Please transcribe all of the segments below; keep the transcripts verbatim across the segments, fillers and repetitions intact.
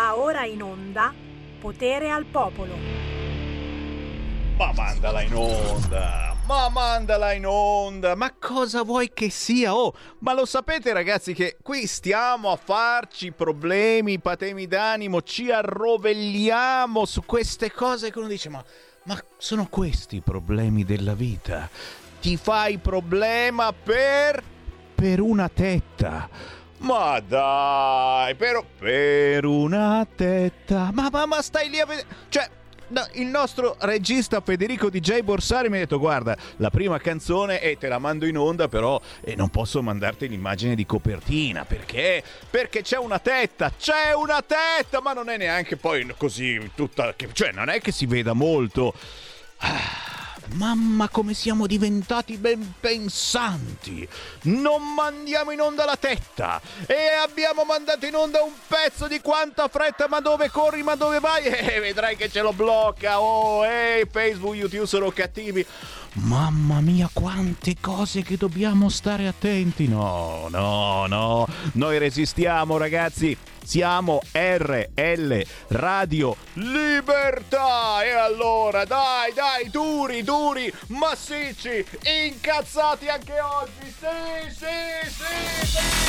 Va ora in onda Potere al Popolo. Ma mandala in onda, ma mandala in onda, ma cosa vuoi che sia? Oh, ma lo sapete ragazzi che qui stiamo a farci problemi, patemi d'animo, ci arrovelliamo su queste cose che uno dice ma, ma sono questi i problemi della vita? Ti fai problema per, per una tetta. Ma dai, però per una tetta. Ma, ma, ma stai lì a vedere. Cioè, no, il nostro regista Federico D J Borsari mi ha detto guarda, la prima canzone e eh, te la mando in onda, però eh, non posso mandarti l'immagine di copertina. Perché? Perché c'è una tetta, c'è una tetta, ma non è neanche poi così tutta. Cioè, non è che si veda molto. Ah. Mamma come siamo diventati ben pensanti. Non mandiamo in onda la tetta e abbiamo mandato in onda un pezzo di Quanta fretta, ma dove corri, ma dove vai? E eh, vedrai che ce lo blocca. Oh, ehi, hey, Facebook, YouTube sono cattivi. Mamma mia, quante cose che dobbiamo stare attenti. No, no, no, noi resistiamo ragazzi. Siamo R L Radio Libertà. E allora dai, dai, duri, duri, massicci, incazzati anche oggi. Sì, sì, sì,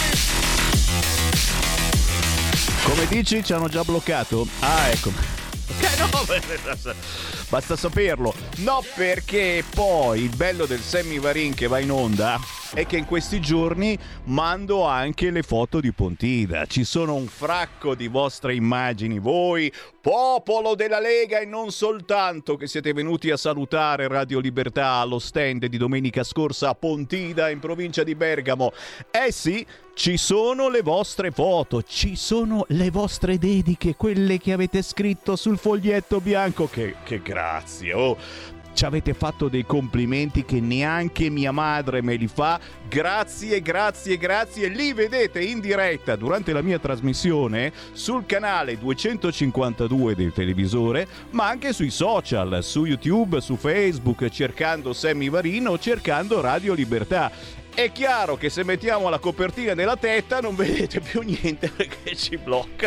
sì. Come dici, ci hanno già bloccato? Ah, ecco. Ok, no, basta saperlo. No, perché poi il bello del Semivarin che va in onda è che in questi giorni mando anche le foto di Pontida. Ci sono un fracco di vostre immagini, voi, popolo della Lega e non soltanto, che siete venuti a salutare Radio Libertà allo stand di domenica scorsa a Pontida in provincia di Bergamo. Eh sì, ci sono le vostre foto, ci sono le vostre dediche, quelle che avete scritto sul foglietto bianco. Che, che grazie, oh! Ci avete fatto dei complimenti che neanche mia madre me li fa. Grazie, grazie, grazie. Li vedete in diretta durante la mia trasmissione sul canale duecentocinquantadue del televisore, ma anche sui social, su YouTube, su Facebook, cercando Semivarin o cercando Radio Libertà. È chiaro che se mettiamo la copertina della tetta non vedete più niente perché ci blocca.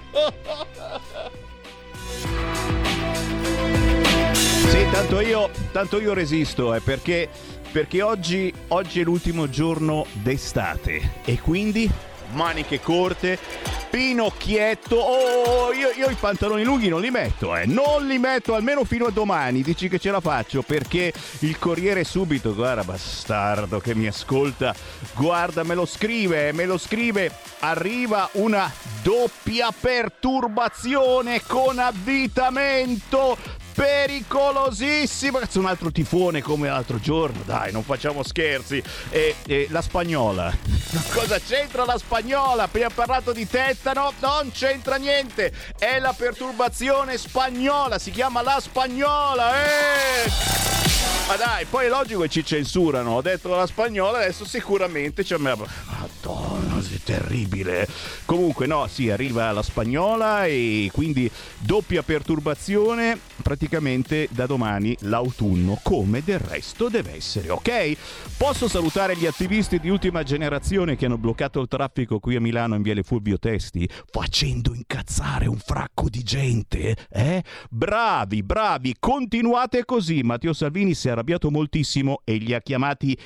Sì, tanto io, tanto io resisto, eh, perché, perché oggi, oggi è l'ultimo giorno d'estate e quindi maniche corte, pinocchietto. Oh, io, io i pantaloni lunghi non li metto, eh, non li metto almeno fino a domani. Dici che ce la faccio perché il Corriere subito, guarda bastardo che mi ascolta, guarda me lo scrive, me lo scrive, arriva una doppia perturbazione con avvitamento. Pericolosissimo, cazzo, un altro tifone come l'altro giorno, dai, non facciamo scherzi. E, e la spagnola, cosa c'entra la spagnola? Abbiamo parlato di tetta, no? Non c'entra niente, è la perturbazione spagnola, si chiama la spagnola, eh! Ma dai, poi è logico che ci censurano, ho detto la spagnola, adesso sicuramente c'è... Madonna, è terribile. Comunque no, sì, arriva la spagnola e quindi doppia perturbazione praticamente da domani l'autunno, come del resto deve essere, ok? Posso salutare gli attivisti di ultima generazione che hanno bloccato il traffico qui a Milano in Viale Fulvio Testi, facendo incazzare un fracco di gente, eh? Bravi, bravi, continuate così. Matteo Salvini si è arrabbiato moltissimo e li ha chiamati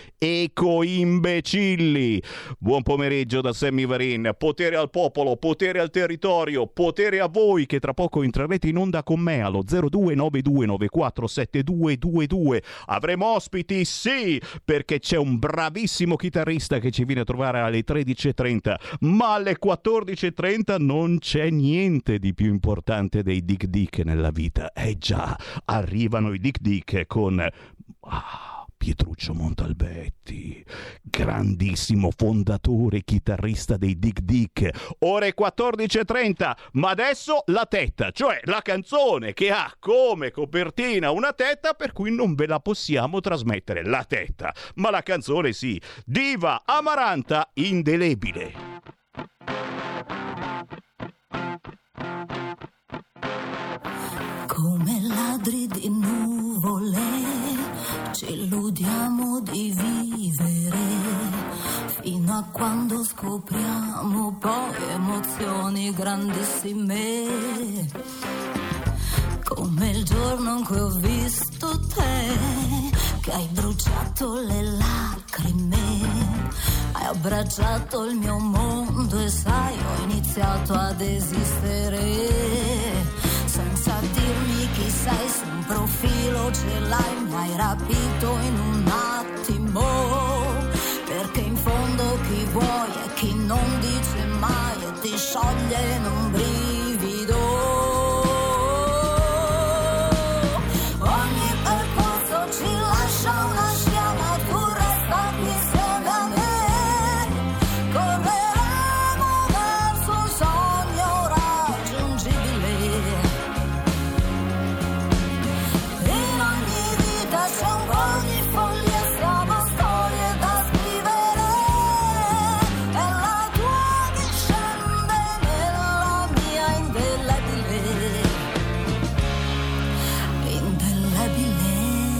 eco-imbecilli. Buon pomeriggio da Semivarin. Potere al popolo, potere al territorio, potere a voi che tra poco entrerete in onda con me allo zero due nove due nove quattro sette due due due. Avremo ospiti, sì, perché c'è un bravissimo chitarrista che ci viene a trovare alle tredici e trenta, ma alle quattordici e trenta non c'è niente di più importante dei Dick Dick nella vita. Eh già, arrivano i Dick Dick con... Ah, Pietruccio Montalbetti, grandissimo fondatore e chitarrista dei Dick Dick. Ore quattordici e trenta, ma adesso la tetta, cioè la canzone che ha come copertina una tetta, per cui non ve la possiamo trasmettere, la tetta, ma la canzone sì. Diva Amaranta, indelebile. Come ladri di nuvole ci illudiamo di vivere fino fino a quando scopriamo poi emozioni grandissime, come il giorno in cui ho visto te, che hai bruciato le lacrime, hai abbracciato il mio mondo e sai, ho iniziato ad esistere, senza dirmi chi sei, su un profilo ce l'hai, mi hai rapito in un attimo, perché in fondo chi vuoi è chi non dice mai e ti scioglie in un brivido. Ogni percorso ci lascia una scia, ma tu resta qui insieme a me. Correremo verso un sogno raggiungibile. In ogni vita c'è un po' di follia, siamo storie da scrivere. È la tua che scende nella mia indelebile. Indelebile.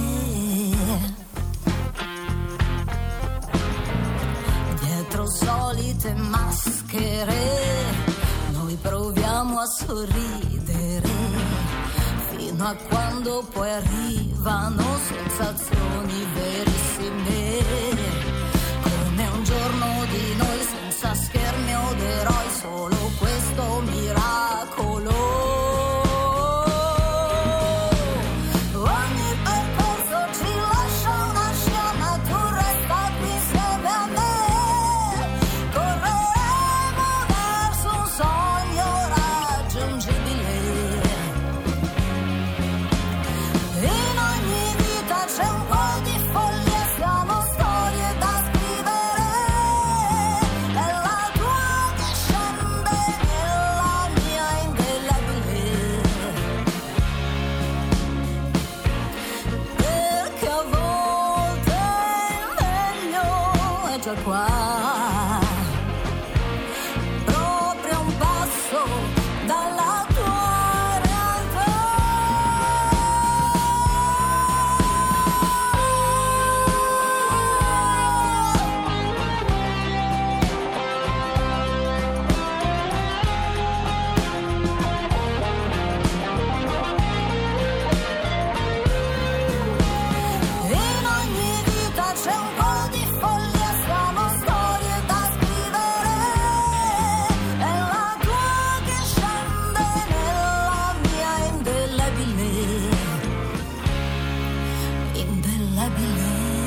Dietro solite maschere noi proviamo a sorridere, fino a quando poi arrivano sensazioni verissime, come un giorno di noi senza schermi od eroi, solo questo miracolo. Ogni percorso ci lascia una scia, ma tu resta qui insieme a me. Correremo verso un sogno raggiungibile. In ogni vita c'è un po' di follia, siamo storie da scrivere. È la tua che scende nella mia indelebile. Perché a volte il meglio è già qua, proprio un passo dalla tua realtà. In ogni vita c'è un po' di follia, siamo storie da scrivere. È la tua che scende nella mia indelebile. Indelebile.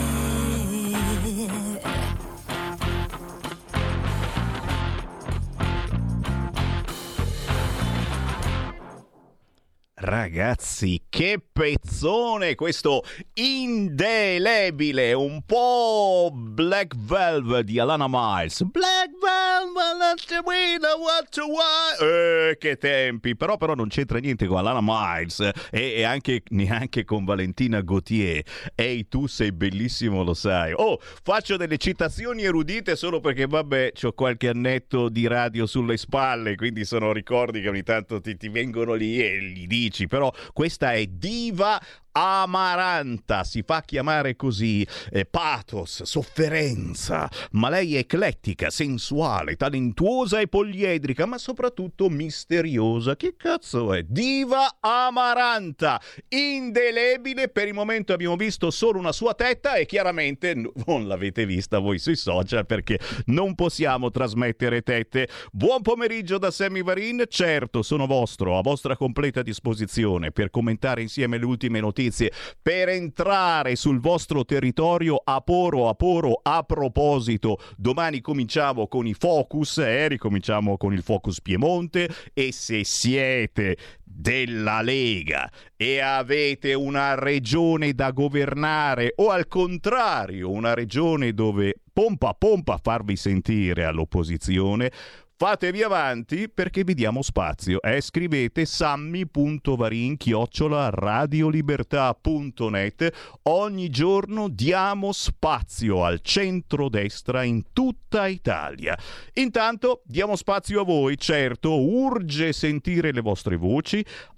Ragazzi, che pezzone questo indelebile, un po' Black Velvet di Alana Miles. Black Velvet, we know what to want. Eh, che tempi, però, però non c'entra niente con Alana Miles e, e anche neanche con Valentina Gauthier. Ehi, tu sei bellissimo, lo sai. Oh, faccio delle citazioni erudite solo perché, vabbè, c'ho qualche annetto di radio sulle spalle, quindi sono ricordi che ogni tanto ti, ti vengono lì e gli dici. Però questa è Diva Amaranta, si fa chiamare così, eh, pathos, sofferenza, ma lei è eclettica, sensuale, talentuosa e poliedrica, ma soprattutto misteriosa. Che cazzo è? Diva Amaranta, indelebile. Per il momento abbiamo visto solo una sua tetta e chiaramente non l'avete vista voi sui social perché non possiamo trasmettere tette. Buon pomeriggio da Sammy Varin, certo sono vostro, a vostra completa disposizione per commentare insieme le ultime notizie, per entrare sul vostro territorio a poro a poro. A proposito, domani cominciamo con i focus, eh, ricominciamo con il focus Piemonte, e se siete della Lega e avete una regione da governare o al contrario una regione dove pompa pompa farvi sentire all'opposizione, fatevi avanti perché vi diamo spazio. Eh, scrivete sammy punto varin chiocciola radiolibertà punto net. Ogni giorno diamo spazio al centrodestra in tutta Italia. Intanto diamo spazio a voi, certo, urge sentire le vostre voci.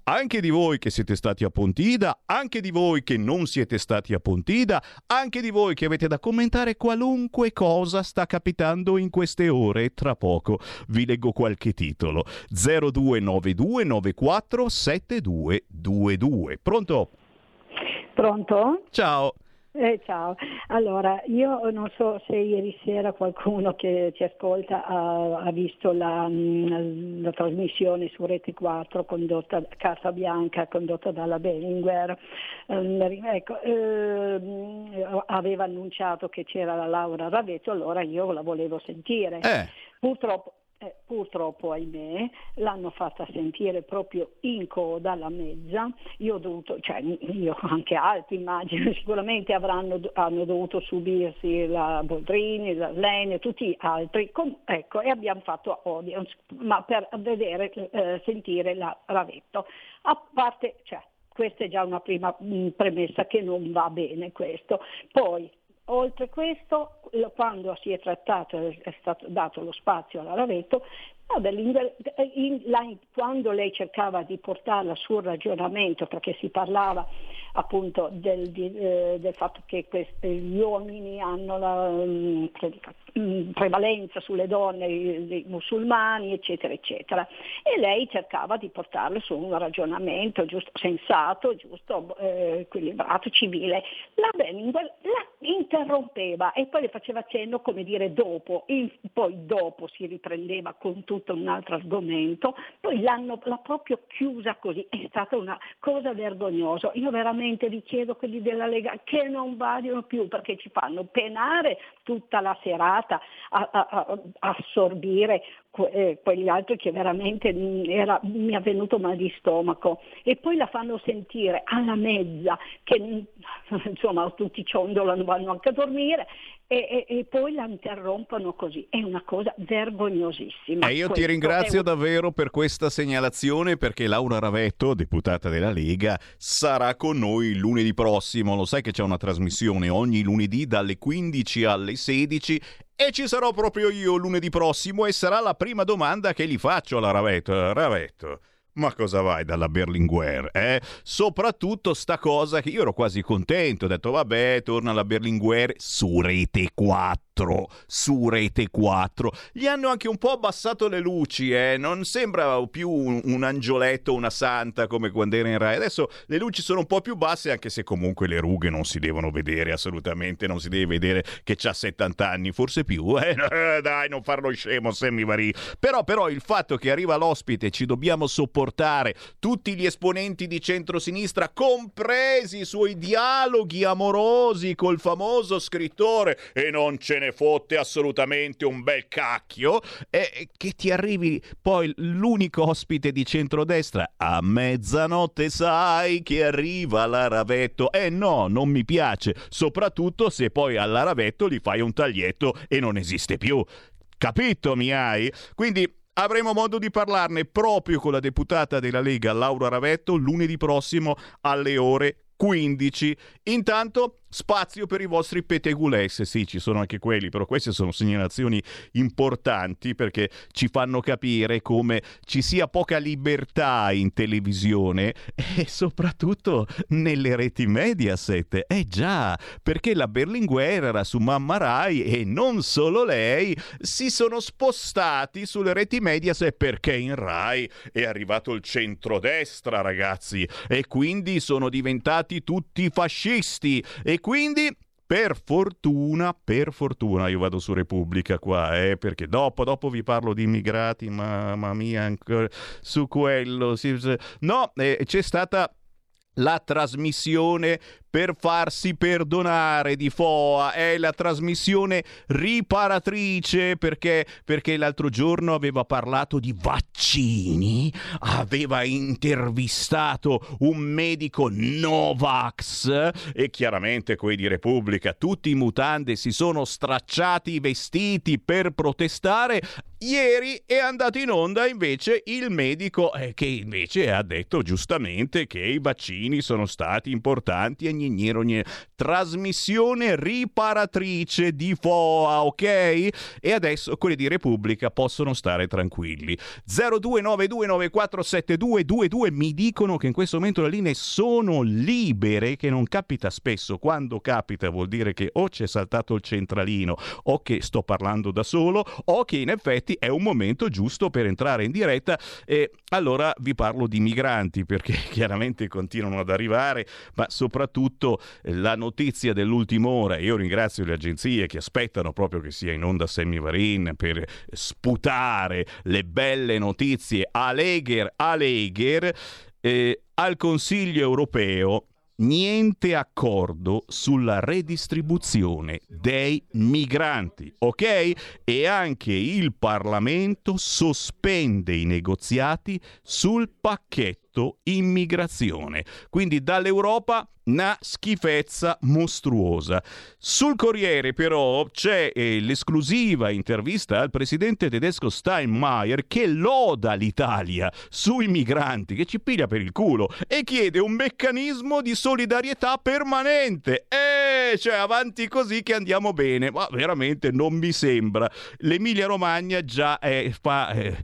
anche di voi che siete stati a Pontida, anche di voi che non siete stati a Pontida, anche di voi che avete da commentare qualunque cosa sta capitando in queste ore. Tra poco vi leggo qualche titolo. zero due nove due nove quattro sette due due due. Pronto? Pronto? Ciao. Eh, ciao, allora io non so se ieri sera qualcuno che ci ascolta ha, ha visto la, la trasmissione su Rete quattro condotta da Casa Bianca, condotta dalla Berlinguer. Eh, ecco, eh, aveva annunciato che c'era la Laura Ravetto, allora io la volevo sentire. Eh. Purtroppo Eh, purtroppo, ahimè, l'hanno fatta sentire proprio in coda alla mezza. Io ho dovuto, cioè io anche altri immagino, sicuramente avranno hanno dovuto subirsi la Boldrini, la Lene, tutti altri, com, ecco, e abbiamo fatto audience, ma per vedere, eh, sentire la Ravetto. A parte, cioè, questa è già una prima mh, premessa che non va bene questo. Poi, oltre questo, quando si è trattato, è stato dato lo spazio alla Ravetto, quando lei cercava di portarla sul ragionamento, perché si parlava appunto del, di, eh, del fatto che questi, gli uomini hanno la um, prevalenza sulle donne, i, i musulmani, eccetera, eccetera, e lei cercava di portarlo su un ragionamento giusto, sensato, giusto, eh, equilibrato, civile. La Berlinguer la interrompeva e poi le faceva cenno, come dire, dopo, in, poi dopo si riprendeva con tutto un altro argomento, poi l'hanno l'ha proprio chiusa così. È stata una cosa vergognosa. Io veramente vi chiedo, quelli della Lega, che non vadano più, perché ci fanno penare tutta la serata a, a, a assorbire que, eh, quegli altri che veramente era, mi è venuto mal di stomaco, e poi la fanno sentire alla mezza che insomma tutti ciondolano, vanno anche a dormire, e, e, e poi la interrompono così. È una cosa vergognosissima. E io ti ringrazio un... davvero per questa segnalazione, perché Laura Ravetto, deputata della Lega, sarà con noi lunedì prossimo. Lo sai che c'è una trasmissione ogni lunedì dalle quindici alle sedici, e ci sarò proprio io lunedì prossimo, e sarà la prima domanda che gli faccio alla Ravetto. Ravetto, ma cosa vai dalla Berlinguer, eh? Soprattutto sta cosa che io ero quasi contento, ho detto vabbè, torna la Berlinguer su Rete quattro, su Rete quattro. Gli hanno anche un po' abbassato le luci, eh? Non sembra più un, un angioletto, una santa come quando era in Rai. Adesso le luci sono un po' più basse, anche se comunque le rughe non si devono vedere assolutamente, non si deve vedere che c'ha settanta anni, forse più, eh? Dai, non farlo scemo, Sammy Varin. Però, però il fatto che arriva l'ospite, ci dobbiamo sopportare tutti gli esponenti di centrosinistra, compresi i suoi dialoghi amorosi col famoso scrittore, e non ce ne fotte assolutamente un bel cacchio, e che ti arrivi poi l'unico ospite di centrodestra a mezzanotte, sai che arriva la Ravetto. Eh no, non mi piace, soprattutto se poi alla Ravetto gli fai un taglietto e non esiste più. Capito, mi hai? Quindi avremo modo di parlarne proprio con la deputata della Lega Laura Ravetto lunedì prossimo alle ore quindici. Intanto spazio per i vostri pettegulesse, sì, ci sono anche quelli, però queste sono segnalazioni importanti perché ci fanno capire come ci sia poca libertà in televisione e soprattutto nelle reti Mediaset. Eh già, perché la Berlinguer era su Mamma Rai e non solo lei, si sono spostati sulle reti Mediaset perché in Rai è arrivato il centrodestra, ragazzi, e quindi sono diventati tutti fascisti. E quindi per fortuna, per fortuna io vado su Repubblica qua, eh, perché dopo, dopo vi parlo di immigrati, mamma mia, ancora su quello. Sì, sì. No, eh, c'è stata la trasmissione per farsi perdonare di F O A, è la trasmissione riparatrice, perché perché l'altro giorno aveva parlato di vaccini, aveva intervistato un medico Novax e chiaramente quelli di Repubblica tutti in mutande si sono stracciati i vestiti per protestare. Ieri è andato in onda invece il medico eh, che invece ha detto giustamente che i vaccini sono stati importanti e gne, gne, gne. Trasmissione riparatrice di F O A, ok? E adesso quelli di Repubblica possono stare tranquilli. zero due nove due nove quattro sette due due due mi dicono che in questo momento le linee sono libere, che non capita spesso. Quando capita vuol dire che o c'è saltato il centralino o che sto parlando da solo o che in effetti è un momento giusto per entrare in diretta. E allora vi parlo di migranti, perché chiaramente continuano ad arrivare, ma soprattutto la notizia dell'ultima ora. Io ringrazio le agenzie che aspettano proprio che sia in onda Sammy Varin per sputare le belle notizie. Alegher, Alegher, eh, al Consiglio europeo niente accordo sulla redistribuzione dei migranti, ok? E anche il Parlamento sospende i negoziati sul pacchetto immigrazione. Quindi dall'Europa una schifezza mostruosa. Sul Corriere però c'è eh, l'esclusiva intervista al presidente tedesco Steinmeier, che loda l'Italia sui migranti, che ci piglia per il culo e chiede un meccanismo di solidarietà permanente. Eh, cioè avanti così che andiamo bene, ma veramente non mi sembra. L'Emilia Romagna già eh, fa eh,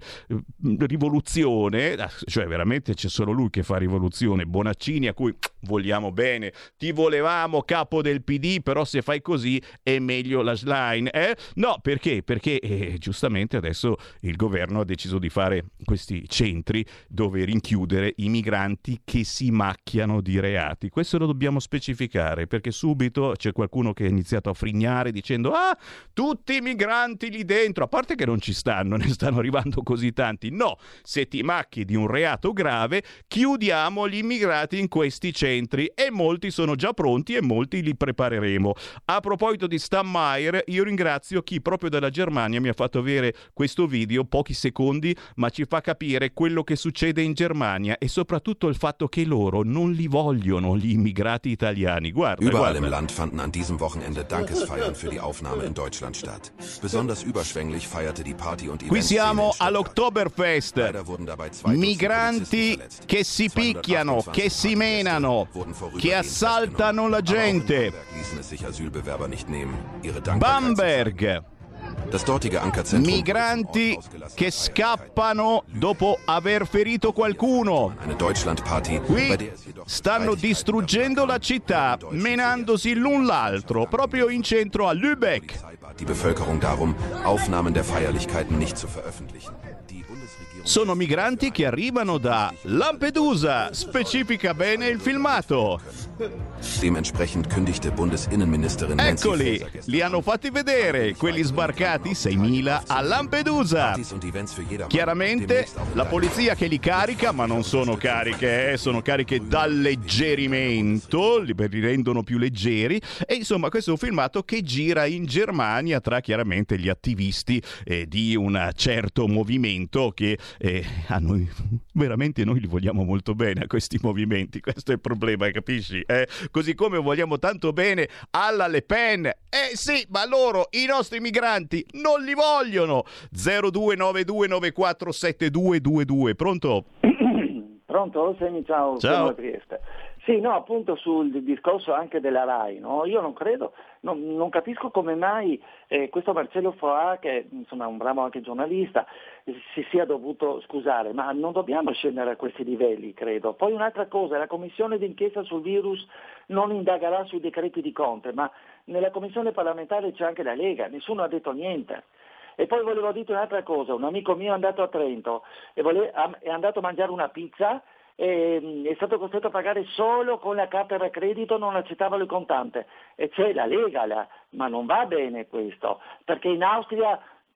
rivoluzione, cioè veramente c'è solo lui che fa rivoluzione. Bonaccini, a cui vogliamo bene, ti volevamo capo del P D, però se fai così è meglio la Schlein, eh? No, perché? Perché eh, giustamente adesso il governo ha deciso di fare questi centri dove rinchiudere i migranti che si macchiano di reati. Questo lo dobbiamo specificare, perché subito c'è qualcuno che ha iniziato a frignare dicendo ah, tutti i migranti lì dentro, a parte che non ci stanno, ne stanno arrivando così tanti. No, se ti macchi di un reato grave, chiudiamo gli immigrati in questi centri, e molti sono già pronti e molti li prepareremo. A proposito di Steinmeier, io ringrazio chi proprio dalla Germania mi ha fatto avere questo video, pochi secondi, ma ci fa capire quello che succede in Germania e soprattutto il fatto che loro non li vogliono gli immigrati italiani. Guarda, Überall guarda. im Land fanden an diesem Wochenende Dankesfeiern für die Aufnahme in Deutschland statt. Besonders überschwänglich feierte die Party- und Qui Eventszene siamo in Stuttgart. all'Oktoberfest. Leider wurden dabei zwei Dutzend Migranti Polizisten verletzt. che si picchiano, che si menano, wurden vorübergehend che assaltano la festgenommen. Aber auch in gente. Bamberg ließen es sich Asylbewerber nicht nehmen, ihre Dankbarkeit zu Bamberg. zeigen. Das dortige Ankerzentrum Migranti che scappano dopo aver ferito qualcuno. Eine Deutschlandparty, bei Qui der es jedoch stanno distruggendo la città, menandosi l'un l'altro, proprio in centro a Lübeck. Polizei bat die Bevölkerung darum, Aufnahmen der Feierlichkeiten nicht zu veröffentlichen. Die Bundesregierung Sono migranti che arrivano da Lampedusa, specifica bene il filmato. Dementsprechend kündigte Bundesinnenministerin Nancy Eccoli, Faeser gestern li hanno fatti vedere, quelli sbarcati, seimila a Lampedusa. Partys und Events für jedermann. Chiaramente Demnächst auch in la deiner polizia che li carica, ma non sono cariche, eh, sono cariche d'alleggerimento, li li rendono più leggeri. E insomma questo è un filmato che gira in Germania tra chiaramente gli attivisti eh, di un certo movimento che eh, a noi, veramente noi li vogliamo molto bene a questi movimenti, questo è il problema, capisci? Eh? Così come vogliamo tanto bene alla Le Pen. Eh sì, ma loro, i nostri migranti, non li vogliono. zero due nove due nove quattro sette due due due. Pronto? Pronto? Semi, ciao, Ciao. sono da Trieste. Sì, no, appunto sul discorso anche della RAI, no? Io non credo, non, non capisco come mai eh, questo Marcello Foà, che insomma è un bravo anche giornalista, eh, si sia dovuto scusare, ma non dobbiamo scendere a questi livelli, credo. Poi un'altra cosa, la commissione d'inchiesta sul virus non indagherà sui decreti di Conte, ma nella commissione parlamentare c'è anche la Lega, nessuno ha detto niente. E poi volevo dire un'altra cosa, un amico mio è andato a Trento e vole- è andato a mangiare una pizza e è stato costretto a pagare solo con la carta da credito, non accettava il contante. E c'è la Lega là, ma non va bene questo, perché in Austria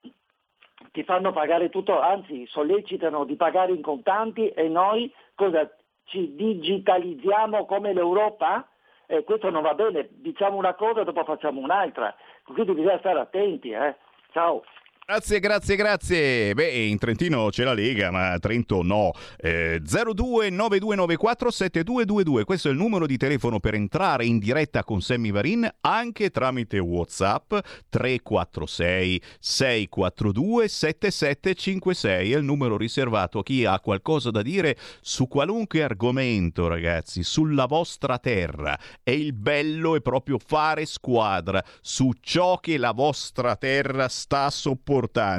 ti fanno pagare tutto, anzi sollecitano di pagare in contanti e noi cosa ci digitalizziamo come l'Europa? E questo non va bene, diciamo una cosa dopo facciamo un'altra, quindi bisogna stare attenti, eh. Ciao. Grazie, grazie, grazie. Beh, in Trentino c'è la Lega, ma a Trento no. Eh, zero due nove due nove quattro sette due due due, questo è il numero di telefono per entrare in diretta con Sammy Varin, anche tramite WhatsApp. Tre quattro sei sei quattro due sette sette cinque sei è il numero riservato a chi ha qualcosa da dire su qualunque argomento, ragazzi, sulla vostra terra. E il bello è proprio fare squadra su ciò che la vostra terra sta sopportando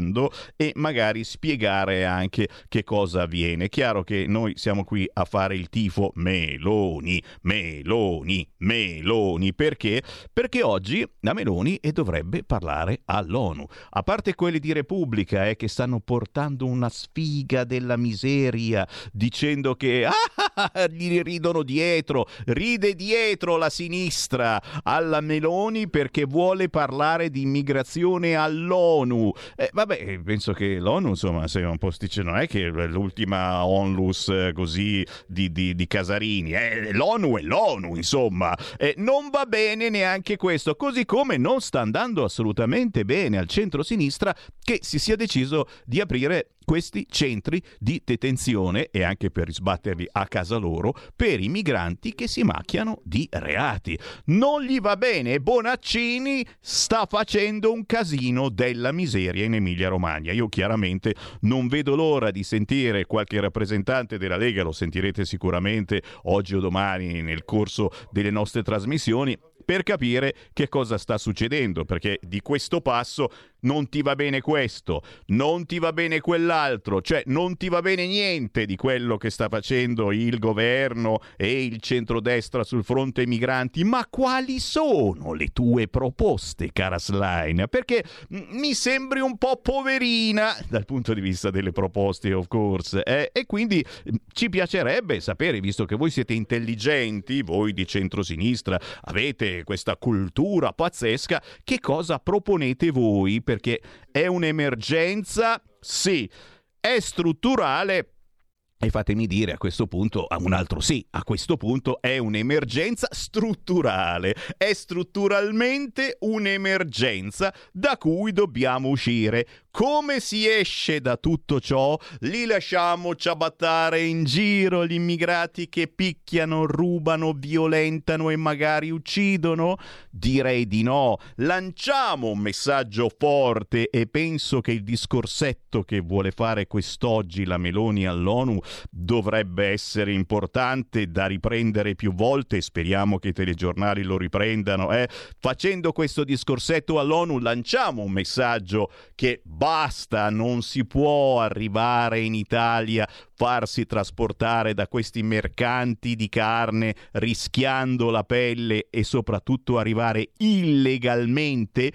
e magari spiegare anche che cosa avviene. Chiaro che noi siamo qui a fare il tifo Meloni, Meloni, Meloni. Perché? Perché oggi la Meloni e dovrebbe parlare all'ONU. A parte quelli di Repubblica eh, che stanno portando una sfiga della miseria, dicendo che ah, gli ridono dietro, ride dietro la sinistra alla Meloni perché vuole parlare di immigrazione all'ONU. Eh, vabbè, penso che l'ONU, insomma, sia un posticino, non è che l'ultima onlus eh, così di, di, di Casarini, eh, l'ONU è l'ONU, insomma. Eh, non va bene neanche questo, così come non sta andando assolutamente bene al centro-sinistra che si sia deciso di aprire questi centri di detenzione, e anche per sbatterli a casa loro, per i migranti che si macchiano di reati. Non gli va bene. Bonaccini sta facendo un casino della miseria in Emilia-Romagna. Io chiaramente non vedo l'ora di sentire qualche rappresentante della Lega, lo sentirete sicuramente oggi o domani nel corso delle nostre trasmissioni, per capire che cosa sta succedendo, perché di questo passo non ti va bene questo, non ti va bene quell'altro, cioè non ti va bene niente di quello che sta facendo il governo e il centrodestra sul fronte ai migranti. Ma quali sono le tue proposte, cara Schlein? Perché mi sembri un po' poverina dal punto di vista delle proposte, of course, eh? E quindi ci piacerebbe sapere, visto che voi siete intelligenti, voi di centrosinistra, avete questa cultura pazzesca, che cosa proponete voi? Perché è un'emergenza, sì, è strutturale. E fatemi dire a questo punto a un altro sì, a questo punto è un'emergenza strutturale, è strutturalmente un'emergenza da cui dobbiamo uscire. Come si esce da tutto ciò? Li lasciamo ciabattare in giro gli immigrati che picchiano, rubano, violentano e magari uccidono? Direi di no. Lanciamo un messaggio forte, e penso che il discorsetto che vuole fare quest'oggi la Meloni all'ONU dovrebbe essere importante, da riprendere più volte. Speriamo che i telegiornali lo riprendano. Eh? Facendo questo discorsetto all'ONU lanciamo un messaggio che basta, non si può arrivare in Italia, farsi trasportare da questi mercanti di carne rischiando la pelle e soprattutto arrivare illegalmente.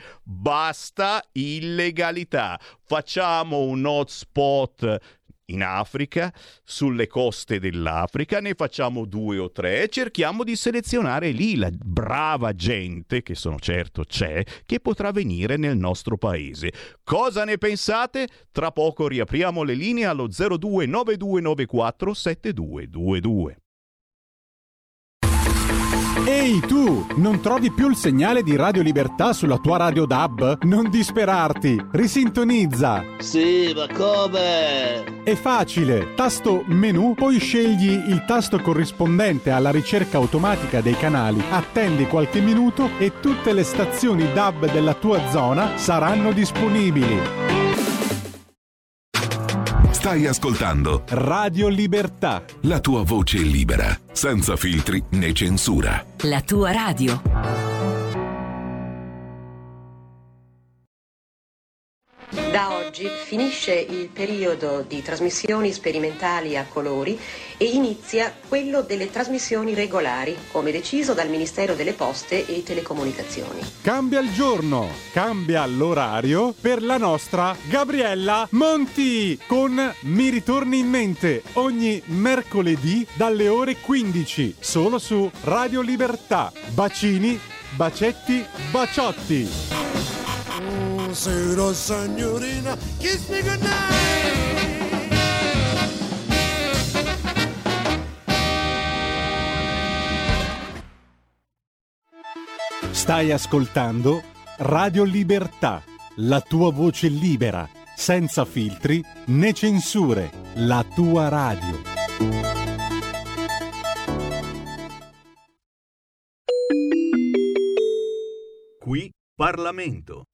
Basta illegalità. Facciamo un hotspot in Africa, sulle coste dell'Africa, ne facciamo due o tre e cerchiamo di selezionare lì la brava gente, che sono certo c'è, che potrà venire nel nostro paese. Cosa ne pensate? Tra poco riapriamo le linee allo zero due nove due nove quattro sette due due due. Ehi tu, non trovi più il segnale di Radio Libertà sulla tua radio D A B? Non disperarti, risintonizza. Sì, ma come? È facile, tasto menu, poi scegli il tasto corrispondente alla ricerca automatica dei canali, attendi qualche minuto e tutte le stazioni D A B della tua zona saranno disponibili. Stai ascoltando Radio Libertà, la tua voce libera, senza filtri né censura. La tua radio. Da oggi finisce il periodo di trasmissioni sperimentali a colori e inizia quello delle trasmissioni regolari, come deciso dal Ministero delle Poste e Telecomunicazioni. Cambia il giorno, cambia l'orario per la nostra Gabriella Monti con Mi ritorni in mente ogni mercoledì dalle ore quindici, solo su Radio Libertà. Bacini, bacetti, baciotti. Buonasera signorina, kiss me goodnight. Stai ascoltando Radio Libertà, la tua voce libera, senza filtri né censure, la tua radio. Qui Parlamento.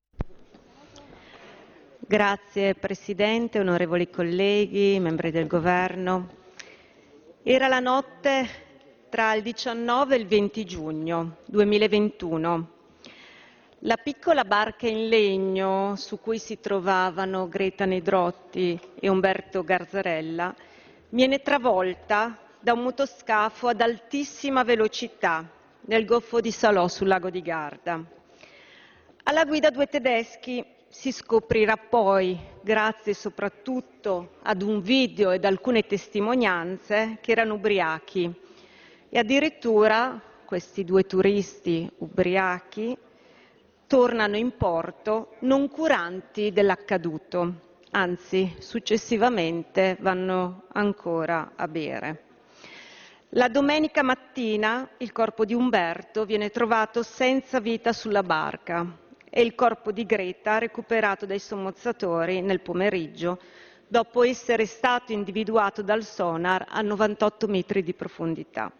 Grazie Presidente, onorevoli colleghi, membri del Governo. Era la notte tra il diciannove e il venti giugno duemilaventuno. La piccola barca in legno su cui si trovavano Greta Nedrotti e Umberto Garzarella viene travolta da un motoscafo ad altissima velocità nel Golfo di Salò sul lago di Garda. Alla guida due tedeschi. Si scoprirà poi, grazie soprattutto ad un video ed alcune testimonianze, che erano ubriachi e addirittura questi due turisti ubriachi tornano in porto non curanti dell'accaduto, anzi successivamente vanno ancora a bere. La domenica mattina il corpo di Umberto viene trovato senza vita sulla barca e il corpo di Greta recuperato dai sommozzatori nel pomeriggio, dopo essere stato individuato dal sonar a novantotto metri di profondità.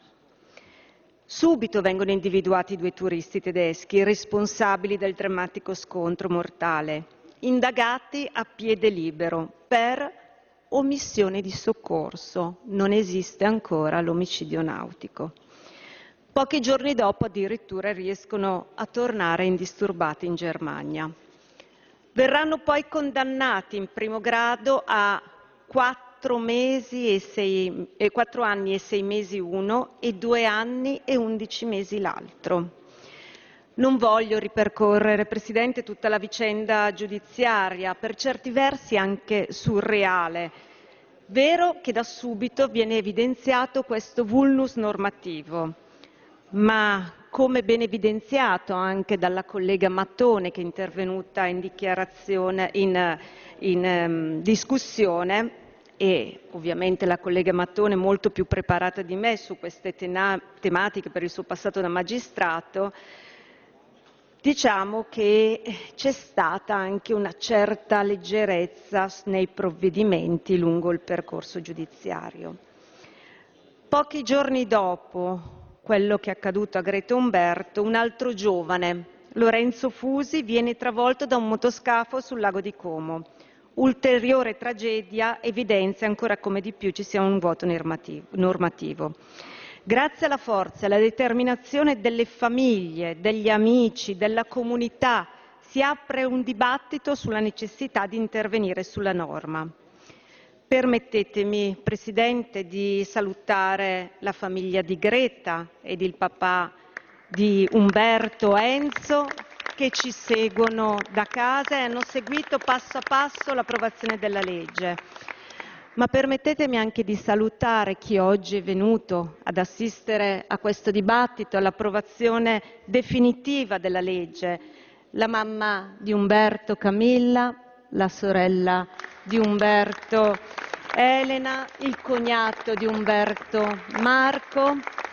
Subito vengono individuati i due turisti tedeschi responsabili del drammatico scontro mortale, indagati a piede libero per omissione di soccorso. Non esiste ancora l'omicidio nautico. Pochi giorni dopo addirittura riescono a tornare indisturbati in Germania. Verranno poi condannati in primo grado a quattro mesi e sei, eh, quattro anni e sei mesi uno e due anni e undici mesi l'altro. Non voglio ripercorrere, Presidente, tutta la vicenda giudiziaria, per certi versi anche surreale. Vero che da subito viene evidenziato questo vulnus normativo, ma come ben evidenziato anche dalla collega Mattone, che è intervenuta in dichiarazione, in, in um, discussione, e ovviamente la collega Mattone è molto più preparata di me su queste tena- tematiche per il suo passato da magistrato, diciamo che c'è stata anche una certa leggerezza nei provvedimenti lungo il percorso giudiziario. Pochi giorni dopo quello che è accaduto a Greta Umberto, un altro giovane, Lorenzo Fusi, viene travolto da un motoscafo sul lago di Como. Ulteriore tragedia evidenzia ancora come di più ci sia un vuoto normativo. Grazie alla forza e alla determinazione delle famiglie, degli amici, della comunità, si apre un dibattito sulla necessità di intervenire sulla norma. Permettetemi, Presidente, di salutare la famiglia di Greta ed il papà di Umberto, Enzo, che ci seguono da casa e hanno seguito passo a passo l'approvazione della legge. Ma permettetemi anche di salutare chi oggi è venuto ad assistere a questo dibattito, all'approvazione definitiva della legge, la mamma di Umberto, Camilla, la sorella di Umberto, Elena, il cognato di Umberto, Marco,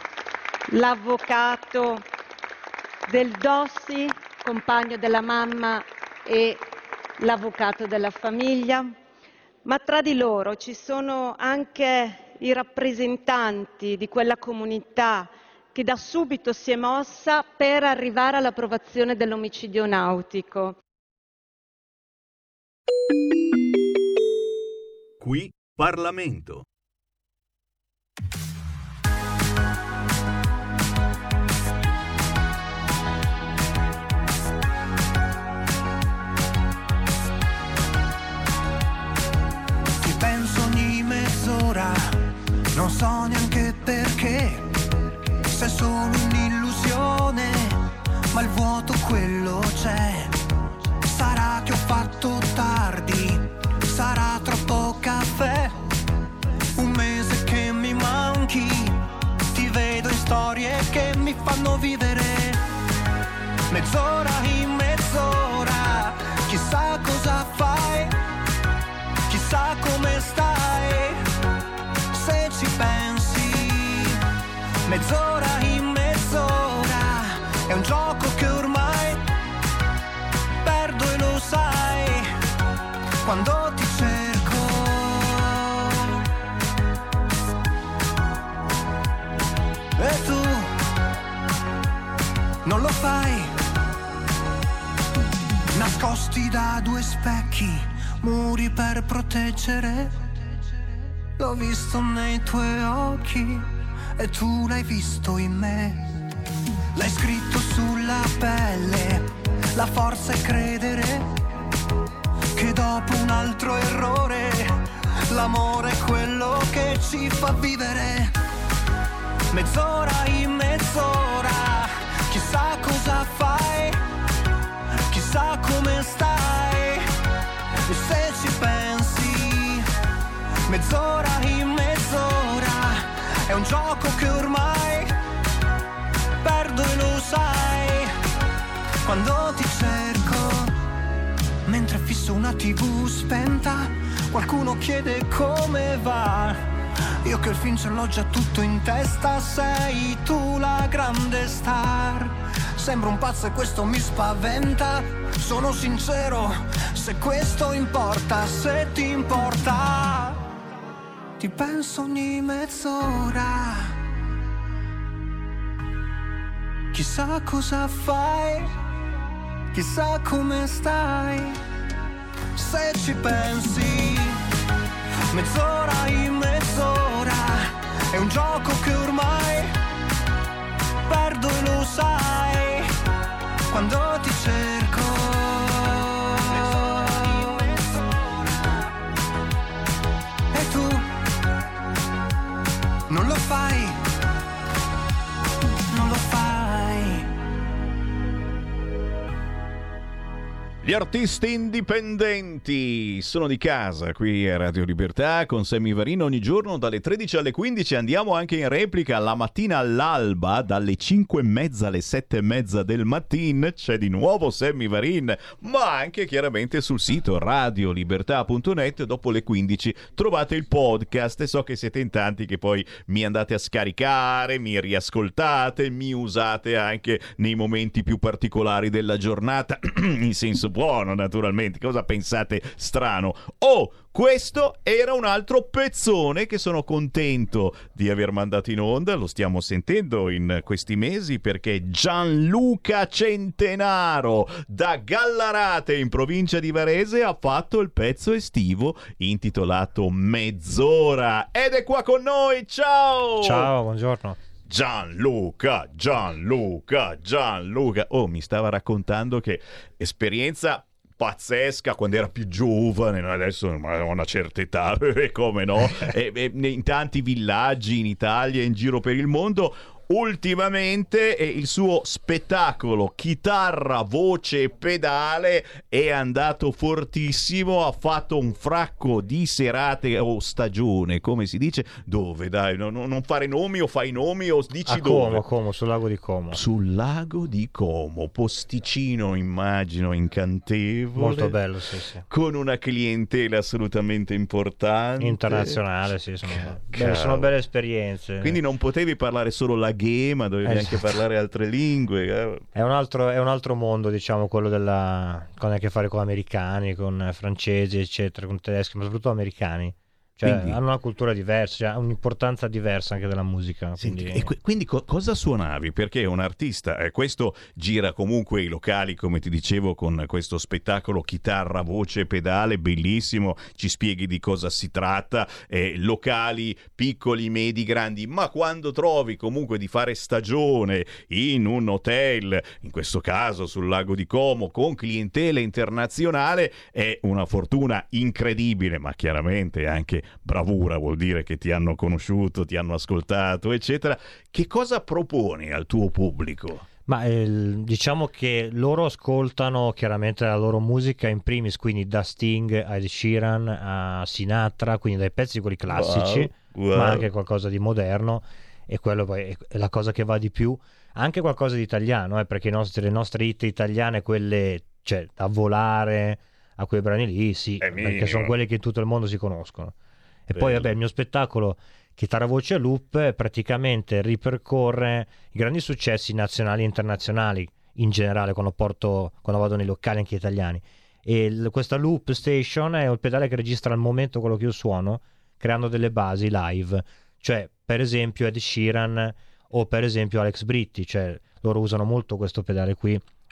l'avvocato del Dossi, compagno della mamma e l'avvocato della famiglia, ma tra di loro ci sono anche i rappresentanti di quella comunità che da subito si è mossa per arrivare all'approvazione dell'omicidio nautico. Qui Parlamento. Ti penso ogni mezz'ora, non so neanche perché, se è solo un'illusione, ma il vuoto quello c'è. Sarà che ho fatto tardi, sarà troppo caffè, un mese che mi manchi, ti vedo in storie che mi fanno vivere, mezz'ora in mezz'ora, chissà cosa fai, chissà come stai, se ci pensi, mezz'ora in mezz'ora, è un gioco che ormai perdo e lo fatti da due specchi, muri per proteggere. L'ho visto nei tuoi occhi e tu l'hai visto in me. L'hai scritto sulla pelle, la forza è credere che dopo un altro errore l'amore è quello che ci fa vivere. Mezz'ora in mezz'ora, chissà cosa fai, chissà come stai. E se ci pensi, mezz'ora in mezz'ora è un gioco che ormai perdo e lo sai. Quando ti cerco, mentre fisso una tivù spenta, qualcuno chiede come va. Io che il film ce l'ho già tutto in testa, sei tu la grande star. Sembro un pazzo e questo mi spaventa. Sono sincero, se questo importa, se ti importa. Ti penso ogni mezz'ora, chissà cosa fai, chissà come stai. Se ci pensi, mezz'ora in mezz'ora è un gioco che ormai perdo e lo sai. Quando ti cerco, mezz'ora in mezz'ora, e tu non lo fai, non lo fai. Gli artisti indipendenti sono di casa qui a Radio Libertà con Sammy Varin. Ogni giorno dalle tredici alle quindici andiamo anche in replica la mattina all'alba, dalle cinque e mezza alle sette e mezza del mattino c'è di nuovo Sammy Varin, ma anche chiaramente sul sito radio libertà punto net. Dopo le quindici trovate il podcast e so che siete in tanti che poi mi andate a scaricare, mi riascoltate, mi usate anche nei momenti più particolari della giornata in senso buono, naturalmente. Cosa pensate strano? Oh, questo era un altro pezzone che sono contento di aver mandato in onda. Lo stiamo sentendo in questi mesi perché Gianluca Centenaro da Gallarate in provincia di Varese ha fatto il pezzo estivo intitolato Mezz'ora ed è qua con noi. Ciao! Ciao, buongiorno. Gianluca, Gianluca, Gianluca. Oh, mi stava raccontando che esperienza pazzesca quando era più giovane, adesso ha una certa età, come no? E, e, in tanti villaggi in Italia e in giro per il mondo. Ultimamente eh, il suo spettacolo chitarra, voce e pedale è andato fortissimo, ha fatto un fracco di serate o stagione, come si dice, dove dai, no, no, non fare nomi o fai nomi o dici a dove? Como, Como, sul lago di Como. Sul lago di Como, posticino immagino incantevole. Molto bello, sì, sì. Con una clientela assolutamente importante. Internazionale, sì, sono, beh, sono belle esperienze. Quindi non potevi parlare solo la ma dovevi eh, anche parlare altre lingue. Eh. È un altro, è un altro mondo, diciamo, quello della con a che fare con americani, con francesi, eccetera, con tedeschi, ma soprattutto americani. Cioè, quindi, hanno una cultura diversa, cioè, un'importanza diversa anche della musica. Senti, quindi... E que- quindi co- cosa suonavi? Perché è un artista, eh, questo gira comunque i locali, come ti dicevo, con questo spettacolo chitarra, voce, pedale, bellissimo, ci spieghi di cosa si tratta, eh, locali piccoli, medi, grandi, ma quando trovi comunque di fare stagione in un hotel, in questo caso sul lago di Como, con clientela internazionale, è una fortuna incredibile, ma chiaramente anche bravura, vuol dire che ti hanno conosciuto, ti hanno ascoltato, eccetera. Che cosa proponi al tuo pubblico? Ma eh, diciamo che loro ascoltano chiaramente la loro musica in primis, quindi da Sting a Ed Sheeran a Sinatra, quindi dai pezzi quelli classici, wow, wow. ma anche qualcosa di moderno, e quello poi è la cosa che va di più, anche qualcosa di italiano, eh, perché i nostri, le nostre hit italiane, quelle, cioè, da volare a quei brani lì, sì, è perché mio. sono quelli che in tutto il mondo si conoscono. E Bello. Poi vabbè, il mio spettacolo Chitarra, voce e loop praticamente ripercorre i grandi successi nazionali e internazionali in generale, quando porto quando vado nei locali anche italiani, e l- questa loop station è il pedale che registra al momento quello che io suono, creando delle basi live, cioè per esempio Ed Sheeran o per esempio Alex Britti, cioè loro usano molto questo pedale qui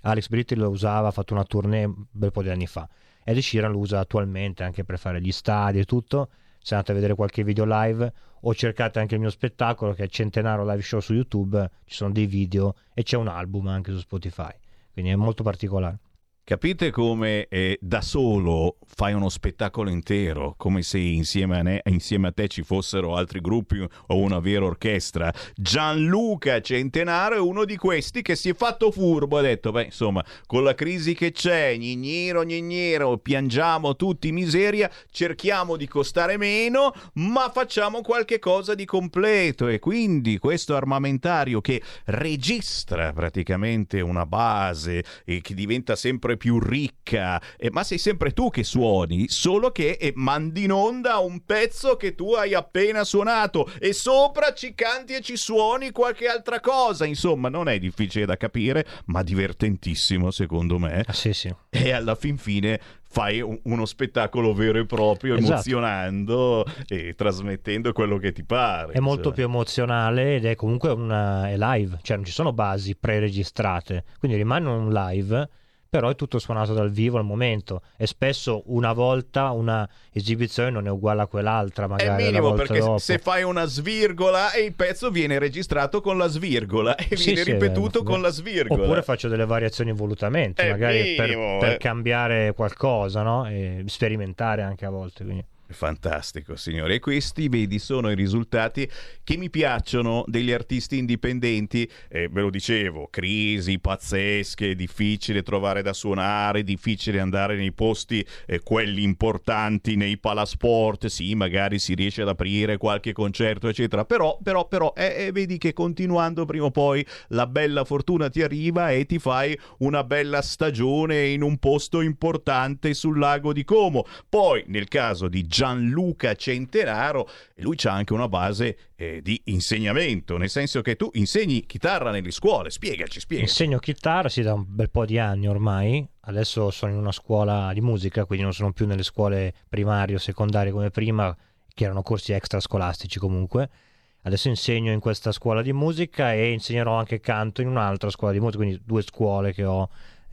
Alex Britti lo usava, ha fatto una tournée un bel po' di anni fa. Ed Sheeran lo usa attualmente anche per fare gli stadi e tutto. Se andate a vedere qualche video live o cercate anche il mio spettacolo che è Centenaro Live Show su YouTube, ci sono dei video e c'è un album anche su Spotify, quindi è molto particolare. Capite come eh, da solo fai uno spettacolo intero, come se insieme a, ne- insieme a te ci fossero altri gruppi o una vera orchestra. Gianluca Centenaro è uno di questi che si è fatto furbo, ha detto, beh insomma, con la crisi che c'è, gnignero gnignero, piangiamo tutti miseria, cerchiamo di costare meno, ma facciamo qualche cosa di completo. E quindi questo armamentario che registra praticamente una base e che diventa sempre più ricca, eh, ma sei sempre tu che suoni, solo che eh, mandi in onda un pezzo che tu hai appena suonato e sopra ci canti e ci suoni qualche altra cosa. Insomma, non è difficile da capire, ma divertentissimo secondo me. Ah, sì, sì. E alla fin fine fai un- uno spettacolo vero e proprio, Esatto. emozionando e trasmettendo quello che ti pare. È molto cioè. più emozionale ed è comunque una, è live, cioè non ci sono basi pre-registrate, quindi rimane un live, però è tutto suonato dal vivo al momento, e spesso una volta una esibizione non è uguale a quell'altra, È magari la minimo, volta perché dopo. se fai una svirgola e il pezzo viene registrato con la svirgola e Sì, viene sì, ripetuto eh, con la svirgola. Oppure faccio delle variazioni volutamente, È magari per, minimo, per eh. cambiare qualcosa, no? E sperimentare anche a volte, quindi. Fantastico, signori. E questi, vedi, sono i risultati che mi piacciono degli artisti indipendenti. Eh, ve lo dicevo, crisi pazzesche, difficile trovare da suonare, difficile andare nei posti, eh, quelli importanti, nei palasport. Sì, magari si riesce ad aprire qualche concerto, eccetera. Però, però, però, eh, eh, vedi che continuando prima o poi la bella fortuna ti arriva e ti fai una bella stagione in un posto importante sul lago di Como. Poi, nel caso di Gianluca Centenaro, lui c'ha anche una base eh, di insegnamento, nel senso che tu insegni chitarra nelle scuole. Spiegaci, spiegaci. Insegno chitarra, sì, da un bel po' di anni ormai. Adesso sono in una scuola di musica, quindi non sono più nelle scuole primarie o secondarie come prima, che erano corsi extrascolastici comunque. Adesso insegno in questa scuola di musica e insegnerò anche canto in un'altra scuola di musica, quindi due scuole che ho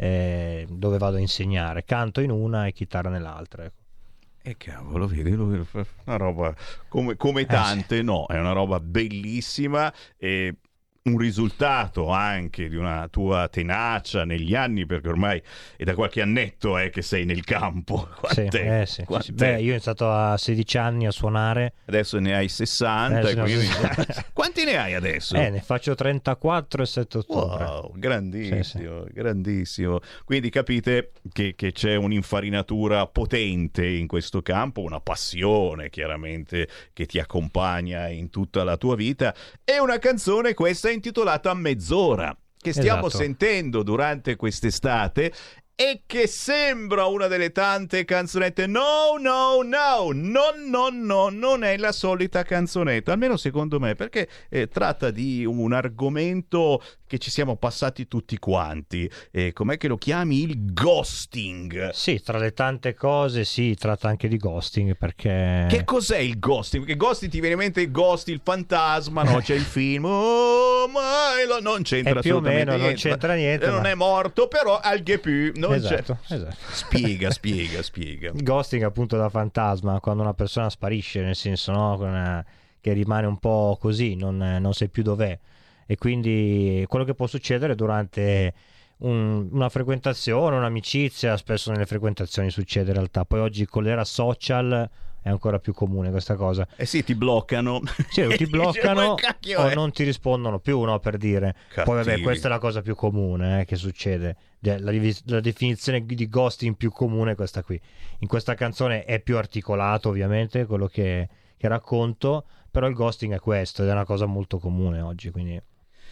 eh, dove vado a insegnare. Canto in una e chitarra nell'altra, ecco. E cavolo, vedi, lui- una roba come, come tante, Eh, sì. no, è una roba bellissima e un risultato anche di una tua tenacia negli anni, perché ormai è da qualche annetto eh, che sei nel campo. Sì, Quant'è? eh, sì, sì, Quant'è? sì. Beh, io ho iniziato a sedici anni a suonare. Adesso ne hai sessanta, Adesso ne ho quindi... sessanta. Quanti ne hai adesso? Eh, ne faccio trentaquattro il sette ottobre. Wow, grandissimo, grandissimo. Quindi capite che, che c'è un'infarinatura potente in questo campo, una passione chiaramente che ti accompagna in tutta la tua vita, e una canzone questa intitolata Mezz'ora, che stiamo Esatto. sentendo durante quest'estate e che sembra una delle tante canzonette. No, no, no, no, no, no, non è la solita canzonetta, almeno secondo me, perché eh, tratta di un argomento che ci siamo passati tutti quanti. Eh, com'è che lo chiami? Il ghosting. Sì, tra le tante cose, sì, tratta anche di ghosting, perché... Che cos'è il ghosting? Perché ghosting ti viene in mente il Ghost, il fantasma, no? C'è il film, oh, ma lo- non c'entra Eh, più o assolutamente meno, non niente. c'entra niente, Non ma- è morto, però al Gepù non Esatto, c'è. esatto. Spiega, spiega, spiega. Il ghosting appunto da fantasma, quando una persona sparisce, nel senso, no, Con- che rimane un po' così, non, non sai più dov'è, e quindi quello che può succedere durante un- una frequentazione, un'amicizia, spesso nelle frequentazioni succede in realtà, poi oggi con l'era social è ancora più comune questa cosa. Eh sì, ti bloccano. Sì, o ti bloccano Che cacchio o è? non ti rispondono più, no, per dire. Poi vabbè, Cattivi. questa è la cosa più comune eh, che succede. De- La, divi- la definizione di ghosting più comune è questa qui. In questa canzone è più articolato ovviamente quello che, che racconto, però il ghosting è questo ed è una cosa molto comune oggi, quindi...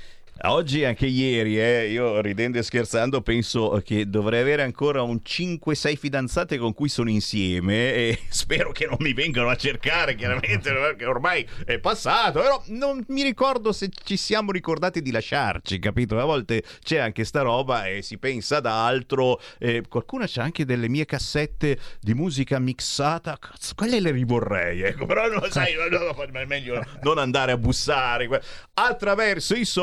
Oggi, anche ieri, eh, io ridendo e scherzando penso che dovrei avere ancora un cinque sei fidanzate con cui sono insieme, e spero che non mi vengano a cercare, chiaramente, perché ormai è passato, però non mi ricordo se ci siamo ricordati di lasciarci, capito? A volte c'è anche sta roba e si pensa ad altro. Eh, qualcuna c'ha anche delle mie cassette di musica mixata, cazzo, quelle le rivorrei, ecco, però non sai, no, no, no, è meglio non andare a bussare. Attraverso i social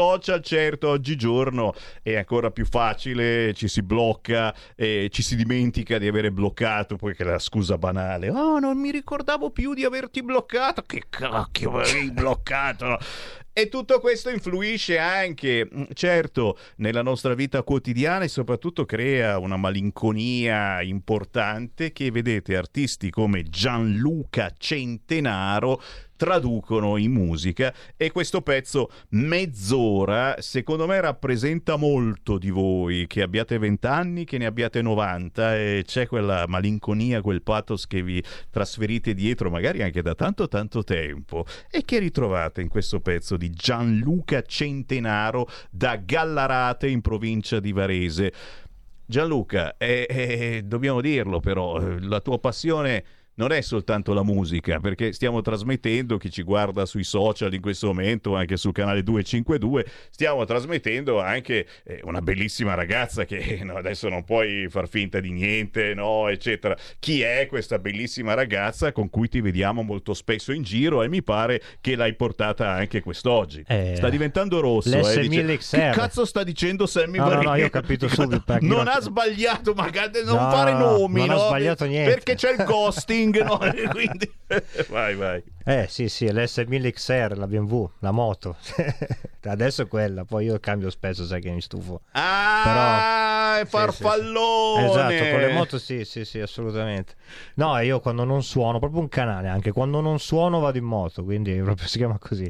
certo oggigiorno è ancora più facile, ci si blocca e ci si dimentica di avere bloccato, poi che la scusa banale, oh non mi ricordavo più di averti bloccato, che cacchio mi avevi bloccato. E tutto questo influisce anche, certo, nella nostra vita quotidiana e soprattutto crea una malinconia importante che, vedete, artisti come Gianluca Centenaro traducono in musica, e questo pezzo Mezz'ora secondo me rappresenta molto di voi, che abbiate vent'anni, che ne abbiate novanta, e c'è quella malinconia, quel pathos che vi trasferite dietro magari anche da tanto tanto tempo e che ritrovate in questo pezzo di Gianluca Centenaro da Gallarate in provincia di Varese. Gianluca, eh, eh, dobbiamo dirlo però, la tua passione non è soltanto la musica, perché stiamo trasmettendo, chi ci guarda sui social in questo momento, anche sul canale duecentocinquantadue, stiamo trasmettendo anche eh, una bellissima ragazza che no, adesso non puoi far finta di niente, no, eccetera. Chi è questa bellissima ragazza con cui ti vediamo molto spesso in giro, e mi pare che l'hai portata anche quest'oggi? Eh, sta diventando rosso, eh, dice, che cazzo sta dicendo Sammy no, Varini? No, no, io ho capito subito. Non non ha sbagliato, magari non no, fare nomi, non no? ha sbagliato niente. Perché c'è il ghosting. No, quindi vai vai eh sì sì l'S mille X R, la B M W, la moto adesso è quella, poi io cambio spesso, sai che mi stufo. Ah, però farfallone, sì, sì, sì. Esatto, con le moto sì sì sì assolutamente. No, io quando non suono, proprio un canale, anche quando non suono vado in moto, quindi proprio si chiama così,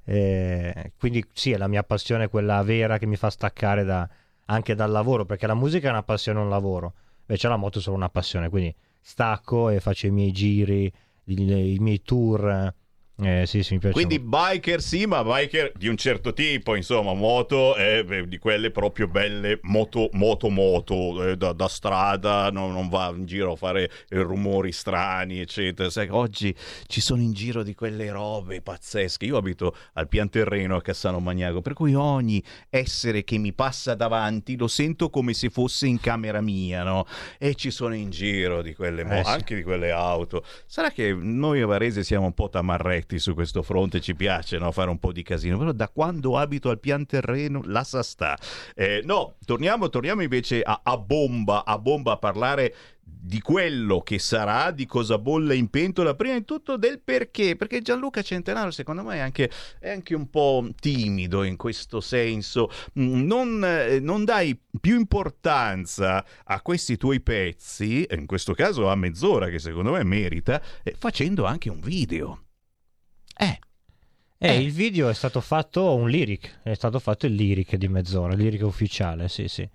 eh, quindi sì, è la mia passione, quella vera, che mi fa staccare da, anche dal lavoro, perché la musica è una passione, un lavoro, invece la moto è solo una passione, quindi stacco e faccio i miei giri, i, i miei tour. Eh, sì, sì, mi piace. Quindi biker sì, ma biker di un certo tipo, insomma, moto eh, di quelle proprio belle, moto moto moto eh, da, da strada, no, non va in giro a fare eh, rumori strani eccetera. Sai, oggi ci sono in giro di quelle robe pazzesche. Io abito al pian terreno a Cassano Magnago, per cui ogni essere che mi passa davanti lo sento come se fosse in camera mia, no? E ci sono in giro di quelle mo- eh, sì. anche di quelle auto. Sarà che noi a Varese siamo un po' tamarretti su questo fronte, ci piace, no? Fare un po' di casino, però da quando abito al pian terreno la sa sta. Eh, no, torniamo, torniamo invece a, a bomba a bomba a parlare di quello che sarà, di cosa bolle in pentola, prima di tutto del perché, perché Gianluca Centenaro secondo me è anche, è anche un po' timido in questo senso, non, eh, non dai più importanza a questi tuoi pezzi, in questo caso a Mezz'ora, che secondo me merita, eh, facendo anche un video. Eh. Eh, eh. il video è stato fatto un lyric, è stato fatto il lyric di Mezz'ora, il lyric ufficiale, sì sì.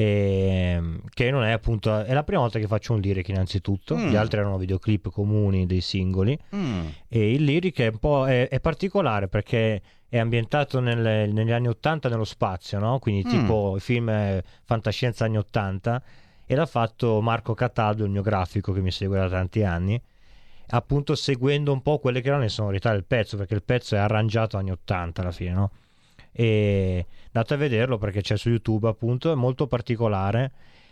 E, che non è appunto, è la prima volta che faccio un lyric innanzitutto, mm. gli altri erano videoclip comuni dei singoli, mm. e il lyric è un po' è, è particolare perché è ambientato nel, negli anni ottanta nello spazio, no? Quindi mm. tipo film eh, fantascienza anni ottanta, e l'ha fatto Marco Cataldo, il mio grafico che mi segue da tanti anni, appunto seguendo un po' quelle che erano le sonorità del pezzo, perché il pezzo è arrangiato anni ottanta alla fine, no? E andate a vederlo perché c'è su YouTube, appunto, è molto particolare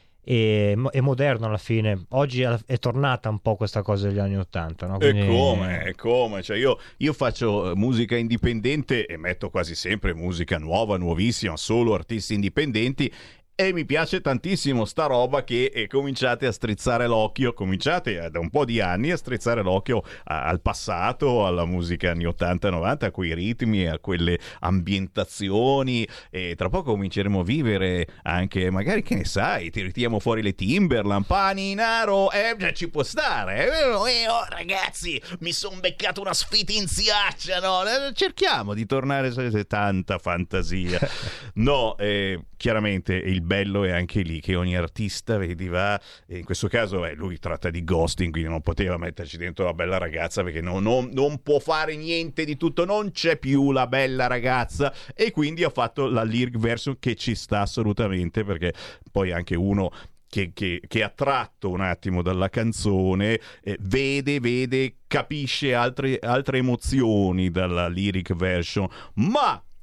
e è moderno alla fine. Oggi è tornata un po' questa cosa degli anni ottanta, no? Quindi... E come, e come? Cioè io, io faccio musica indipendente e metto quasi sempre musica nuova, nuovissima, solo artisti indipendenti. E mi piace tantissimo sta roba che eh, cominciate a strizzare l'occhio, cominciate eh, da un po' di anni a strizzare l'occhio a, al passato, alla musica anni ottanta novanta, a quei ritmi, a quelle ambientazioni, e tra poco cominceremo a vivere anche, magari, che ne sai, ti ritiriamo fuori le Timberland, Paninaro, eh, già ci può stare, eh, eh, oh, ragazzi, mi son beccato una sfitinziaccia, no? Cerchiamo di tornare a tanta fantasia. No, eh, chiaramente il bello è anche lì che ogni artista, vedi, va, e in questo caso eh, lui tratta di ghosting, quindi non poteva metterci dentro la bella ragazza perché non, non, non può fare niente di tutto, non c'è più la bella ragazza, e quindi ha fatto la lyric version che ci sta assolutamente, perché poi anche uno Che, che, che è attratto un attimo dalla canzone, eh, vede, vede, capisce altre, altre emozioni dalla lyric version, ma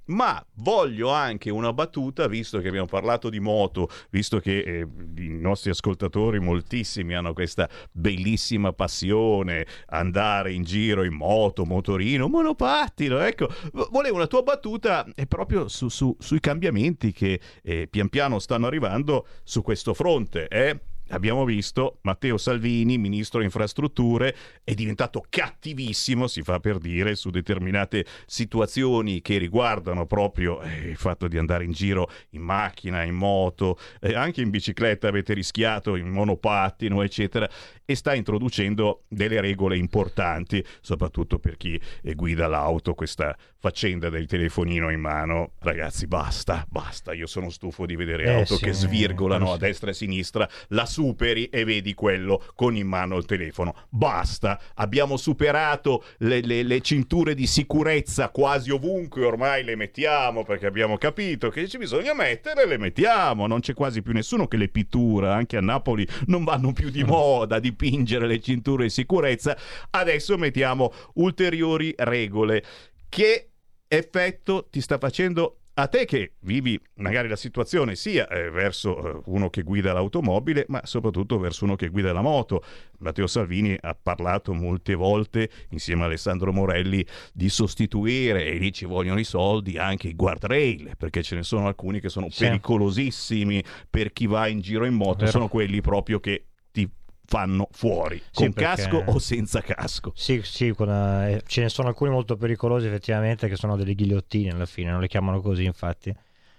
Ma voglio anche una battuta, visto che abbiamo parlato di moto, visto che eh, i nostri ascoltatori moltissimi hanno questa bellissima passione, andare in giro in moto, motorino, monopattino, ecco, volevo una tua battuta eh, proprio su, su, sui cambiamenti che eh, pian piano stanno arrivando su questo fronte, eh? Abbiamo visto Matteo Salvini, ministro infrastrutture, è diventato cattivissimo, si fa per dire, su determinate situazioni che riguardano proprio eh, il fatto di andare in giro in macchina, in moto, eh, anche in bicicletta avete rischiato, in monopattino, eccetera, e sta introducendo delle regole importanti, soprattutto per chi eh, guida l'auto, questa faccenda del telefonino in mano. Ragazzi, basta, basta, io sono stufo di vedere eh, auto sì, che svirgolano sì. a destra e a sinistra, la superi e vedi quello con in mano il telefono. Basta, abbiamo superato le, le, le cinture di sicurezza quasi ovunque, ormai le mettiamo perché abbiamo capito che ci bisogna mettere, le mettiamo, non c'è quasi più nessuno che le pittura, anche a Napoli non vanno più di moda dipingere le cinture di sicurezza, adesso mettiamo ulteriori regole. Che effetto ti sta facendo a te che vivi magari la situazione sia eh, verso eh, uno che guida l'automobile, ma soprattutto verso uno che guida la moto? Matteo Salvini ha parlato molte volte insieme a Alessandro Morelli di sostituire, e lì ci vogliono i soldi, anche i guardrail, perché ce ne sono alcuni che sono sì. pericolosissimi per chi va in giro in moto, Vero. sono quelli proprio che ti fanno fuori, sì, con perché... casco o senza casco. Sì, sì, con, eh, ce ne sono alcuni molto pericolosi effettivamente, che sono delle ghigliottine alla fine, non le chiamano così infatti,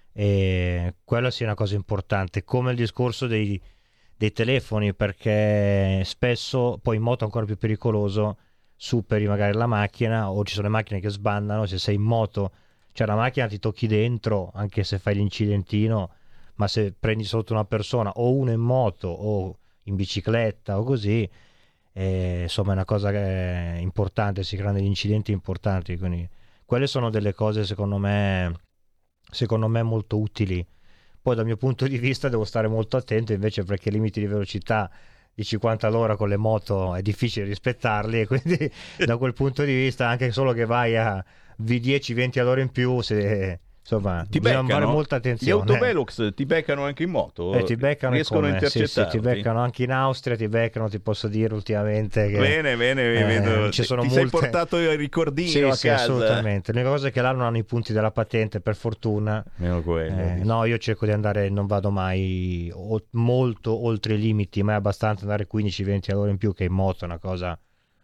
e quello sì è una cosa importante, come il discorso dei, dei telefoni, perché spesso poi in moto è ancora più pericoloso, superi magari la macchina o ci sono le macchine che sbandano, se sei in moto, cioè la macchina ti tocchi dentro anche se fai l'incidentino, ma se prendi sotto una persona o uno in moto o in bicicletta o così, eh, insomma è una cosa che è importante, si creano degli incidenti importanti, quindi quelle sono delle cose secondo me secondo me molto utili. Poi dal mio punto di vista devo stare molto attento invece, perché i limiti di velocità di cinquanta all'ora con le moto è difficile rispettarli, e quindi da quel punto di vista anche solo che vai a V dieci venti all'ora in più, se insomma ti bisogna beccano, fare molta attenzione. gli autovelox ti beccano anche in moto, eh, ti beccano, riescono come? a intercettarti. Sì, sì, ti beccano anche in Austria, ti beccano, ti posso dire ultimamente che, bene bene eh, vedo, ci sono ti molte... sei portato il ricordino sì, a sì, casa. assolutamente. L'unica cosa è che là non hanno i punti della patente, per fortuna. Meno quello, eh, no, io cerco di andare, non vado mai o, molto oltre i limiti, ma è abbastanza andare quindici venti all'ora in più, che in moto è una cosa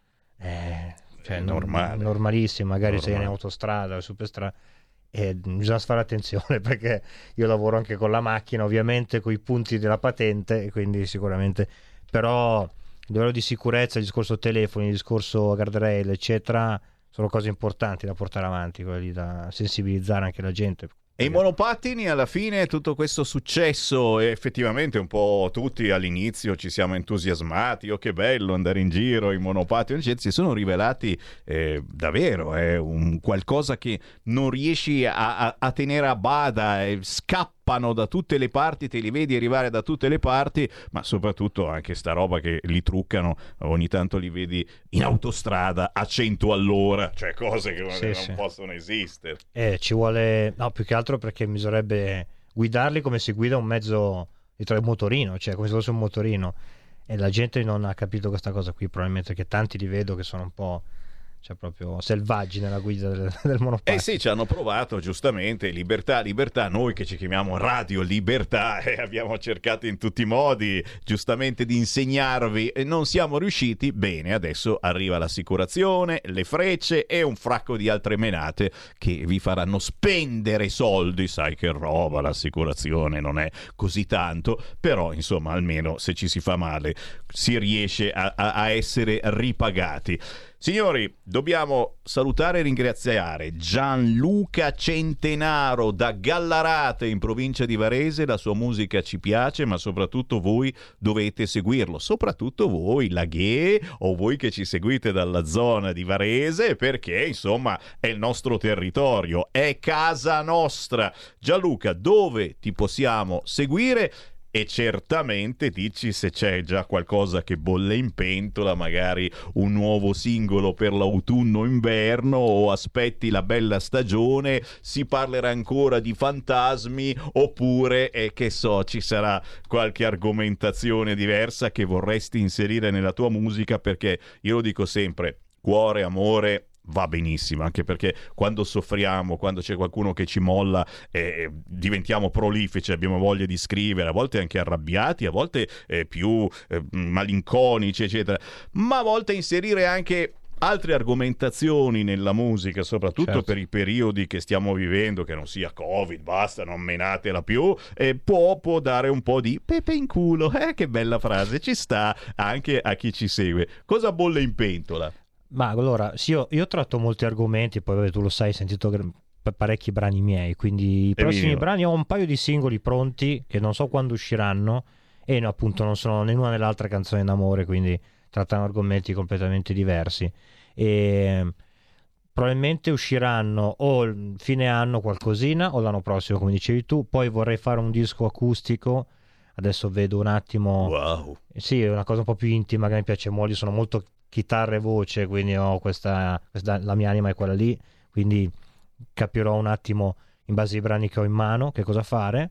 eh, cioè, normale, normalissima, magari normale. sei in autostrada o superstrada. E bisogna fare attenzione, perché io lavoro anche con la macchina, ovviamente con i punti della patente, e quindi sicuramente, però a livello di sicurezza, il discorso telefoni, il discorso guardrail eccetera, sono cose importanti da portare avanti, quelli da sensibilizzare anche la gente. E i monopattini, alla fine, tutto questo successo, e effettivamente un po' tutti all'inizio ci siamo entusiasmati, oh che bello andare in giro, i monopattini, si sono rivelati eh, davvero eh, un qualcosa che non riesci a, a, a tenere a bada, eh, scappano da tutte le parti, te li vedi arrivare da tutte le parti, ma soprattutto anche sta roba che li truccano, ogni tanto li vedi in autostrada a cento all'ora, cioè cose che sì, non sì. possono esistere. Eh, ci vuole, no, più che altro perché bisognerebbe guidarli come si guida un mezzo di tra- un motorino, cioè come se fosse un motorino, e la gente non ha capito questa cosa qui, probabilmente, che tanti li vedo che sono un po', cioè proprio selvaggi nella guida del, del monopattino. Eh sì, ci hanno provato, giustamente, libertà, libertà, noi che ci chiamiamo Radio Libertà e eh, abbiamo cercato in tutti i modi giustamente di insegnarvi e non siamo riusciti. Bene, adesso arriva l'assicurazione, le frecce e un fracco di altre menate che vi faranno spendere soldi. Sai che roba, l'assicurazione non è così tanto, però insomma almeno se ci si fa male si riesce a, a, a essere ripagati. Signori, dobbiamo salutare e ringraziare Gianluca Centenaro da Gallarate in provincia di Varese. La sua musica ci piace, ma soprattutto voi dovete seguirlo, soprattutto voi laghe o voi che ci seguite dalla zona di Varese, perché insomma è il nostro territorio, è casa nostra. Gianluca, dove ti possiamo seguire? e certamente dici se c'è già qualcosa che bolle in pentola, magari un nuovo singolo per l'autunno-inverno, o aspetti la bella stagione, si parlerà ancora di fantasmi, oppure, eh, che so, ci sarà qualche argomentazione diversa che vorresti inserire nella tua musica, perché io lo dico sempre, cuore, amore va benissimo, anche perché quando soffriamo, quando c'è qualcuno che ci molla, eh, diventiamo prolifici, abbiamo voglia di scrivere, a volte anche arrabbiati, a volte eh, più eh, malinconici, eccetera, ma a volte inserire anche altre argomentazioni nella musica, soprattutto certo. per i periodi che stiamo vivendo, che non sia Covid, basta, non menatela più, e può, può dare un po' di pepe in culo, eh, che bella frase, ci sta anche a chi ci segue. Cosa bolle in pentola? Ma allora, sì, io, io tratto molti argomenti, poi tu lo sai, hai sentito parecchi brani miei, quindi i prossimi mio. brani ho un paio di singoli pronti che non so quando usciranno, e no, appunto non sono né una né l'altra canzone d'amore, quindi trattano argomenti completamente diversi, e probabilmente usciranno o fine anno qualcosina o l'anno prossimo, come dicevi tu. Poi vorrei fare un disco acustico, adesso vedo un attimo. Wow. Sì, è una cosa un po' più intima che mi piace molto, sono molto chitarra e voce, quindi ho questa, questa la mia anima è quella lì, quindi capirò un attimo in base ai brani che ho in mano che cosa fare.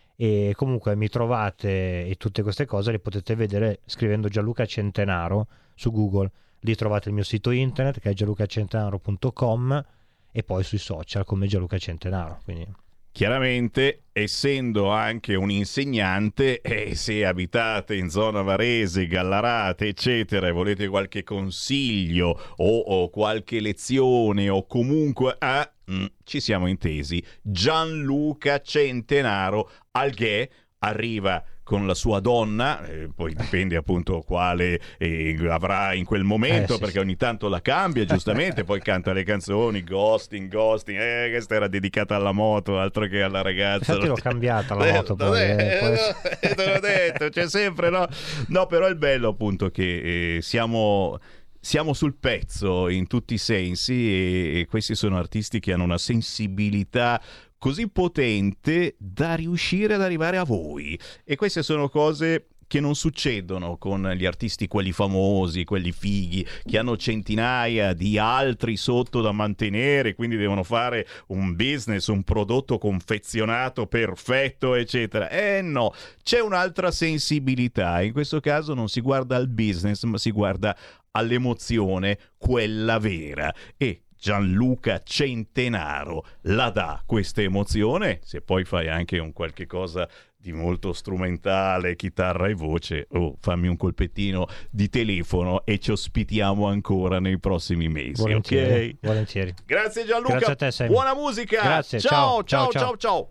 E comunque mi trovate, e tutte queste cose le potete vedere scrivendo Gianluca Centenaro su Google. Lì trovate il mio sito internet, che è gianluca centenaro punto com, e poi sui social come Gianluca Centenaro, quindi... Chiaramente, essendo anche un insegnante, eh, se abitate in zona Varese, Gallarate, eccetera, e volete qualche consiglio o, o qualche lezione, o comunque ah, mm, ci siamo intesi, Gianluca Centenaro Alghè arriva con la sua donna, eh, poi dipende appunto quale eh, avrà in quel momento, eh, sì, perché sì. ogni tanto la cambia giustamente, poi canta le canzoni Ghosting, Ghosting, eh, questa era dedicata alla moto, altro che alla ragazza. Infatti l'ho cambiata la moto, poi, eh, poi... Eh, te l'ho detto, c'è sempre, no? No, però è bello appunto che eh, siamo... Siamo sul pezzo in tutti i sensi, e, e questi sono artisti che hanno una sensibilità così potente da riuscire ad arrivare a voi, e queste sono cose che non succedono con gli artisti, quelli famosi, quelli fighi, che hanno centinaia di altri sotto da mantenere, quindi devono fare un business, un prodotto confezionato perfetto, eccetera. Eh no, c'è un'altra sensibilità, in questo caso non si guarda al business, ma si guarda all'emozione, quella vera, e Gianluca Centenaro la dà questa emozione. Se poi fai anche un qualche cosa di molto strumentale, chitarra e voce, oh, fammi un colpettino di telefono e ci ospitiamo ancora nei prossimi mesi. Volentieri, ok? Volentieri. Grazie Gianluca. Grazie a te, Sammy. Buona musica. Grazie. Ciao, ciao, ciao, ciao, ciao.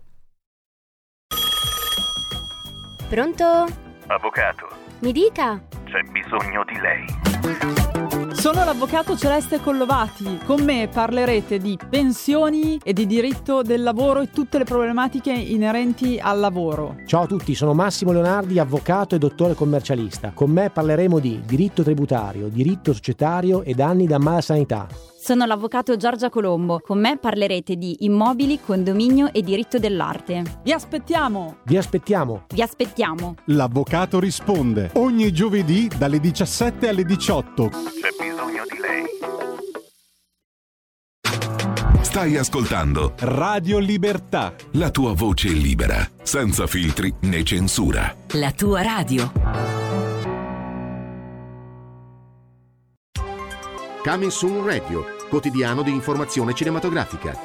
Pronto? Avvocato. Mi dica. C'è bisogno di lei. Sono l'avvocato Celeste Collovati. Con me parlerete di pensioni e di diritto del lavoro e tutte le problematiche inerenti al lavoro. Ciao a tutti, sono Massimo Leonardi, avvocato e dottore commercialista. Con me parleremo di diritto tributario, diritto societario e danni da malasanità. Sono l'avvocato Giorgia Colombo. Con me parlerete di immobili, condominio e diritto dell'arte. Vi aspettiamo! Vi aspettiamo! Vi aspettiamo! L'avvocato risponde ogni giovedì dalle diciassette alle diciotto. C'è bisogno di lei. Stai ascoltando Radio Libertà. La tua voce libera, senza filtri né censura. La tua radio. Coming Soon Radio, quotidiano di informazione cinematografica.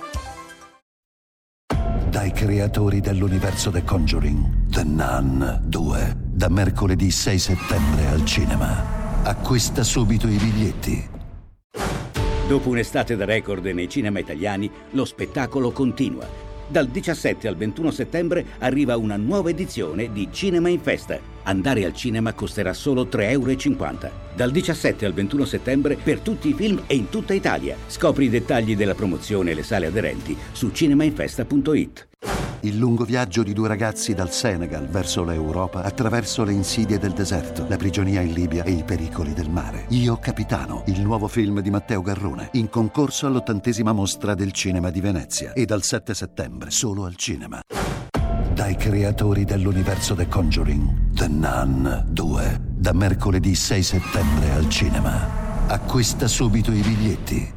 Dai creatori dell'universo The Conjuring, The Nun due, da mercoledì sei settembre al cinema. Acquista subito i biglietti. Dopo un'estate da record nei cinema italiani, lo spettacolo continua. Dal diciassette al ventuno settembre arriva una nuova edizione di Cinema in Festa. Andare al cinema costerà solo tre e cinquanta euro. Dal diciassette al ventuno settembre per tutti i film e in tutta Italia. Scopri i dettagli della promozione e le sale aderenti su cinemainfesta punto it. Il lungo viaggio di due ragazzi dal Senegal verso l'Europa attraverso le insidie del deserto, la prigionia in Libia e i pericoli del mare. Io Capitano, il nuovo film di Matteo Garrone, in concorso all'ottantesima mostra del cinema di Venezia, e dal sette settembre solo al cinema. dai creatori dell'universo The Conjuring, The Nun due, da mercoledì sei settembre al cinema. Acquista subito i biglietti.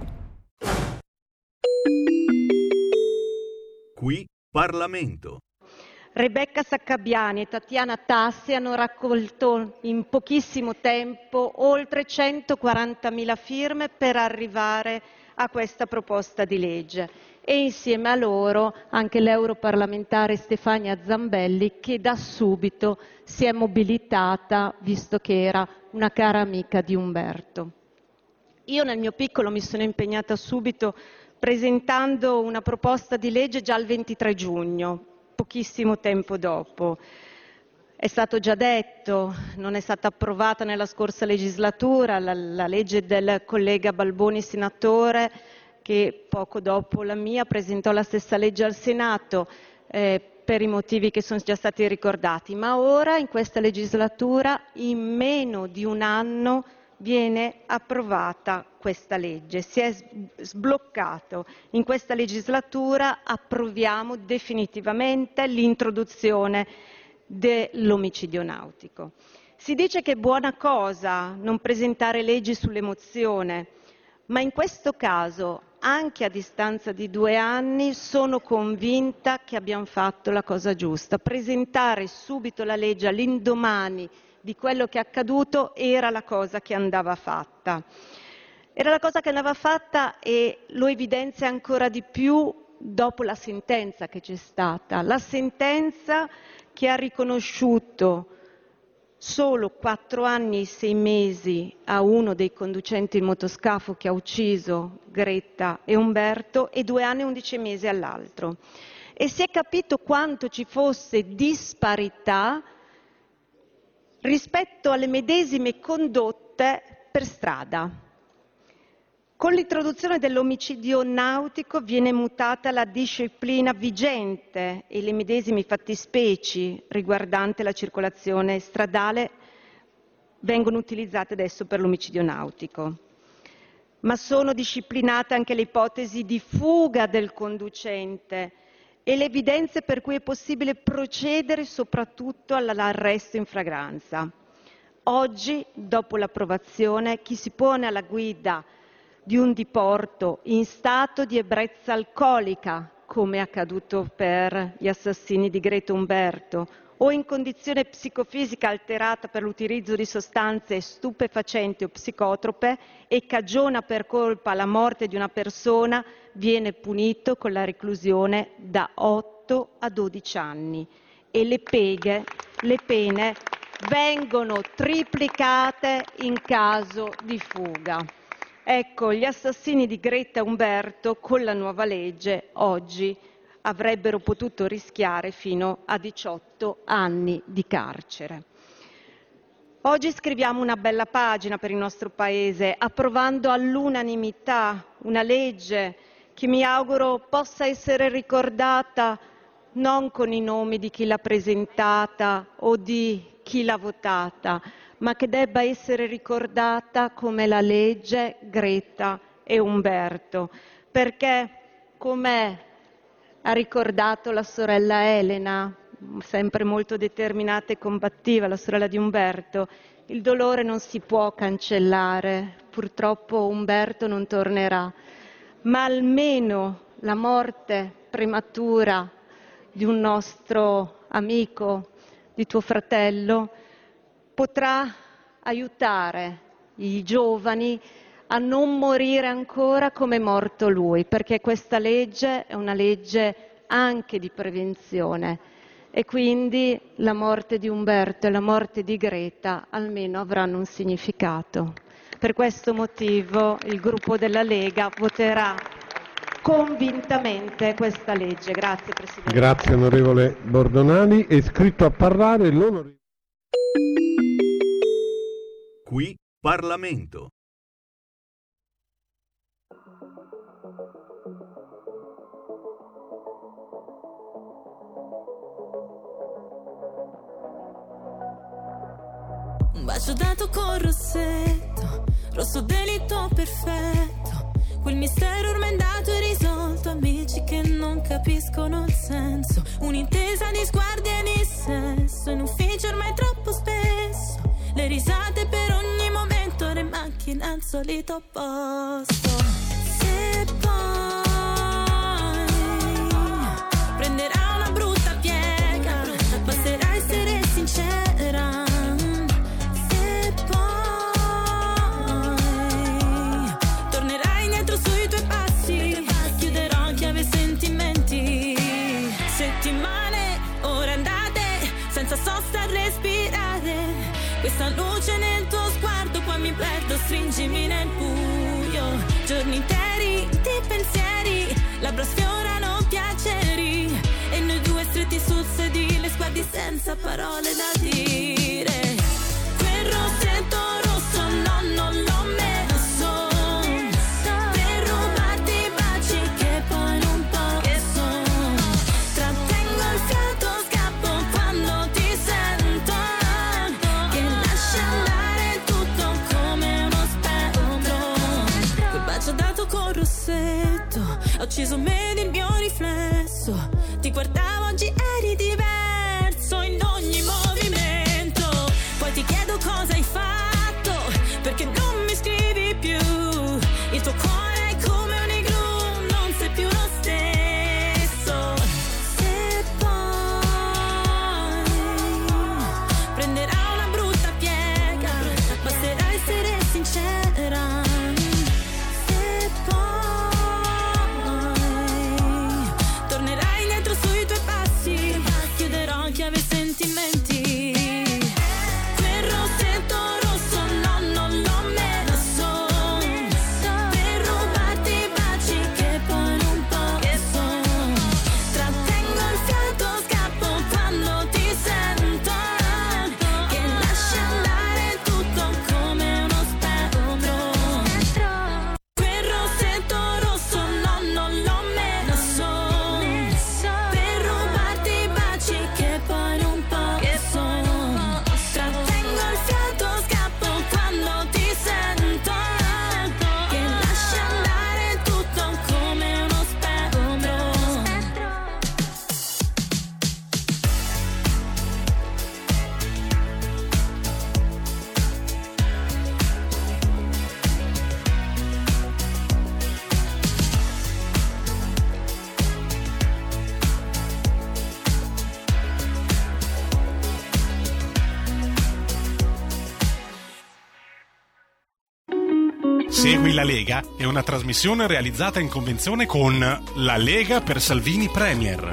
Qui Parlamento. Rebecca Saccabiani e Tatiana Tassi hanno raccolto in pochissimo tempo oltre centoquarantamila firme per arrivare a questa proposta di legge e insieme a loro anche l'europarlamentare Stefania Zambelli, che da subito si è mobilitata visto che era una cara amica di Umberto. Io nel mio piccolo mi sono impegnata subito presentando una proposta di legge già il ventitré giugno, pochissimo tempo dopo. È stato già detto, non è stata approvata nella scorsa legislatura la, la legge del collega Balboni, senatore, che poco dopo la mia presentò la stessa legge al Senato eh, per i motivi che sono già stati ricordati, ma ora in questa legislatura in meno di un anno viene approvata questa legge, si è sbloccato. In questa legislatura approviamo definitivamente l'introduzione dell'omicidio nautico. Si dice che è buona cosa non presentare leggi sull'emozione, ma in questo caso, anche a distanza di due anni, sono convinta che abbiamo fatto la cosa giusta. Presentare subito la legge all'indomani di quello che è accaduto era la cosa che andava fatta. Era la cosa che andava fatta e lo evidenzia ancora di più dopo la sentenza che c'è stata. La sentenza che ha riconosciuto solo quattro anni e sei mesi a uno dei conducenti il motoscafo che ha ucciso Greta e Umberto e due anni e undici mesi all'altro. E si è capito quanto ci fosse disparità rispetto alle medesime condotte per strada. Con l'introduzione dell'omicidio nautico viene mutata la disciplina vigente e le medesime fattispecie riguardanti la circolazione stradale vengono utilizzate adesso per l'omicidio nautico. Ma sono disciplinate anche le ipotesi di fuga del conducente e le evidenze per cui è possibile procedere soprattutto all'arresto in flagranza. Oggi, dopo l'approvazione, chi si pone alla guida di un diporto in stato di ebbrezza alcolica, come è accaduto per gli assassini di Greta e Umberto, o in condizione psicofisica alterata per l'utilizzo di sostanze stupefacenti o psicotrope e cagiona per colpa la morte di una persona, viene punito con la reclusione da otto a dodici anni e le, peghe, le pene vengono triplicate in caso di fuga. Ecco, gli assassini di Greta e Umberto con la nuova legge oggi avrebbero potuto rischiare fino a diciotto anni di carcere. Oggi scriviamo una bella pagina per il nostro Paese, approvando all'unanimità una legge che mi auguro possa essere ricordata non con i nomi di chi l'ha presentata o di chi l'ha votata, ma che debba essere ricordata come la legge Greta e Umberto, perché come ha ricordato la sorella Elena, sempre molto determinata e combattiva, la sorella di Umberto, il dolore non si può cancellare, purtroppo Umberto non tornerà, ma almeno la morte prematura di un nostro amico, di tuo fratello, potrà aiutare i giovani a non morire ancora come è morto lui, perché questa legge è una legge anche di prevenzione e quindi la morte di Umberto e la morte di Greta almeno avranno un significato. Per questo motivo il gruppo della Lega voterà convintamente questa legge. Grazie Presidente. Grazie onorevole Bordonali. È iscritto a parlare l'onorevole. Qui Parlamento. Un bacio dato con rossetto, rosso delitto perfetto, quel mistero ormai andato e risolto, amici che non capiscono il senso, un'intesa di sguardi e di sesso, in ufficio ormai troppo spesso, le risate per ogni momento, le macchine al solito posto. Se poi prenderà una brutta piega, basterà essere sincera. Se poi tornerai indietro sui tuoi passi, chiuderò a chiave sentimenti. Settimane, ore andate, senza sosta a respirare, questa luce nel tuo sguardo, poi mi perdo, stringimi nel buio. Giorni interi di pensieri, labbra sfiorano piaceri, e noi due stretti sul sedile, sguardi senza parole da dire. Quel rossetto rosso no, non l'ho messo, per rubarti i baci che poi non posso. Trattengo il fiato, scappo quando ti sento, che lascia andare tutto come uno spettro. Quel bacio dato col rossetto ha ucciso me del mio riflesso. Ti guardavo, oggi eri diverso in ogni movimento. Poi ti chiedo cosa hai fatto, perché non mi scrivi più. Il tuo cuore è come un igloo, non sei più lo stesso. Se poi prenderà una brutta piega, basterà essere sincera. Se poi tornerai indietro sui tuoi passi, chiuderò a chiave sentimenti. Quel rossetto rosso no, non l'ho messo, per rubarti i baci che poi non posso. Trattengo il fiato, scappo quando ti sento, che lascia andare tutto come uno spettro. Quel rossetto rosso no, non l'ho messo, per rubarti i baci che poi non posso. Trattengo il fiato, scappo quando ti sento, che lascia andare tutto come uno spettro. Segui la Lega è una trasmissione realizzata in convenzione con La Lega per Salvini Premier.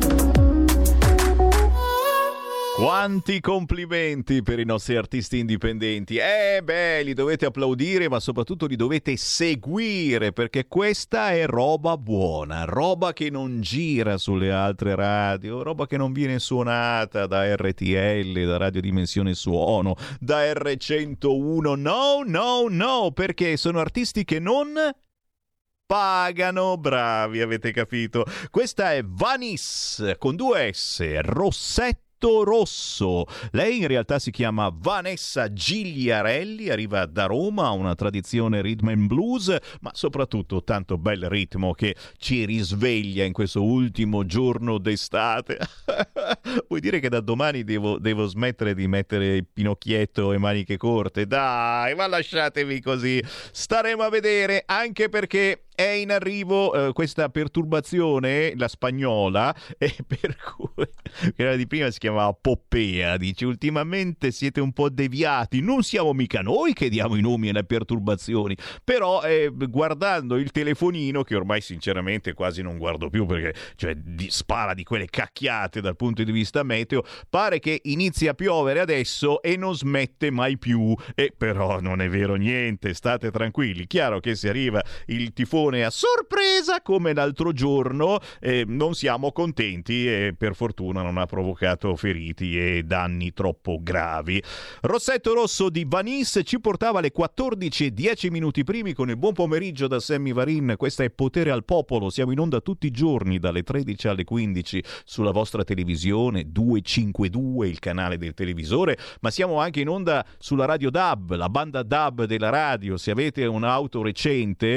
Quanti complimenti per i nostri artisti indipendenti. Eh beh, li dovete applaudire, ma soprattutto li dovete seguire, perché questa è roba buona, roba che non gira sulle altre radio, roba che non viene suonata da R T L, da Radio Dimensione Suono, da R centouno. No, no, no, perché sono artisti che non pagano. Bravi, avete capito. Questa è Vanis con due S, Rossetto Rosso. Lei in realtà si chiama Vanessa Gigliarelli, arriva da Roma, ha una tradizione rhythm and blues, ma soprattutto tanto bel ritmo che ci risveglia in questo ultimo giorno d'estate. Vuoi dire che da domani devo, devo smettere di mettere Pinocchietto e maniche corte? Dai, ma lasciatemi così. Staremo a vedere, anche perché è in arrivo eh, questa perturbazione, la spagnola, e per cui quella di prima si chiamava Poppea, dice ultimamente siete un po' deviati, non siamo mica noi che diamo i nomi alle perturbazioni, però eh, guardando il telefonino, che ormai sinceramente quasi non guardo più perché cioè, di, spara di quelle cacchiate dal punto di vista meteo, pare che inizia a piovere adesso e non smette mai più, e però non è vero niente, state tranquilli, chiaro che se arriva il tifone a sorpresa come l'altro giorno eh, non siamo contenti e per fortuna non ha provocato feriti e danni troppo gravi. Rossetto Rosso di Vanis ci portava alle quattordici e dieci minuti primi con il buon pomeriggio da Sammy Varin. Questa è Potere al Popolo, siamo in onda tutti i giorni dalle tredici alle quindici sulla vostra televisione duecentocinquantadue, il canale del televisore, ma siamo anche in onda sulla radio D A B, la banda D A B della radio. Se avete un'auto recente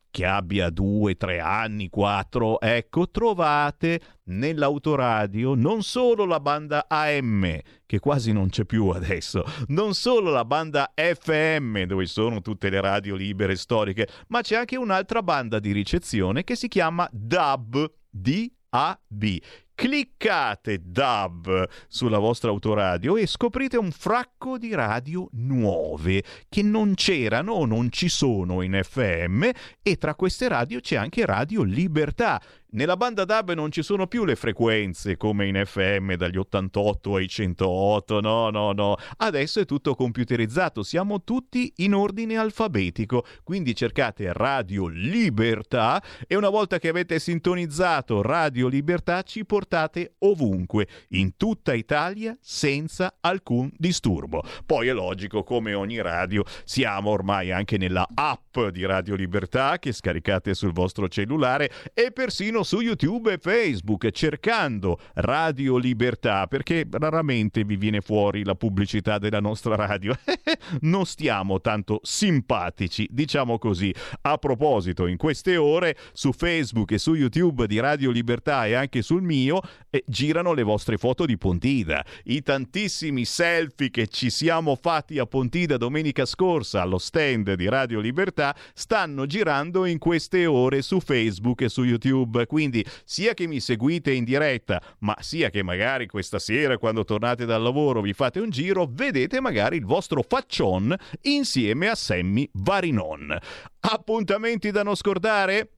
che abbia due, tre anni, quattro, ecco, trovate nell'autoradio non solo la banda A M, che quasi non c'è più adesso, non solo la banda F M, dove sono tutte le radio libere storiche, ma c'è anche un'altra banda di ricezione che si chiama D A B, D A B. Cliccate D A B sulla vostra autoradio e scoprite un fracco di radio nuove che non c'erano o non ci sono in F M, e tra queste radio c'è anche Radio Libertà. Nella banda D A B non ci sono più le frequenze come in F M dagli ottantotto ai centootto, no, no, no. Adesso è tutto computerizzato, siamo tutti in ordine alfabetico, quindi cercate Radio Libertà e una volta che avete sintonizzato Radio Libertà ci portate ovunque, in tutta Italia, senza alcun disturbo. Poi è logico, come ogni radio, siamo ormai anche nella app di Radio Libertà che scaricate sul vostro cellulare e persino su YouTube e Facebook, cercando Radio Libertà, perché raramente vi viene fuori la pubblicità della nostra radio. Non stiamo tanto simpatici, diciamo così. A proposito, in queste ore su Facebook e su YouTube di Radio Libertà e anche sul mio eh, girano le vostre foto di Pontida, i tantissimi selfie che ci siamo fatti a Pontida domenica scorsa allo stand di Radio Libertà stanno girando in queste ore su Facebook e su YouTube. Quindi sia che mi seguite in diretta, ma sia che magari questa sera quando tornate dal lavoro vi fate un giro, vedete magari il vostro faccion insieme a Sammy Varinon. Appuntamenti da non scordare?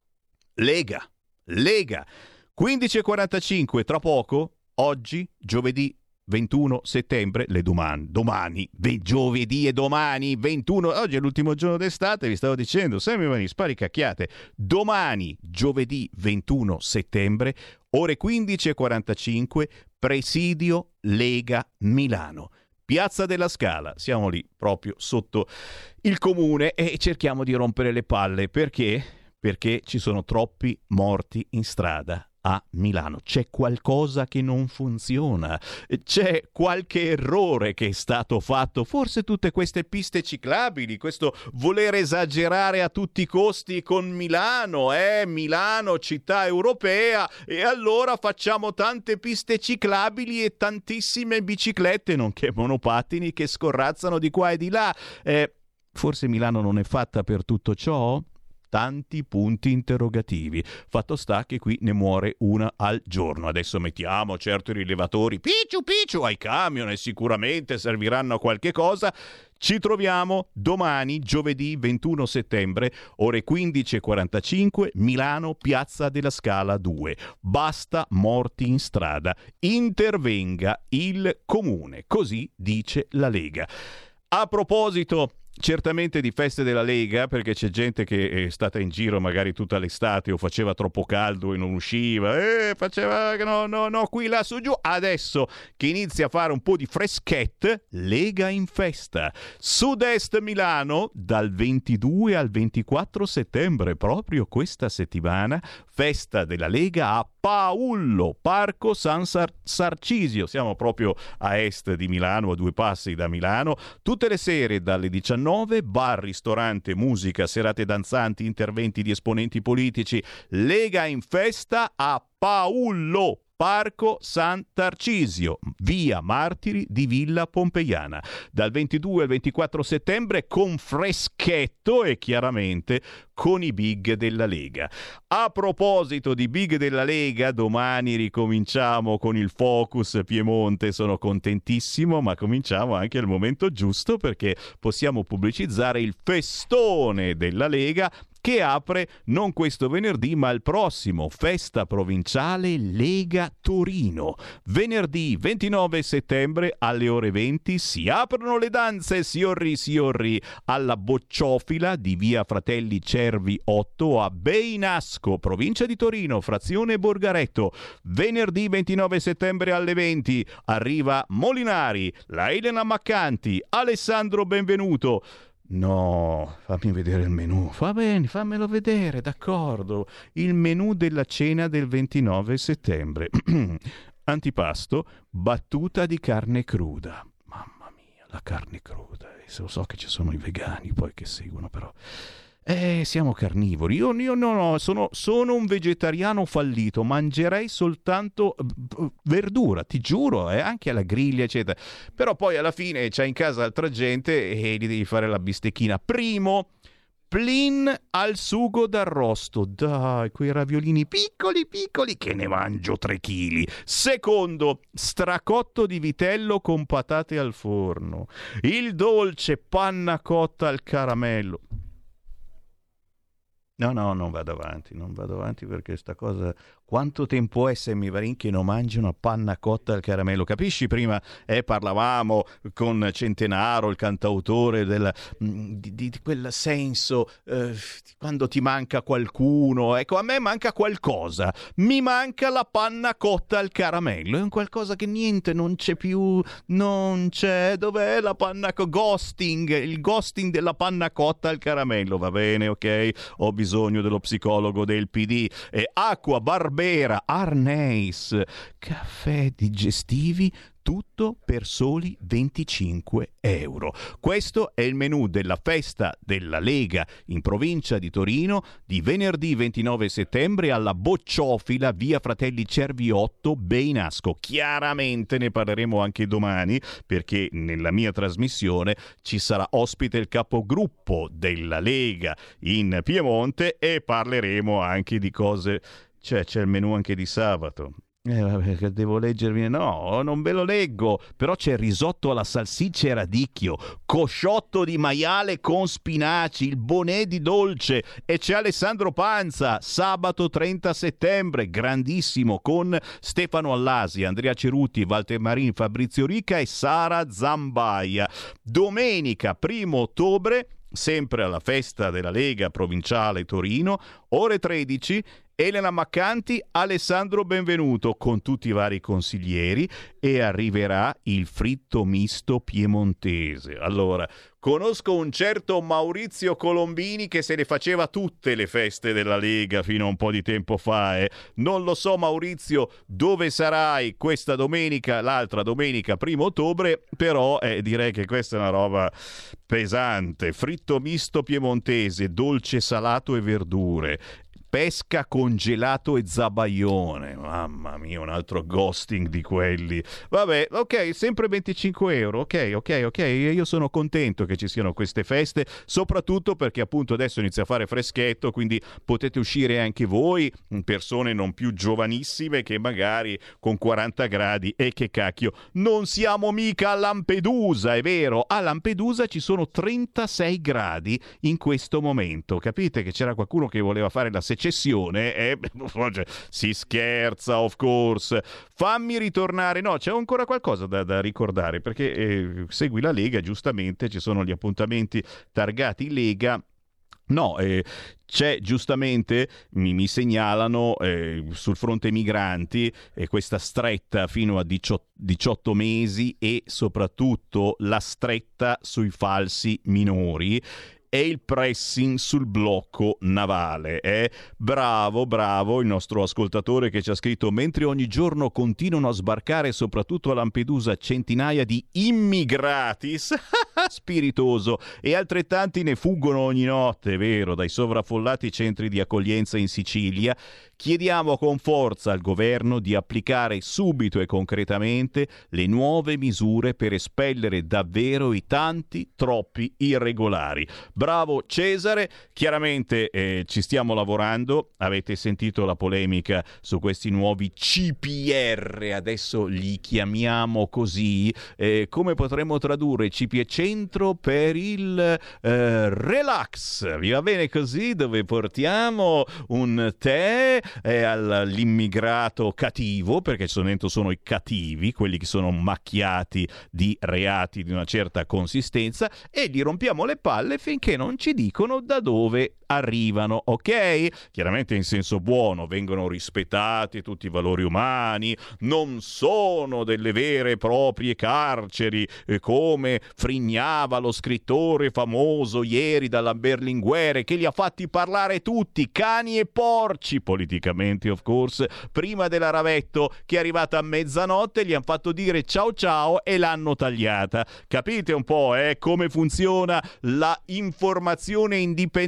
Lega, Lega, quindici e quarantacinque tra poco, oggi, giovedì ventuno settembre, le domani, domani, ve, giovedì e domani, ventuno, oggi è l'ultimo giorno d'estate, vi stavo dicendo, Sammy Varinon, spari cacchiate, domani, giovedì ventuno settembre, ore quindici e quarantacinque, presidio Lega Milano. Piazza della Scala, siamo lì proprio sotto il comune e cerchiamo di rompere le palle. Perché? Perché ci sono troppi morti in strada a Milano. C'è qualcosa che non funziona, c'è qualche errore che è stato fatto, forse tutte queste piste ciclabili, questo voler esagerare a tutti i costi con Milano, eh? Milano, città europea, e allora facciamo tante piste ciclabili e tantissime biciclette, nonché monopattini che scorrazzano di qua e di là. Eh, forse Milano non è fatta per tutto ciò? Tanti punti interrogativi. Fatto sta che qui ne muore una al giorno. Adesso mettiamo certo i rilevatori picciu picciu ai camion e sicuramente serviranno a qualche cosa. Ci troviamo domani, giovedì ventuno settembre, ore quindici e quarantacinque, Milano, Piazza della Scala due. Basta morti in strada. Intervenga il comune. Così dice la Lega. A proposito certamente di feste della Lega, perché c'è gente che è stata in giro magari tutta l'estate o faceva troppo caldo e non usciva, eh, faceva no, no, no, qui, là, su, giù. Adesso che inizia a fare un po' di freschette, Lega in festa. Sud-Est Milano, dal ventidue al ventiquattro settembre, proprio questa settimana, festa della Lega a Paullo, Parco San Sar- Sarcisio. Siamo proprio a est di Milano, a due passi da Milano. Tutte le sere dalle diciannove, bar, ristorante, musica, serate danzanti, interventi di esponenti politici. Lega in festa a Paullo, Parco Sant'Arcisio, via Martiri di Villa Pompeiana, dal ventidue al ventiquattro settembre, con freschetto e chiaramente con i big della Lega. A proposito di big della Lega, domani ricominciamo con il Focus Piemonte, sono contentissimo, ma cominciamo anche al momento giusto perché possiamo pubblicizzare il festone della Lega che apre non questo venerdì ma il prossimo, festa provinciale Lega Torino. Venerdì ventinove settembre alle ore venti si aprono le danze siorri siorri alla Bocciofila di via Fratelli Cervi otto a Beinasco, provincia di Torino, frazione Borgaretto. Venerdì ventinove settembre alle venti arriva Molinari, la Elena Maccanti, Alessandro Benvenuto. No, fammi vedere il menù. Va bene, fammelo vedere, d'accordo. Il menù della cena del ventinove settembre. Antipasto, battuta di carne cruda. Mamma mia, la carne cruda. So che ci sono i vegani poi che seguono, però. Eh, siamo carnivori. Io, io no, no, sono, sono un vegetariano fallito, mangerei soltanto verdura, ti giuro, eh, anche alla griglia, eccetera. Però poi alla fine c'hai in casa altra gente e gli devi fare la bistecchina. Primo, plin al sugo d'arrosto. Dai, quei raviolini piccoli piccoli che ne mangio tre chili. Secondo, stracotto di vitello con patate al forno. Il dolce, panna cotta al caramello. No, no, non vado avanti, non vado avanti perché sta cosa... Quanto tempo è se mi varin che non mangi una panna cotta al caramello? Capisci? Prima eh, parlavamo con Centenaro, il cantautore, del, di, di, di quel senso eh, quando ti manca qualcuno. Ecco, a me manca qualcosa. Mi manca la panna cotta al caramello. È un qualcosa che niente, non c'è più, non c'è. Dov'è la panna cotta? Ghosting, il ghosting della panna cotta al caramello. Va bene, ok? Ho bisogno dello psicologo del P D. E acqua, Barbera, Arneis, caffè digestivi, tutto per soli venticinque euro. Questo è il menù della festa della Lega in provincia di Torino di venerdì ventinove settembre alla Bocciofila, via Fratelli Cervi otto, Beinasco. Chiaramente ne parleremo anche domani perché nella mia trasmissione ci sarà ospite il capogruppo della Lega in Piemonte e parleremo anche di cose... Cioè, c'è il menù anche di sabato. Eh, vabbè, devo leggermi. No, non ve lo leggo. Però c'è risotto alla salsiccia e radicchio, cosciotto di maiale con spinaci, il bonè di dolce e c'è Alessandro Panza sabato trenta settembre, grandissimo, con Stefano Allasi, Andrea Cerutti, Walter Marin, Fabrizio Rica e Sara Zambaia. Domenica primo ottobre, sempre alla festa della Lega provinciale Torino, ore tredici, Elena Maccanti, Alessandro Benvenuto con tutti i vari consiglieri e arriverà il fritto misto piemontese. Allora, conosco un certo Maurizio Colombini che se le faceva tutte le feste della Lega fino a un po' di tempo fa. Eh. Non lo so, Maurizio, dove sarai questa domenica, l'altra domenica, primo ottobre, però eh, direi che questa è una roba pesante. Fritto misto piemontese, dolce, salato e verdure. Pesca, congelato e zabaione. Mamma mia, un altro ghosting di quelli. Vabbè, ok, sempre venticinque euro. Ok, ok, ok. Io sono contento che ci siano queste feste, soprattutto perché appunto adesso inizia a fare freschetto, quindi potete uscire anche voi, persone non più giovanissime che magari con quaranta gradi, e che cacchio, non siamo mica a Lampedusa, è vero? A Lampedusa ci sono trentasei gradi in questo momento. Capite che c'era qualcuno che voleva fare la secessione? Eh, si scherza, of course. Fammi ritornare. No, c'è ancora qualcosa da, da ricordare perché eh, segui la Lega, giustamente ci sono gli appuntamenti targati Lega. No, eh, c'è giustamente, mi, mi segnalano eh, sul fronte migranti eh, questa stretta fino a diciotto mesi e soprattutto la stretta sui falsi minori e il pressing sul blocco navale. Eh? Bravo, bravo il nostro ascoltatore che ci ha scritto: mentre ogni giorno continuano a sbarcare soprattutto a Lampedusa centinaia di immigratis, spiritoso, e altrettanti ne fuggono ogni notte, è vero, dai sovraffollati centri di accoglienza in Sicilia, chiediamo con forza al governo di applicare subito e concretamente le nuove misure per espellere davvero i tanti, troppi irregolari. Bravo Cesare, chiaramente eh, ci stiamo lavorando, avete sentito la polemica su questi nuovi C P R, adesso li chiamiamo così, eh, come potremmo tradurre C P R? Centro per il eh, relax, vi va bene così, dove portiamo un tè eh, all'immigrato cattivo, perché sono dentro sono i cattivi, quelli che sono macchiati di reati di una certa consistenza, e gli rompiamo le palle finché non ci dicono da dove arrivano, ok? Chiaramente in senso buono, vengono rispettati tutti i valori umani, non sono delle vere e proprie carceri eh, come frignava lo scrittore famoso ieri dalla Berlinguer, che li ha fatti parlare tutti, cani e porci, politicamente of course, prima della Ravetto che è arrivata a mezzanotte, gli hanno fatto dire ciao ciao e l'hanno tagliata. Capite un po' eh, come funziona la informazione indipendente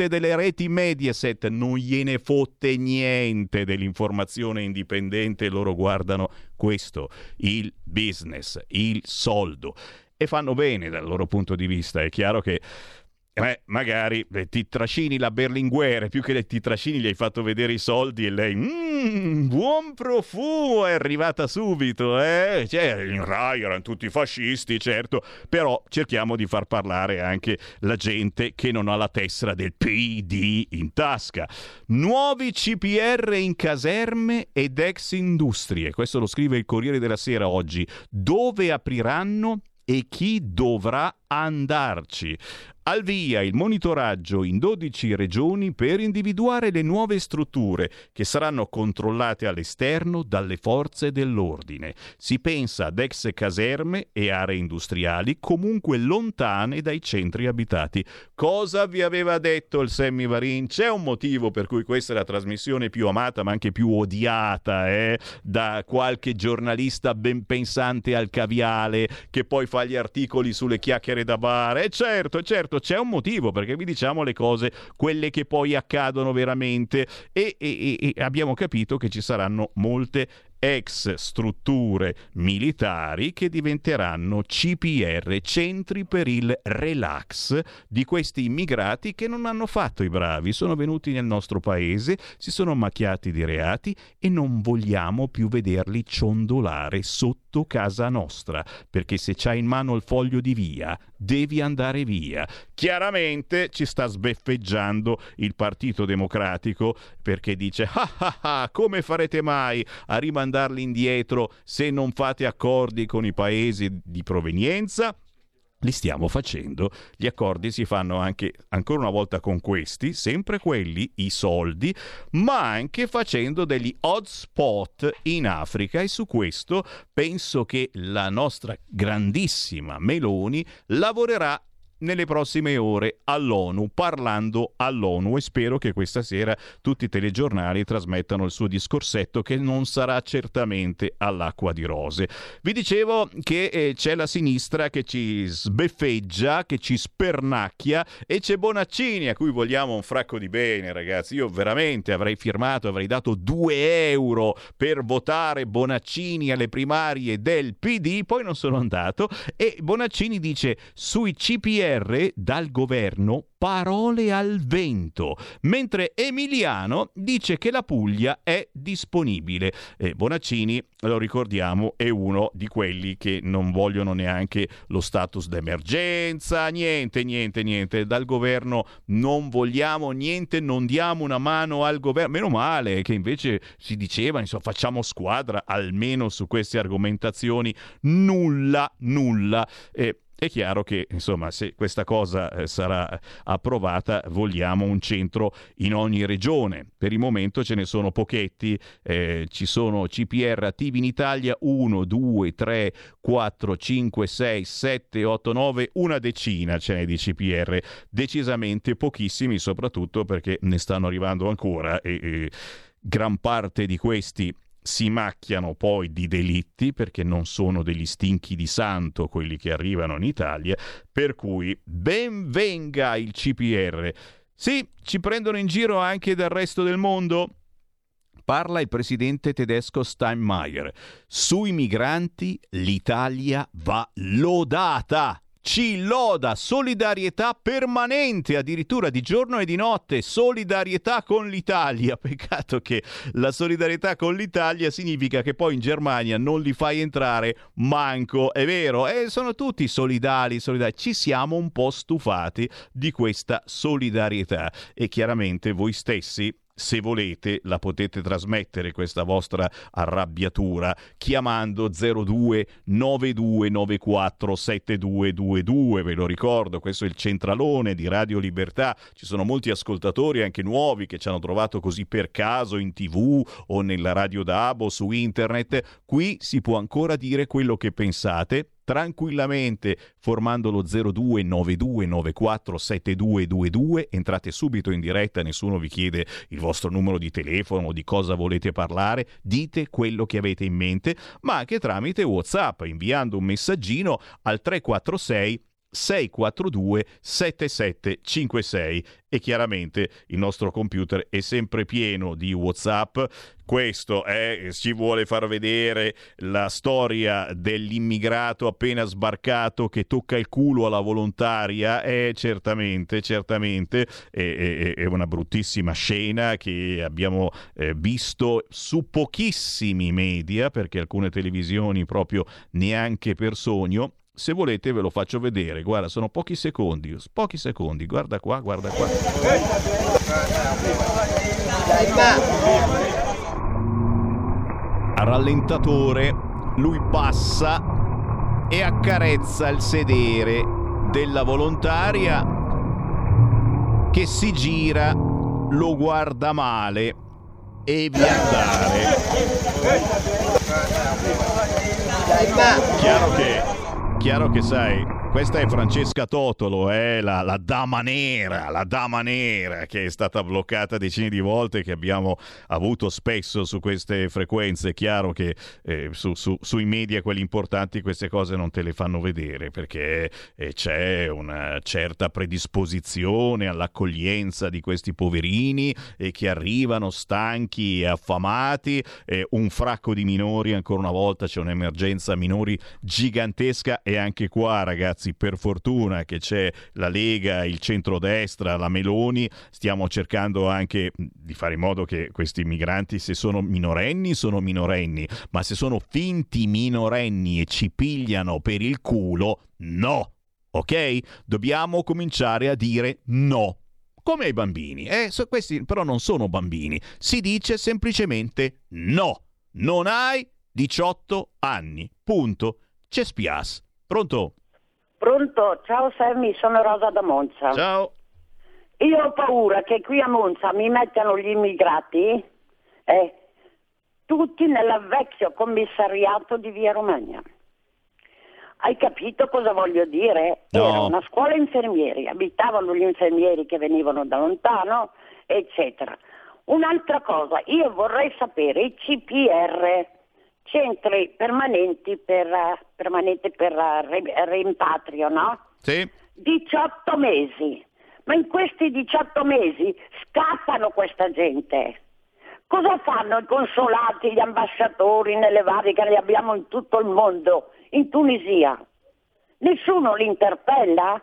delle reti Mediaset non gliene fotte niente dell'informazione indipendente, loro guardano questo, il business, il soldo, e fanno bene dal loro punto di vista. È chiaro che Eh, magari ti trascini la Berlinguer, più che le ti trascini gli hai fatto vedere i soldi e lei mmm, buon profumo, è arrivata subito, eh? Cioè, in Rai erano tutti fascisti, certo, però cerchiamo di far parlare anche la gente che non ha la tessera del P D in tasca. Nuovi C P R in caserme ed ex industrie, questo lo scrive il Corriere della Sera oggi. Dove apriranno e chi dovrà andarci? Al via il monitoraggio in dodici regioni per individuare le nuove strutture che saranno controllate all'esterno dalle forze dell'ordine. Si pensa ad ex caserme e aree industriali comunque lontane dai centri abitati. Cosa vi aveva detto il Sammy Varin? C'è un motivo per cui questa è la trasmissione più amata ma anche più odiata eh? da qualche giornalista ben pensante al caviale che poi fa gli articoli sulle chiacchiere da bar. E certo, certo, c'è un motivo, perché vi diciamo le cose, quelle che poi accadono veramente, e, e, e abbiamo capito che ci saranno molte ex strutture militari che diventeranno C P R, centri per il relax di questi immigrati che non hanno fatto i bravi, sono venuti nel nostro paese, si sono macchiati di reati e non vogliamo più vederli ciondolare sotto casa nostra, perché se c'hai in mano il foglio di via devi andare via. Chiaramente ci sta sbeffeggiando il Partito Democratico, perché dice ah ah ah, come farete mai a rimandare mandarli indietro se non fate accordi con i paesi di provenienza? Li stiamo facendo, gli accordi si fanno anche ancora una volta con questi, sempre quelli, i soldi, ma anche facendo degli hotspot in Africa, e su questo penso che la nostra grandissima Meloni lavorerà nelle prossime ore all'ONU, parlando all'ONU, e spero che questa sera tutti i telegiornali trasmettano il suo discorsetto, che non sarà certamente all'acqua di rose. Vi dicevo che eh, c'è la sinistra che ci sbeffeggia, che ci spernacchia, e c'è Bonaccini a cui vogliamo un fracco di bene, ragazzi. Io veramente avrei firmato, avrei dato due euro per votare Bonaccini alle primarie del P D, poi non sono andato, e Bonaccini dice sui C P R dal governo parole al vento, mentre Emiliano dice che la Puglia è disponibile. E Bonaccini, lo ricordiamo, è uno di quelli che non vogliono neanche lo status d'emergenza, niente, niente, niente. Dal governo non vogliamo niente, non diamo una mano al governo. Meno male che invece si diceva, insomma, facciamo squadra almeno su queste argomentazioni. Nulla, nulla. Eh, È chiaro che, insomma, se questa cosa eh, sarà approvata, vogliamo un centro in ogni regione. Per il momento ce ne sono pochetti, eh, ci sono C P R attivi in Italia uno, due, tre, quattro, cinque, sei, sette, otto, nove, una decina ce n'è di C P R, decisamente pochissimi, soprattutto perché ne stanno arrivando ancora, e, e gran parte di questi si macchiano poi di delitti, perché non sono degli stinchi di santo quelli che arrivano in Italia, per cui ben venga il C P R. Sì, ci prendono in giro anche dal resto del mondo. Parla il presidente tedesco Steinmeier. Sui migranti l'Italia va lodata. Ci loda, solidarietà permanente, addirittura di giorno e di notte, solidarietà con l'Italia. Peccato che la solidarietà con l'Italia significa che poi in Germania non li fai entrare manco, è vero, e sono tutti solidali, solidali. Ci siamo un po' stufati di questa solidarietà, e chiaramente voi stessi, se volete, la potete trasmettere questa vostra arrabbiatura chiamando zero due nove due nove quattro sette due due due. Ve lo ricordo, questo è il centralone di Radio Libertà. Ci sono molti ascoltatori, anche nuovi, che ci hanno trovato così per caso in tv o nella Radio DAB o su internet. Qui si può ancora dire quello che pensate tranquillamente, formando lo zero due nove due nove quattro sette due due due. Entrate subito in diretta, nessuno vi chiede il vostro numero di telefono o di cosa volete parlare, dite quello che avete in mente, ma anche tramite WhatsApp, inviando un messaggino al tre quattro sei sei quattro due sette sette cinque sei e chiaramente il nostro computer è sempre pieno di WhatsApp. Questo è, ci vuole far vedere la storia dell'immigrato appena sbarcato che tocca il culo alla volontaria. È certamente, certamente è, è, è una bruttissima scena che abbiamo eh, visto su pochissimi media, perché alcune televisioni proprio neanche per sogno. Se volete ve lo faccio vedere, guarda, sono pochi secondi, pochi secondi, guarda qua, guarda qua. A rallentatore lui passa e accarezza il sedere della volontaria che si gira, lo guarda male e via andare. Chiaro che Chiaro che sai, questa è Francesca Totolo, eh, la, la dama nera, la dama nera che è stata bloccata decine di volte, che abbiamo avuto spesso su queste frequenze. È chiaro che eh, su, su, sui media, quelli importanti, queste cose non te le fanno vedere, perché eh, c'è una certa predisposizione all'accoglienza di questi poverini eh, che arrivano stanchi e affamati, eh, un fracco di minori, ancora una volta c'è un'emergenza minori gigantesca. E anche qua, ragazzi, per fortuna che c'è la Lega, il centrodestra, la Meloni, stiamo cercando anche di fare in modo che questi migranti, se sono minorenni, sono minorenni, ma se sono finti minorenni e ci pigliano per il culo, no, ok? Dobbiamo cominciare a dire no. Come ai bambini, eh? So, questi però non sono bambini, si dice semplicemente no. Non hai diciotto anni, punto. C'è spias. Pronto? Pronto? Ciao Sammy, sono Rosa da Monza. Ciao. Io ho paura che qui a Monza mi mettano gli immigrati eh, tutti nel vecchio commissariato di Via Romagna. Hai capito cosa voglio dire? No. Era una scuola infermieri, abitavano gli infermieri che venivano da lontano, eccetera. Un'altra cosa, io vorrei sapere i C P R, centri permanenti per, uh, permanenti per uh, re- rimpatrio, no? Sì. diciotto mesi. Ma in questi diciotto mesi scappano questa gente. Cosa fanno i consolati, gli ambasciatori nelle varie che li abbiamo in tutto il mondo, in Tunisia? Nessuno li interpella?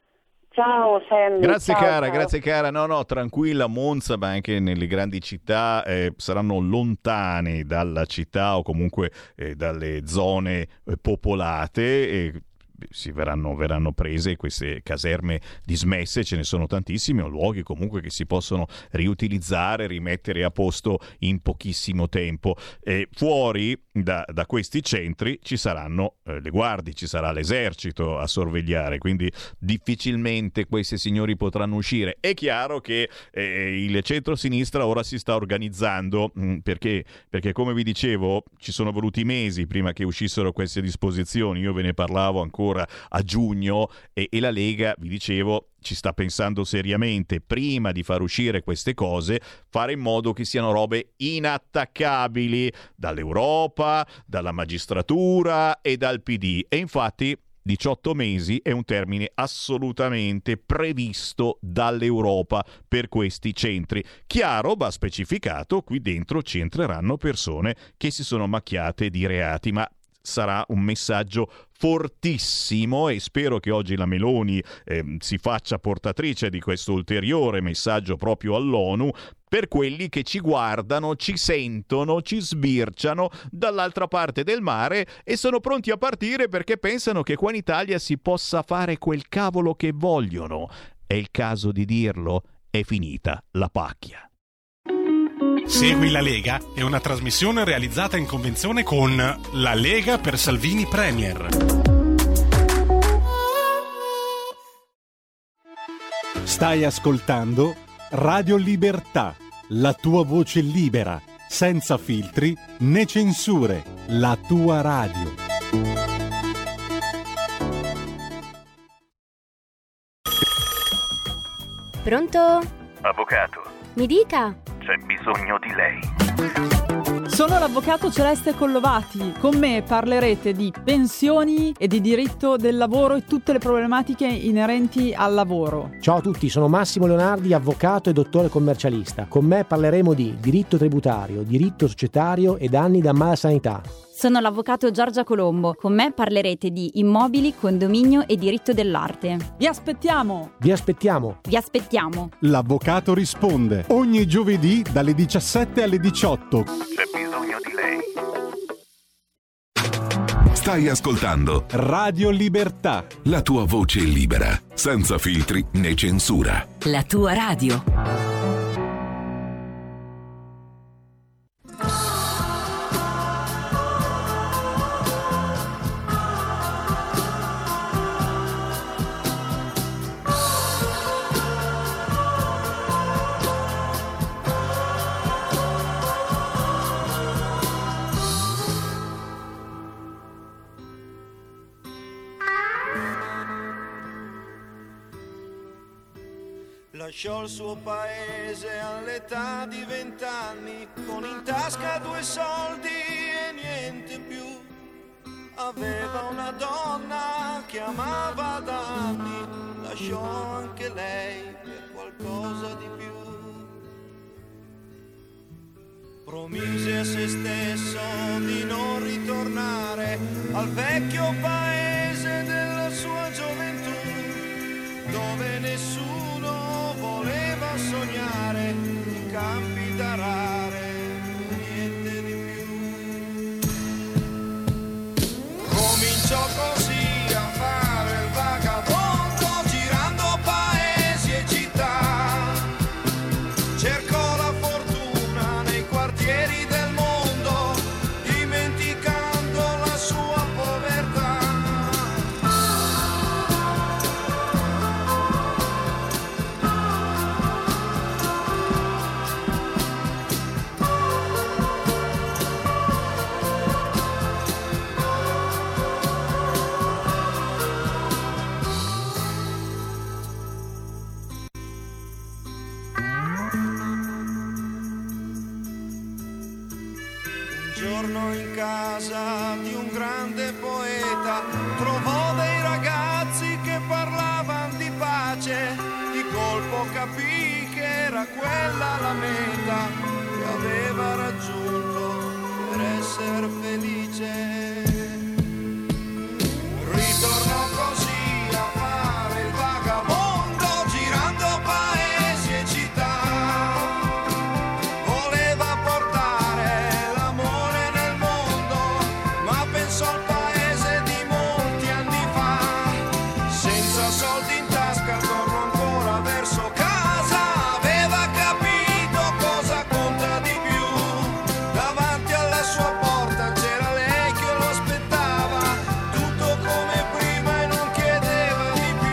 Ciao Sammy. Grazie ciao, cara, ciao. grazie cara. No, no, tranquilla, Monza, ma anche nelle grandi città eh, saranno lontane dalla città o comunque eh, dalle zone eh, popolate e si verranno, verranno prese queste caserme dismesse, ce ne sono tantissime, o luoghi comunque che si possono riutilizzare, rimettere a posto in pochissimo tempo. E fuori da, da questi centri ci saranno eh, le guardie, ci sarà l'esercito a sorvegliare, quindi difficilmente questi signori potranno uscire. È chiaro che eh, il centro-sinistra ora si sta organizzando mh, perché, perché come vi dicevo ci sono voluti mesi prima che uscissero queste disposizioni. Io ve ne parlavo ancora a giugno e, e la Lega, vi dicevo, ci sta pensando seriamente, prima di far uscire queste cose, fare in modo che siano robe inattaccabili dall'Europa, dalla magistratura e dal P D. E infatti diciotto mesi è un termine assolutamente previsto dall'Europa per questi centri. Chiaro, va specificato, qui dentro ci entreranno persone che si sono macchiate di reati, ma sarà un messaggio fortissimo e spero che oggi la Meloni eh, si faccia portatrice di questo ulteriore messaggio proprio all'ONU per quelli che ci guardano, ci sentono, ci sbirciano dall'altra parte del mare e sono pronti a partire perché pensano che qua in Italia si possa fare quel cavolo che vogliono. È il caso di dirlo, è finita la pacchia. Segui la Lega è una trasmissione realizzata in convenzione con La Lega per Salvini Premier. Stai ascoltando Radio Libertà, la tua voce libera, senza filtri né censure, la tua radio. Pronto? Avvocato, Mi dica. c'è bisogno di lei. Sono Sono l'avvocato Celeste Collovati. Con me parlerete di pensioni e di diritto del lavoro e tutte le problematiche inerenti al lavoro. Ciao a tutti, sono Massimo Leonardi, avvocato e dottore commercialista. Con me parleremo di diritto tributario, diritto societario e danni da malasanità. Sono l'avvocato Giorgia Colombo. Con me parlerete di immobili, condominio e diritto dell'arte. Vi aspettiamo! Vi aspettiamo! Vi aspettiamo! L'avvocato risponde ogni giovedì dalle diciassette alle diciotto. C'è bisogno di lei. Stai ascoltando Radio Libertà. La tua voce libera, senza filtri né censura. La tua radio. Lasciò il suo paese all'età di vent'anni, con in tasca due soldi e niente più. Aveva una donna che amava da anni, lasciò anche lei per qualcosa di più. Promise a se stesso di non ritornare al vecchio paese della sua gioventù, dove nessuno voleva sognare in campi d'arare, niente di più. Cominciò così a fare il vagabondo, girando paesi e città. Cercò la fortuna nei quartieri del mondo, dimenticando la sua povertà. In casa di un grande poeta trovò dei ragazzi che parlavano di pace. Di colpo capì che era quella la meta che aveva raggiunto per essere felice. Ritornò così a fare il vagabondo, girando paesi e città. Al paese di molti anni fa, senza soldi in tasca tornò ancora verso casa. Aveva capito cosa conta di più, davanti alla sua porta c'era lei che lo aspettava, tutto come prima e non chiedeva di più.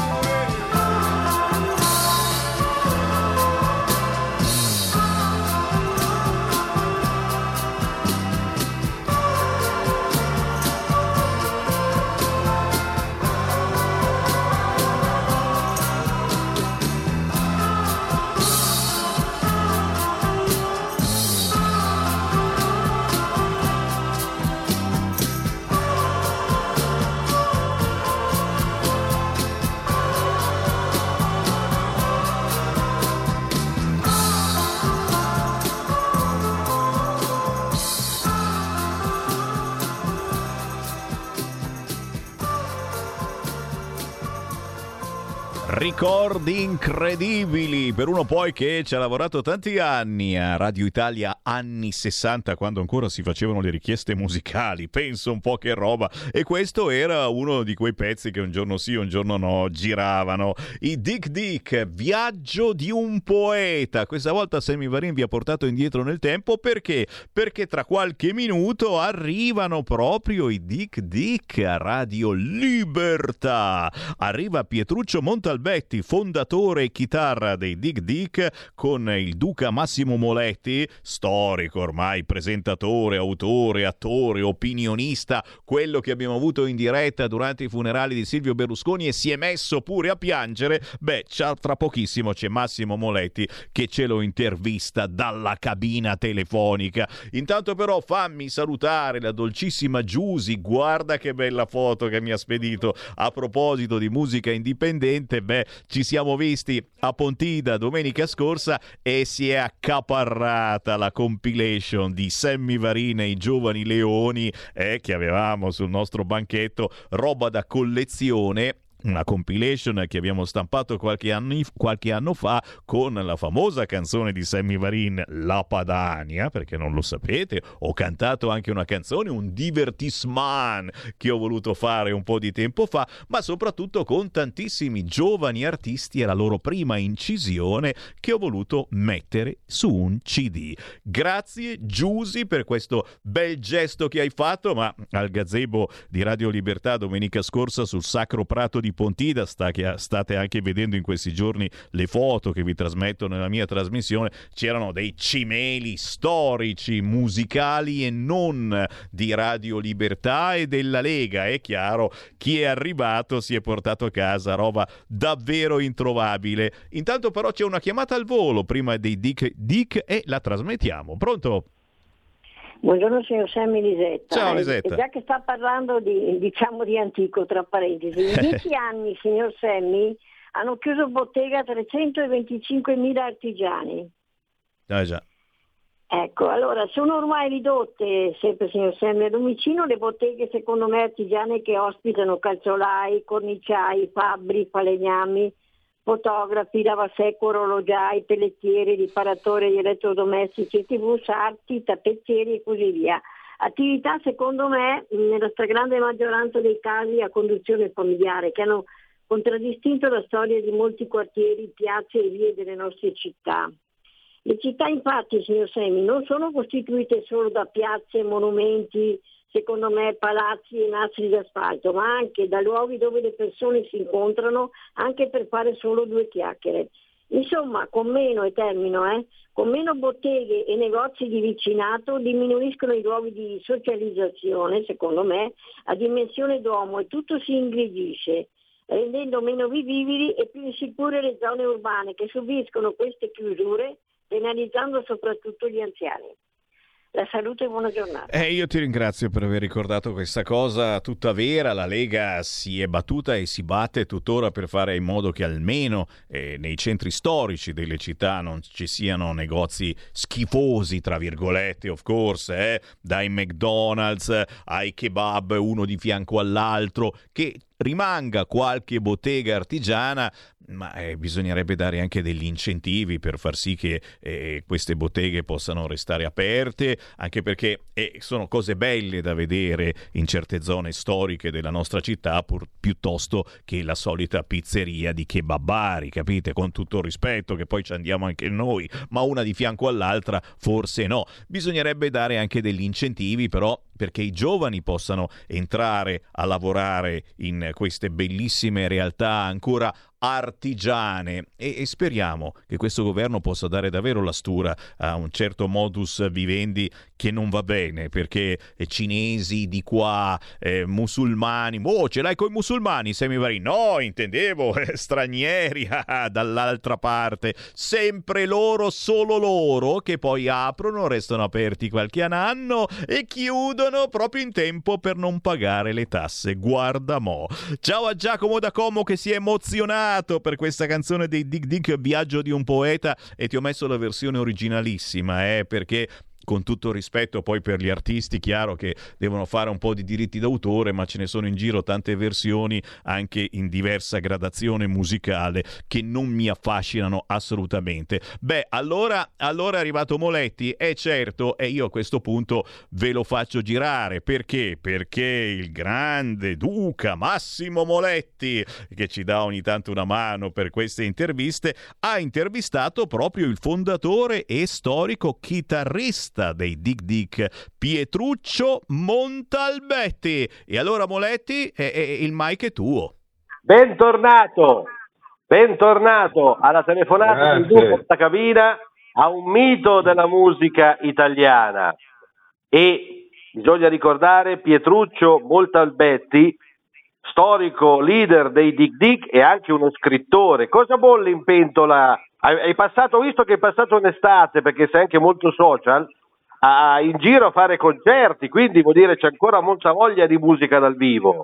Ricordi incredibili per uno poi che ci ha lavorato tanti anni a Radio Italia, anni sessanta, quando ancora si facevano le richieste musicali. Penso un po' che roba. E questo era uno di quei pezzi che un giorno sì, un giorno no giravano. I Dick Dick, Viaggio di un poeta. Questa volta Sammy Varin vi ha portato indietro nel tempo. Perché? Perché tra qualche minuto arrivano proprio i Dick Dick a Radio Libertà. Arriva Pietruccio Montalbano Montalbetti, fondatore e chitarra dei Dig Dig, con il duca Massimo Moletti, storico ormai, presentatore, autore, attore, opinionista, quello che abbiamo avuto in diretta durante i funerali di Silvio Berlusconi e si è messo pure a piangere. Beh, tra pochissimo c'è Massimo Moletti che ce lo intervista dalla cabina telefonica. Intanto però fammi salutare la dolcissima Giusy, guarda che bella foto che mi ha spedito. A proposito di musica indipendente, beh, ci siamo visti a Pontida domenica scorsa e si è accaparrata la compilation di Sammy Varin e i Giovani Leoni eh, che avevamo sul nostro banchetto, roba da collezione. Una compilation che abbiamo stampato qualche anno, qualche anno fa con la famosa canzone di Sammy Varin, La Padania, perché non lo sapete, ho cantato anche una canzone, un divertissement che ho voluto fare un po' di tempo fa, ma soprattutto con tantissimi giovani artisti e la loro prima incisione che ho voluto mettere su un C D. Grazie Giusy per questo bel gesto che hai fatto, ma al gazebo di Radio Libertà domenica scorsa sul Sacro Prato di Pontida, sta che state anche vedendo in questi giorni le foto che vi trasmetto nella mia trasmissione, c'erano dei cimeli storici, musicali e non di Radio Libertà e della Lega. È chiaro, chi è arrivato si è portato a casa roba davvero introvabile. Intanto però c'è una chiamata al volo prima dei Dic Dic e la trasmettiamo. Pronto? Buongiorno signor Sammy Lisetta. Ciao Lisetta. E già che sta parlando di, diciamo di antico, tra parentesi, in dieci anni, signor Sammy, hanno chiuso bottega trecentoventicinquemila artigiani. Ah già. Ecco, allora sono ormai ridotte, sempre signor Sammy, a domicilio le botteghe secondo me artigiane che ospitano calzolai, corniciai, fabbri, falegnami, fotografi, lavasecco, orologiai, pellettieri, riparatori di elettrodomestici, tv, sarti, tappezzieri e così via. Attività secondo me nella stragrande maggioranza dei casi a conduzione familiare che hanno contraddistinto la storia di molti quartieri, piazze e vie delle nostre città. Le città infatti, signor Sammy, non sono costituite solo da piazze, monumenti, secondo me palazzi e nastri d'asfalto, ma anche da luoghi dove le persone si incontrano anche per fare solo due chiacchiere. Insomma, con meno, e termino, eh, con meno botteghe e negozi di vicinato diminuiscono i luoghi di socializzazione, secondo me, a dimensione d'uomo e tutto si ingrigisce, rendendo meno vivibili e più insicure le zone urbane che subiscono queste chiusure, penalizzando soprattutto gli anziani. La salute e buona giornata. Eh, io ti ringrazio per aver ricordato questa cosa tutta vera. La Lega si è battuta e si batte tuttora per fare in modo che almeno eh, nei centri storici delle città non ci siano negozi schifosi, tra virgolette, of course, eh, dai McDonald's ai kebab uno di fianco all'altro, che rimanga qualche bottega artigiana, ma eh, bisognerebbe dare anche degli incentivi per far sì che eh, queste botteghe possano restare aperte, anche perché eh, sono cose belle da vedere in certe zone storiche della nostra città, pur, piuttosto che la solita pizzeria di kebabari, capite? Con tutto il rispetto, che poi ci andiamo anche noi, ma una di fianco all'altra forse no. Bisognerebbe dare anche degli incentivi però perché i giovani possano entrare a lavorare in queste bellissime realtà ancora artigiane e, e speriamo che questo governo possa dare davvero la stura a un certo modus vivendi che non va bene, perché eh, cinesi di qua, eh, musulmani, oh ce l'hai con i musulmani Sammy Varin? No, intendevo eh, stranieri ah, dall'altra parte, sempre loro, solo loro, che poi aprono, restano aperti qualche anno e chiudono proprio in tempo per non pagare le tasse, guarda mo. Ciao a Giacomo da Como che si è emozionato per questa canzone dei Dig Dig, Viaggio di un poeta, e ti ho messo la versione originalissima, eh, perché con tutto il rispetto poi per gli artisti, chiaro che devono fare un po' di diritti d'autore, ma ce ne sono in giro tante versioni anche in diversa gradazione musicale che non mi affascinano assolutamente. Beh, allora, allora è arrivato Moletti, è certo, e io a questo punto ve lo faccio girare. Perché? Perché il grande duca Massimo Moletti, che ci dà ogni tanto una mano per queste interviste, ha intervistato proprio il fondatore e storico chitarrista dei Dig Dig, Pietruccio Montalbetti. E allora Moletti, eh, eh, il mic è tuo. Bentornato, Bentornato alla telefonata di Grazie. Porta Cabina, a un mito della musica italiana. E bisogna ricordare Pietruccio Montalbetti, storico leader dei Dig Dig e anche uno scrittore. Cosa bolle in pentola? Hai, hai passato, ho visto che hai passato un'estate, perché sei anche molto social, a, in giro a fare concerti, quindi vuol dire c'è ancora molta voglia di musica dal vivo.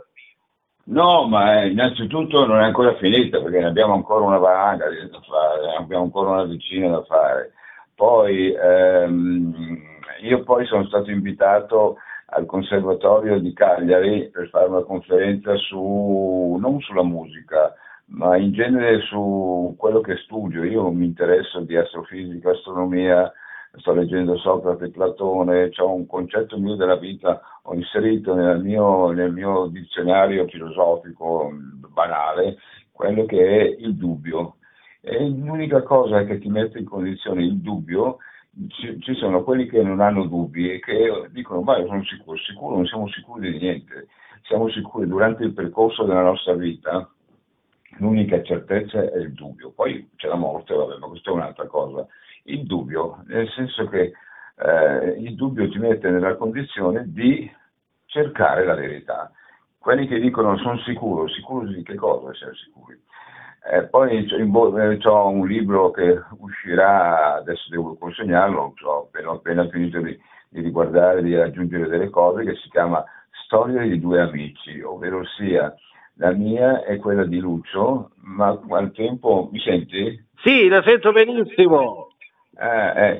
No, ma eh, innanzitutto non è ancora finita perché ne abbiamo ancora una valanga da fare, abbiamo ancora una decina da fare. Poi ehm, io poi sono stato invitato al Conservatorio di Cagliari per fare una conferenza su non sulla musica, ma in genere su quello che studio. Io mi interesso di astrofisica, astronomia, sto leggendo Socrate, Platone, c'ho un concetto mio della vita, ho inserito nel mio, nel mio dizionario filosofico banale quello che è il dubbio. E l'unica cosa che ti mette in condizione il dubbio, ci, ci sono quelli che non hanno dubbi e che dicono ma io sono sicuro, sicuro, non siamo sicuri di niente, siamo sicuri durante il percorso della nostra vita. L'unica certezza è il dubbio, poi c'è la morte, vabbè, ma questa è un'altra cosa. Il dubbio, nel senso che eh, il dubbio ti mette nella condizione di cercare la verità. Quelli che dicono sono sicuro, sicuro di che cosa siamo sicuri? Eh, poi ho un libro che uscirà, adesso devo consegnarlo, ho appena, appena finito di, di riguardare, di aggiungere delle cose, che si chiama Storia di due amici, ovvero sia la mia e quella di Lucio, ma al tempo mi senti? Sì, la sento benissimo. Eh, eh,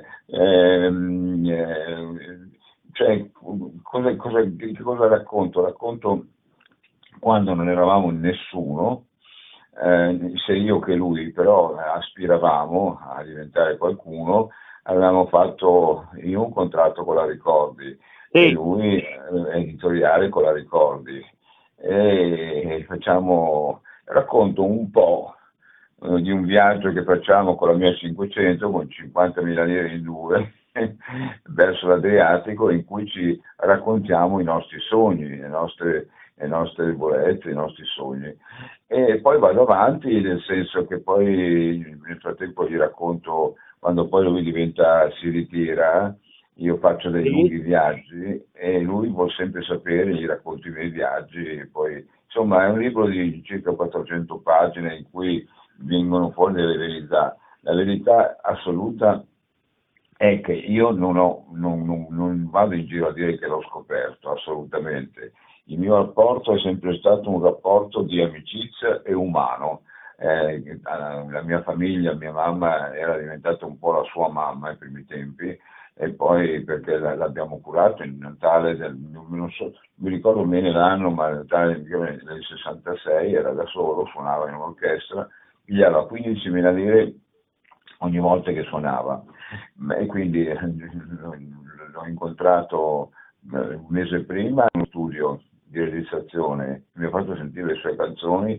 ehm, eh, cioè, cosa, cosa, che cosa racconto? Racconto quando non eravamo nessuno, eh, sia io che lui, però aspiravamo a diventare qualcuno, avevamo fatto io un contratto con la Ricordi sì. E lui eh, editoriale con la Ricordi. E facciamo, racconto un po' eh, di un viaggio che facciamo con la mia cinquecento con cinquantamila lire in due verso l'Adriatico, in cui ci raccontiamo i nostri sogni, le nostre, le nostre debolezze, i nostri sogni. E poi vado avanti, nel senso che poi nel frattempo gli racconto, quando poi lui diventa, si ritira, io faccio dei lunghi viaggi e lui vuole sempre sapere, gli racconto i miei viaggi, e poi insomma è un libro di circa quattrocento pagine in cui vengono fuori delle verità. La verità assoluta è che io non, ho, non, non, non vado in giro a dire che l'ho scoperto, assolutamente. Il mio rapporto è sempre stato un rapporto di amicizia e umano. Eh, la mia famiglia, mia mamma era diventata un po' la sua mamma ai primi tempi, e poi perché l'abbiamo curato in Natale del, non so, mi ricordo bene l'anno, ma nel Natale del sessantasei era da solo, suonava in un'orchestra, pigliava quindicimila lire ogni volta che suonava, e quindi l'ho incontrato un mese prima in uno studio di realizzazione, mi ha fatto sentire le sue canzoni,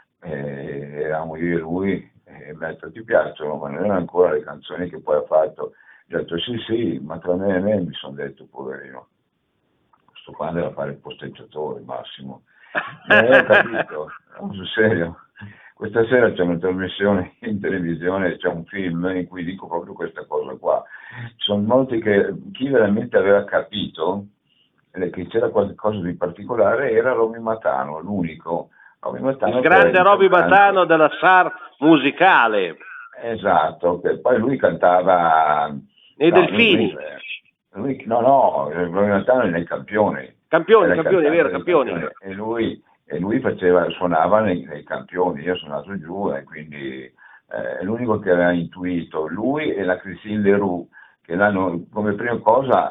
eh, eravamo io e lui, e mi ha detto ti piacciono, ma non erano ancora le canzoni che poi ha fatto. Ho detto sì sì, ma tra me e me mi sono detto poverino, questo qua deve fare il posteggiatore Massimo. E ho capito, no, sul serio. Questa sera c'è una trasmissione in televisione, c'è un film in cui dico proprio questa cosa qua. Ci sono molti che, chi veramente aveva capito che c'era qualcosa di particolare era Roby Matano, l'unico. Roby Matano, il grande Roby Matano della S A R musicale. Esatto, che poi lui cantava... Nei no, Delfini. Lui, lui, no, no, Roby Matano è nei Campioni. Campioni, campioni, è vero, campioni. campioni. E lui, e lui faceva, suonava nei, nei Campioni, io sono andato giù e quindi eh, è l'unico che aveva intuito, lui e la Christine Leroux, che l'hanno, come prima cosa,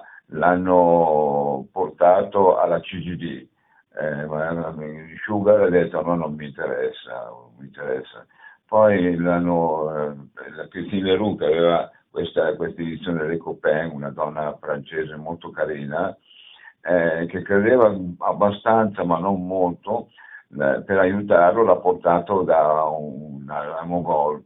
l'hanno portato alla C G D. Eh, Sugar ha detto no, non mi interessa, non mi interessa. Poi l'hanno, eh, la Christine Leroux, che aveva questa, questa edizione delle Copain, una donna francese molto carina, eh, che credeva abbastanza ma non molto, eh, per aiutarlo l'ha portato da un a Mogol.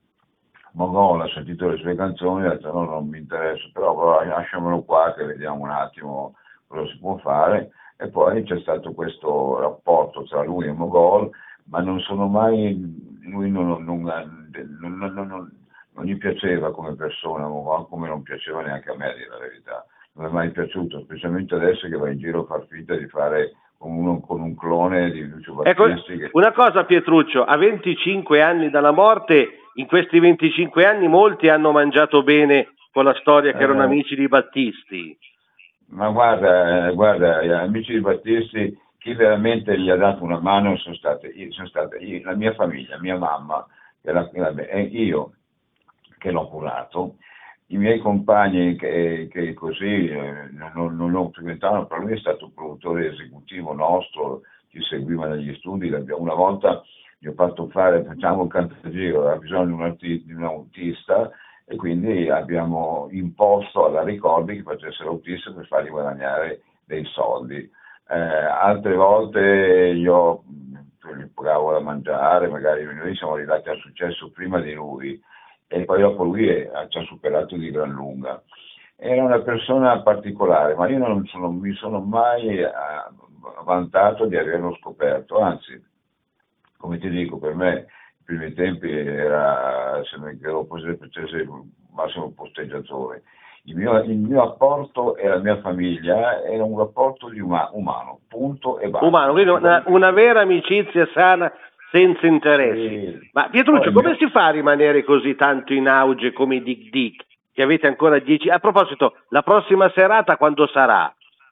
Mogol ha sentito le sue canzoni e ha detto no, non mi interessa, però, però lasciamelo qua che vediamo un attimo cosa si può fare. E poi c'è stato questo rapporto tra lui e Mogol, ma non sono mai, lui non, non, non, non, non, non gli piaceva come persona, come non piaceva neanche a me, a dire la verità. Non è mai piaciuto, specialmente adesso che va in giro a far finta di fare con, uno, con un clone di Lucio Battisti. Ecco, che... una cosa Pietruccio, a venticinque anni dalla morte, in questi venticinque anni molti hanno mangiato bene con la storia che erano Eh. amici di Battisti. Ma guarda, eh, guarda, gli amici di Battisti, chi veramente gli ha dato una mano sono state, sono state io, la mia famiglia, mia mamma, che la, e io che l'ho curato, i miei compagni che, che così eh, non, non lo frequentavano, però lui è stato un produttore esecutivo nostro, ci seguiva negli studi, una volta gli ho fatto fare, facciamo un cantagiro, aveva bisogno di un, arti, di un autista, e quindi abbiamo imposto alla Ricordi che facesse l'autista per fargli guadagnare dei soldi. Eh, altre volte io gli pagavo da mangiare, magari noi siamo arrivati al successo prima di lui e poi dopo lui è, ci ha superato di gran lunga. Era una persona particolare, ma io non sono, mi sono mai eh, vantato di averlo scoperto, anzi, come ti dico, per me i primi tempi era se mi ero facesse il massimo posteggiatore. Il mio, il mio apporto e la mia famiglia era un rapporto di uma, umano, punto e basta. Umano, quindi una, una vera amicizia sana, senza interessi. Sì. Ma Pietruccio, come mio... si fa a rimanere così tanto in auge come i Dick Dick? Che avete ancora dieci... A proposito, la prossima serata quando sarà?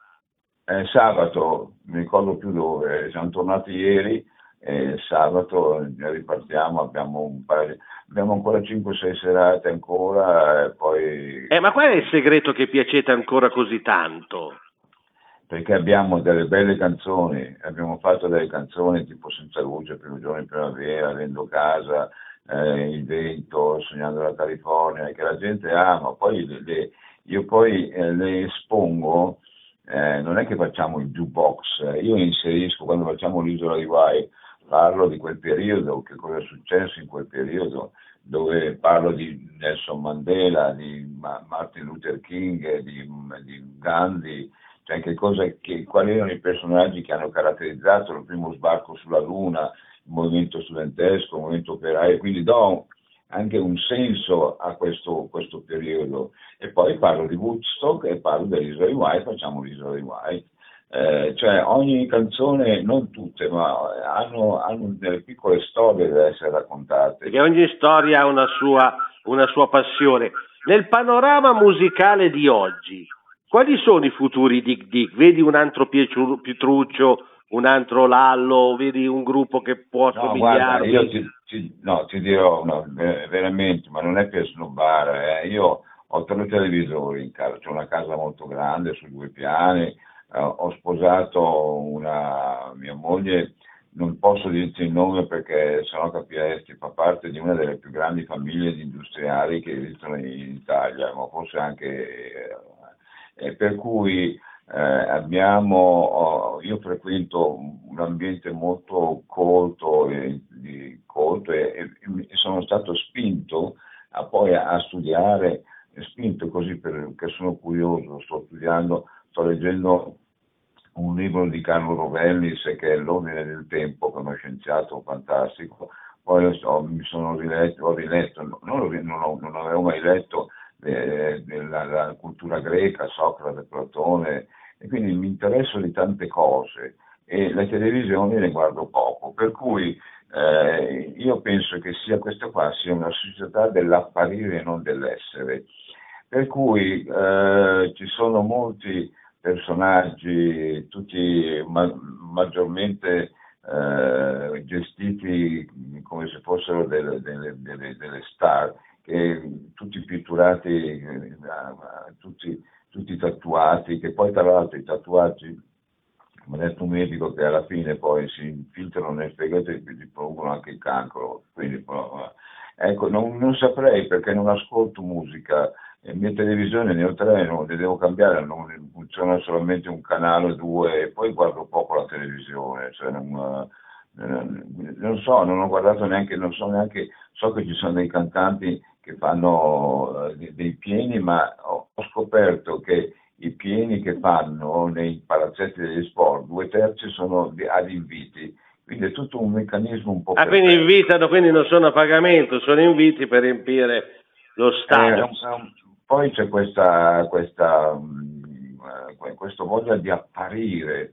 Eh, sabato, non ricordo più dove, siamo tornati ieri. E sabato ripartiamo, abbiamo, un paio, abbiamo ancora cinque sei serate ancora e poi... Eh, ma qual è il segreto che piacete ancora così tanto? Perché abbiamo delle belle canzoni, abbiamo fatto delle canzoni tipo Senza luce, Primo giorno in primavera, Vendo casa, eh, Il vento, Sognando la California, che la gente ama, poi le, le, io poi eh, le espongo, eh, non è che facciamo il jukebox, io inserisco quando facciamo l'Isola di Guai, parlo di quel periodo, che cosa è successo in quel periodo, dove parlo di Nelson Mandela, di Martin Luther King, di, di Gandhi, cioè che cosa, che, quali erano i personaggi che hanno caratterizzato il primo sbarco sulla Luna, il movimento studentesco, il movimento operaio, quindi do anche un senso a questo, questo periodo. E poi parlo di Woodstock e parlo dell'Isola di White, facciamo l'Isola di White. Eh, cioè ogni canzone, non tutte, ma hanno, hanno delle piccole storie da essere raccontate. Perché ogni storia ha una sua, una sua passione. Nel panorama musicale di oggi, quali sono i futuri Dick Dick? Vedi un altro Pietruccio, un altro Lallo, vedi un gruppo che può no, somigliarvi? Guarda, io ti, ti, no, ti dirò, no, veramente, ma non è per snobbare, eh. Io ho tre televisori in casa, c'è una casa molto grande su due piani. Uh, ho sposato una mia moglie, non posso dirti il nome perché sennò capiresti, fa parte di una delle più grandi famiglie di industriali che esistono in Italia, ma forse anche eh, per cui eh, abbiamo, oh, io frequento un ambiente molto colto e, di, colto e, e, e sono stato spinto a poi a, a studiare, spinto così perché sono curioso, sto studiando, sto leggendo un libro di Carlo Rovellis che è L'ordine del tempo, che è uno scienziato fantastico, poi ho, mi sono riletto, ho riletto, non, non, ho, non avevo mai letto eh, la, la cultura greca, Socrate, Platone, e quindi mi interesso di tante cose e le televisioni ne guardo poco, per cui eh, io penso che sia questa qua sia una società dell'apparire e non dell'essere, per cui eh, ci sono molti personaggi, tutti ma- maggiormente eh, gestiti come se fossero delle, delle, delle, delle star, che tutti pitturati, eh, tutti, tutti tatuati, che poi tra l'altro i tatuaggi, mi ha detto un medico, che alla fine poi si infiltrano nel fegato e ti producono anche il cancro, quindi ecco, non, non saprei perché non ascolto musica. Le mie televisioni ne ho tre, non le devo cambiare, non funziona solamente un canale o due e poi guardo poco la televisione, cioè non, non so, non ho guardato neanche, non so neanche, so che ci sono dei cantanti che fanno dei pieni, ma ho scoperto che i pieni che fanno nei palazzetti degli sport, due terzi sono ad inviti, Quindi è tutto un meccanismo un po'... Ah, quindi invitano, quindi non sono a pagamento, sono inviti per riempire lo stadio. Eh, un, poi c'è questa, questa mh, questo voglia di apparire,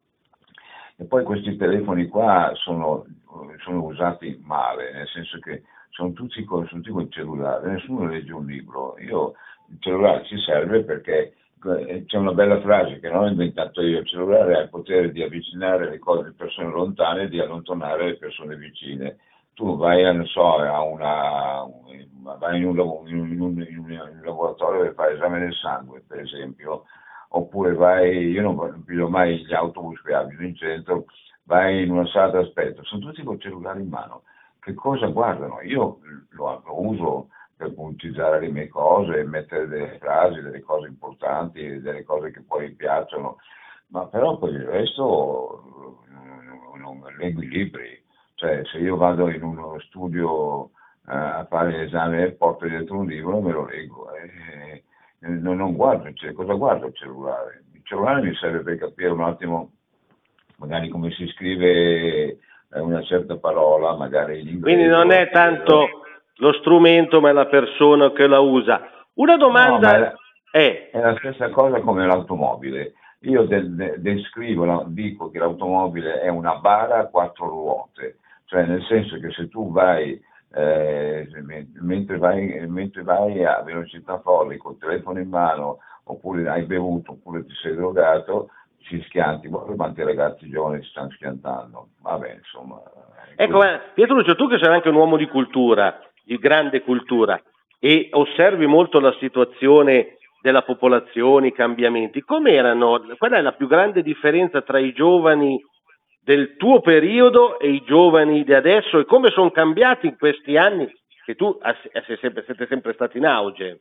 e poi questi telefoni qua sono, sono usati male, nel senso che sono tutti con, sono tutti con il cellulare, nessuno legge un libro. Io il cellulare ci serve perché c'è una bella frase che non ho inventato io: il cellulare ha il potere di avvicinare le cose, le persone lontane e di allontanare le persone vicine. Tu vai, non so, a una, vai in un, in, un, in, un, in un laboratorio per fare esame del sangue, per esempio, oppure vai, io non piglio mai gli autobus che abito in centro, vai in una sala d'aspetto, sono tutti col cellulare in mano. Che cosa guardano? Io lo, lo uso per puntizzare le mie cose, mettere delle frasi, delle cose importanti, delle cose che poi mi piacciono, ma però poi il resto non leggo i libri. Cioè, se io vado in uno studio eh, a fare l'esame e porto dietro un libro, me lo leggo. Eh, non, non guardo, cioè, cosa guardo il cellulare? Il cellulare mi serve per capire un attimo magari come si scrive una certa parola, magari in inglese. Quindi non è tanto lo strumento, ma è la persona che la usa. Una domanda no, è, è la stessa cosa come l'automobile. Io de- de- descrivo, la, dico che l'automobile è una bara a quattro ruote, cioè nel senso che se tu vai, eh, mentre vai, mentre vai a velocità folle col telefono in mano, oppure hai bevuto, oppure ti sei drogato, ci schianti. Guarda quanti ragazzi giovani si stanno schiantando. Vabbè, insomma. Ecco, eh, Pietruccio, tu che sei anche un uomo di cultura, di grande cultura, e osservi molto la situazione della popolazione, i cambiamenti, com'erano? Qual è la più grande differenza tra i giovani del tuo periodo e i giovani di adesso, e come sono cambiati in questi anni che tu sei sempre, siete sempre stati in auge?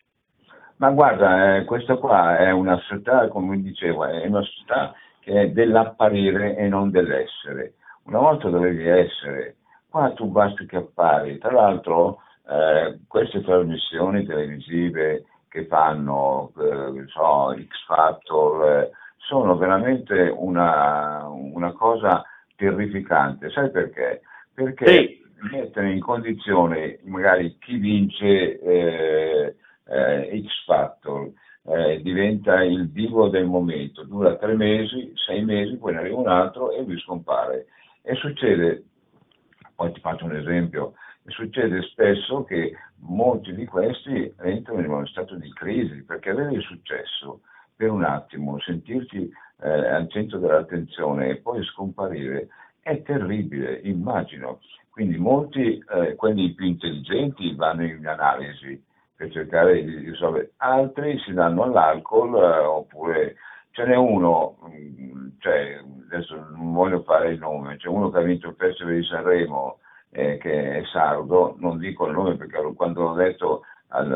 Ma guarda, eh, questa qua è una società, come dicevo, è una società che è dell'apparire e non dell'essere. Una volta dovevi essere, qua tu basti che appari. Tra l'altro eh, queste trasmissioni televisive che fanno, eh, so, X Factor, eh, sono veramente una, una cosa terrificante. Sai perché? Perché sì. Mettere in condizione magari chi vince eh, eh, X Factor, eh, diventa il divo del momento, dura tre mesi, sei mesi, poi ne arriva un altro e lui scompare. E succede, poi ti faccio un esempio, succede spesso che molti di questi entrano in uno stato di crisi, perché avere il successo per un attimo, sentirti eh, al centro dell'attenzione e poi scomparire è terribile, immagino. Quindi molti, eh, quelli più intelligenti, vanno in analisi per cercare di risolvere, altri si danno all'alcol, eh, oppure ce n'è uno, mh, cioè, adesso non voglio fare il nome, c'è uno che ha vinto il Festival di Sanremo, eh, che è sardo, non dico il nome perché quando l'ho detto, al,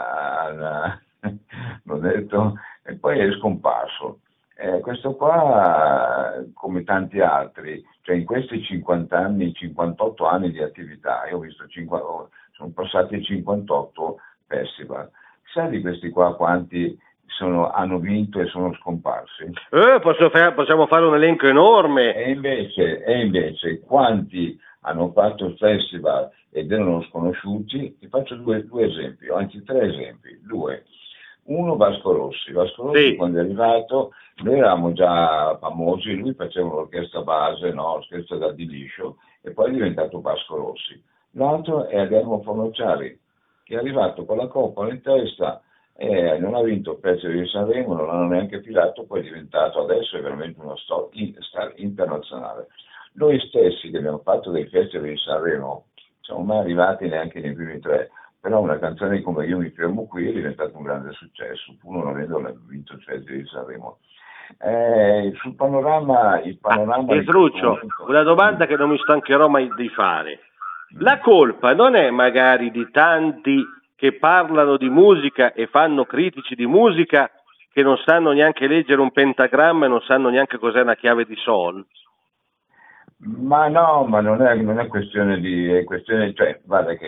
al, l'ho detto e poi è scomparso. Eh, questo qua, come tanti altri, cioè in questi cinquanta anni, cinquantotto anni di attività, io ho visto cinquanta, sono passati cinquantotto festival. Sai di questi qua quanti sono, hanno vinto e sono scomparsi? Eh, posso fare, possiamo fare un elenco enorme. E invece, e invece quanti hanno fatto il festival ed erano sconosciuti? Ti faccio due, due esempi, anzi tre esempi, due. Uno, Vasco Rossi. Vasco Rossi, sì. Quando è arrivato, noi eravamo già famosi, lui faceva l'orchestra base, no? L'orchestra da Di Liscio, e poi è diventato Vasco Rossi. L'altro è Adelmo Fornaciari, che è arrivato con la coppola in testa, e non ha vinto il Festival di Sanremo, non l'hanno neanche filato, poi è diventato, adesso è veramente uno star internazionale. Noi stessi che abbiamo fatto dei Festival di Sanremo, non siamo mai arrivati neanche nei primi tre, però una canzone come Io mi fermo qui è diventato un grande successo, pur non avendo vinto il Festival di Sanremo. Eh, sul panorama, il panorama... Ah, Pietruccio, una domanda che non mi stancherò mai di fare. La colpa non è magari di tanti che parlano di musica e fanno critici di musica che non sanno neanche leggere un pentagramma e non sanno neanche cos'è una chiave di sol? Ma no, ma non è, non è questione di... È questione, cioè, guarda che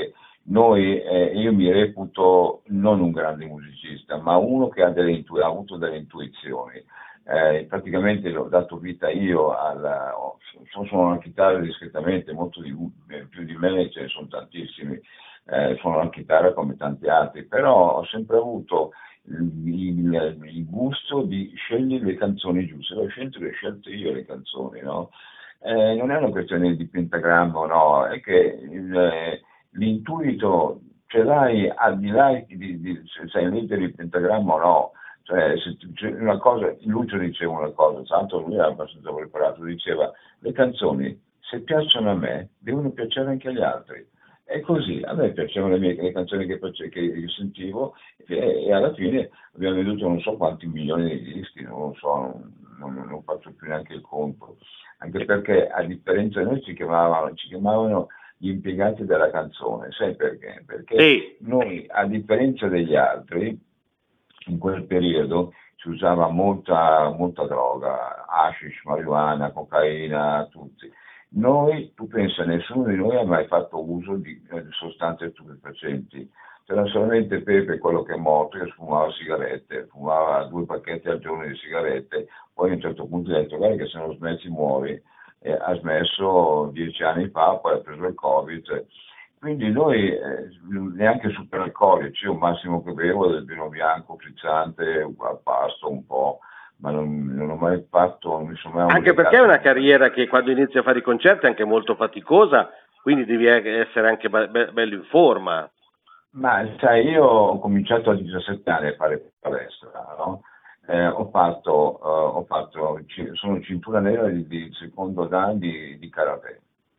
noi, eh, io mi reputo non un grande musicista, ma uno che ha, delle intu- ha avuto delle intuizioni. Eh, praticamente l'ho dato vita io alla, oh, sono una chitarra discretamente, molto di, più di me ce ne sono tantissimi, eh, suono la chitarra come tanti altri, però ho sempre avuto il, il, il gusto di scegliere le canzoni giuste, le ho scelte, le ho scelte io le canzoni, no? Eh, non è una questione di pentagramma o no, è che il, l'intuito ce l'hai al di là di, di se sai leggere il pentagramma o no. Cioè, se, una cosa, Lucio diceva una cosa, tanto lui era abbastanza preparato, diceva le canzoni se piacciono a me devono piacere anche agli altri, e così a me piacevano le mie le canzoni che, che, che sentivo e, e alla fine abbiamo venduto non so quanti milioni di dischi, non lo so, non, non, non faccio più neanche il conto, anche perché a differenza di noi ci chiamavano, ci chiamavano gli impiegati della canzone, sai perché? Perché sì. Noi a differenza degli altri in quel periodo si usava molta, molta droga, hashish, marijuana, cocaina, tutti. Noi, tu pensa, nessuno di noi ha mai fatto uso di, di sostanze stupefacenti. C'era solamente Pepe, quello che è morto, che fumava sigarette, fumava due pacchetti al giorno di sigarette, poi a un certo punto ha detto guarda che se non smetti muori, e ha smesso dieci anni fa, poi ha preso il Covid. Quindi noi eh, neanche superalcolici, io al massimo che bevo del vino bianco frizzante, al pasto un po', ma non, non ho mai fatto, non mi sono mai anche perché è una carriera che quando inizi a fare i concerti è anche molto faticosa, quindi devi essere anche be- bello in forma. Ma sai, io ho cominciato a diciassette anni a fare palestra, no? Eh, ho fatto, uh, ho fatto, sono cintura nera di, di secondo dan di, di karate.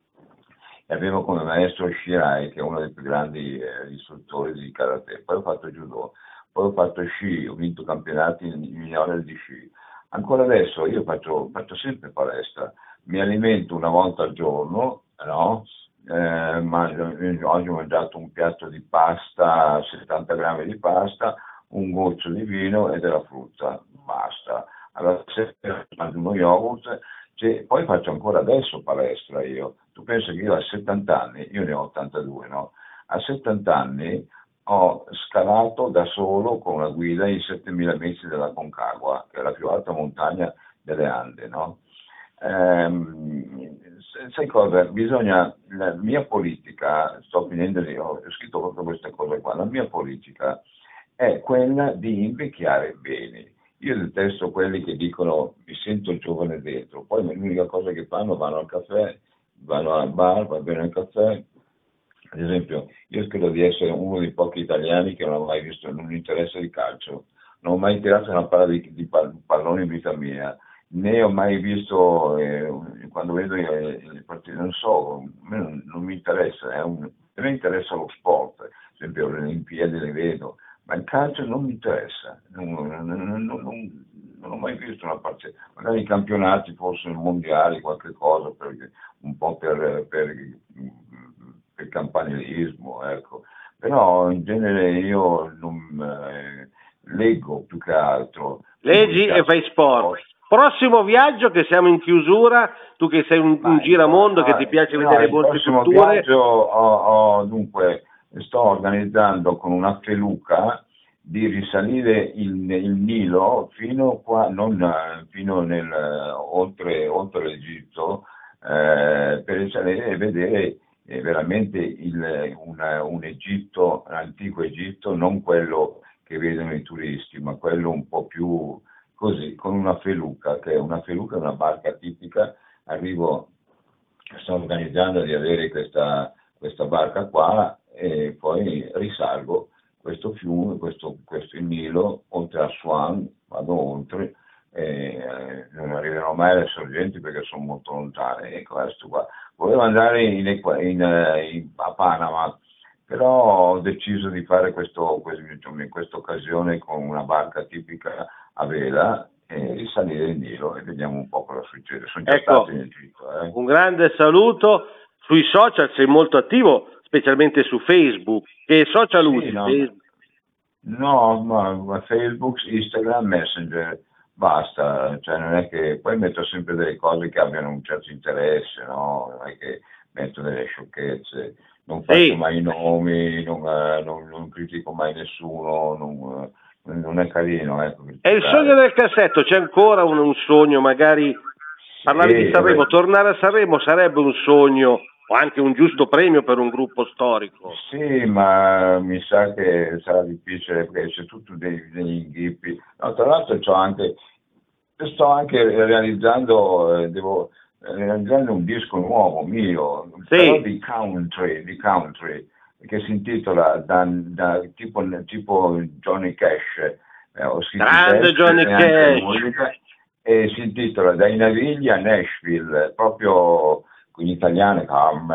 E avevo come maestro Shirai, che è uno dei più grandi eh, istruttori di karate. Poi ho fatto judo, poi ho fatto sci, ho vinto campionati in minore di sci. Ancora adesso io faccio, faccio sempre palestra, mi alimento una volta al giorno, no? Eh, mangio, oggi ho mangiato un piatto di pasta, settanta grammi di pasta, un goccio di vino e della frutta, basta. Allora se mangio uno yogurt, cioè, poi faccio ancora adesso palestra io. Tu pensi che io a settanta anni, io ne ho ottantadue, no? A settanta anni ho scalato da solo con una guida i settemila metri della Concagua, che è la più alta montagna delle Ande, no? Ehm, sai cosa? Bisogna, la mia politica, sto finendo di, ho scritto proprio queste cose qua, la mia politica è quella di invecchiare bene. Io detesto quelli che dicono mi sento giovane dentro, poi l'unica cosa che fanno vanno al caffè, vanno al bar, va bene al caffè. Ad esempio, io credo di essere uno dei pochi italiani che non ho mai visto un interesse di calcio, non ho mai tirato una palla di, di pallone in vita mia, né ho mai visto, eh, quando vedo i partiti, non so, a me non, non mi interessa, è un, a me interessa lo sport, ad esempio le Olimpiadi le vedo, ma il calcio non mi interessa, non, non, non, non, non ho mai visto una partita, magari i campionati fossero mondiali, qualche cosa, perché, un po' per, per, per campanilismo, ecco. Però in genere io non, eh, leggo più che altro. Leggi e fai sport. Prossimo viaggio, che siamo in chiusura, tu che sei un, un giramondo, no, che ti piace no, vedere molte culture. Il prossimo viaggio ho, ho dunque... sto organizzando con una feluca di risalire il, il Nilo fino qua, non fino nel, oltre, oltre l'Egitto, eh, per risalire e vedere eh, veramente il, una, un Egitto, un antico Egitto, non quello che vedono i turisti, ma quello un po' più così, con una feluca, che è una feluca, una barca tipica. Arrivo, sto organizzando di avere questa, questa barca qua, e poi risalgo questo fiume, questo, questo il Nilo, oltre a Aswan, vado oltre, e eh, non arriverò mai alle sorgenti perché sono molto lontane. E questo qua. Volevo andare in, in, in, a Panama, però ho deciso di fare questo, questo, in questa occasione con una barca tipica a vela e risalire il Nilo e vediamo un po' cosa succede. Sono già ecco, stato in Egitto. Eh. Un grande saluto. Sui social sei molto attivo, specialmente su Facebook. Che social usi? Sì, no, no ma, ma Facebook, Instagram, Messenger, basta, cioè non è che poi metto sempre delle cose che abbiano un certo interesse, no? Non è che metto delle sciocchezze, non faccio Sì. mai i nomi, non, eh, non- non critico mai nessuno, non, eh, non è carino. Ecco, E il sogno del cassetto, c'è ancora un, un sogno, magari parlare Sì, di Sanremo, vabbè. tornare a Sanremo sarebbe un sogno o anche un giusto premio per un gruppo storico. Sì, ma mi sa che sarà difficile perché c'è tutto dei- degli inghippi. No, tra l'altro c'ho anche, sto anche realizzando, eh, devo realizzando un disco nuovo mio, però di country, di country, che si intitola da, da- tipo, tipo Johnny Cash. Eh, ho scritto i Grande testi Johnny e anche la Cash. musica, e si intitola Dai Navigli a Nashville, proprio in italiano.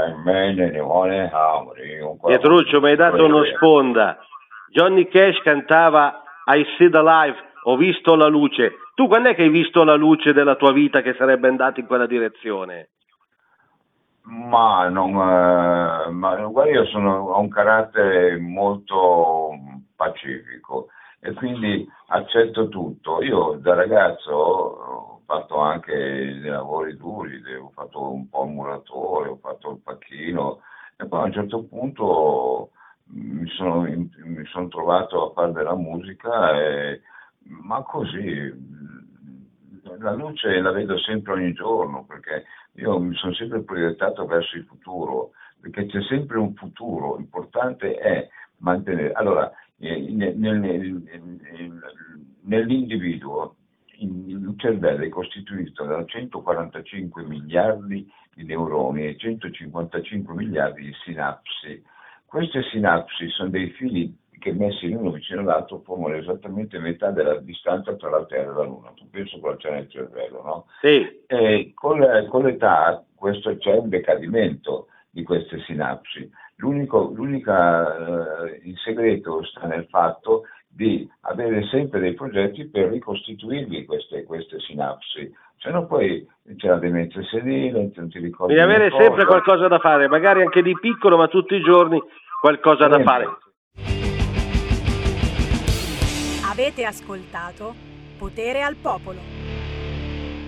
Pietruccio, mi hai dato uno sponda. Johnny Cash cantava I See the Light, ho visto la luce. Tu quando è che hai visto la luce della tua vita che sarebbe andata in quella direzione? Ma non, eh, ma guarda, io sono, ho un carattere molto pacifico e quindi accetto tutto. Io da ragazzo ho fatto anche dei lavori duri, ho fatto un po' il muratore, ho fatto il pacchino e poi a un certo punto mi sono, mi sono trovato a fare della musica, e, ma così. La luce la vedo sempre ogni giorno, perché io mi sono sempre proiettato verso il futuro, perché c'è sempre un futuro. L'importante è mantenere. Allora, eh, nel- nel- nel- nell'individuo il cervello è costituito da centoquarantacinque miliardi di neuroni e centocinquantacinque miliardi di sinapsi. Queste sinapsi sono dei fili che messi l'uno vicino all'altro formano esattamente metà della distanza tra la Terra e la Luna. Tu pensi cosa c'è nel cervello, no? Sì. E con, la- con l'età questo, c'è un decadimento di queste sinapsi. L'unico, l'unica, eh, il segreto sta nel fatto di avere sempre dei progetti per ricostituirvi queste, queste sinapsi. Se no poi c'è la demenza senile, non ti ricordi Devi avere una cosa. sempre qualcosa da fare, magari anche di piccolo, ma tutti i giorni qualcosa da Sempre. fare. Avete ascoltato Potere al Popolo.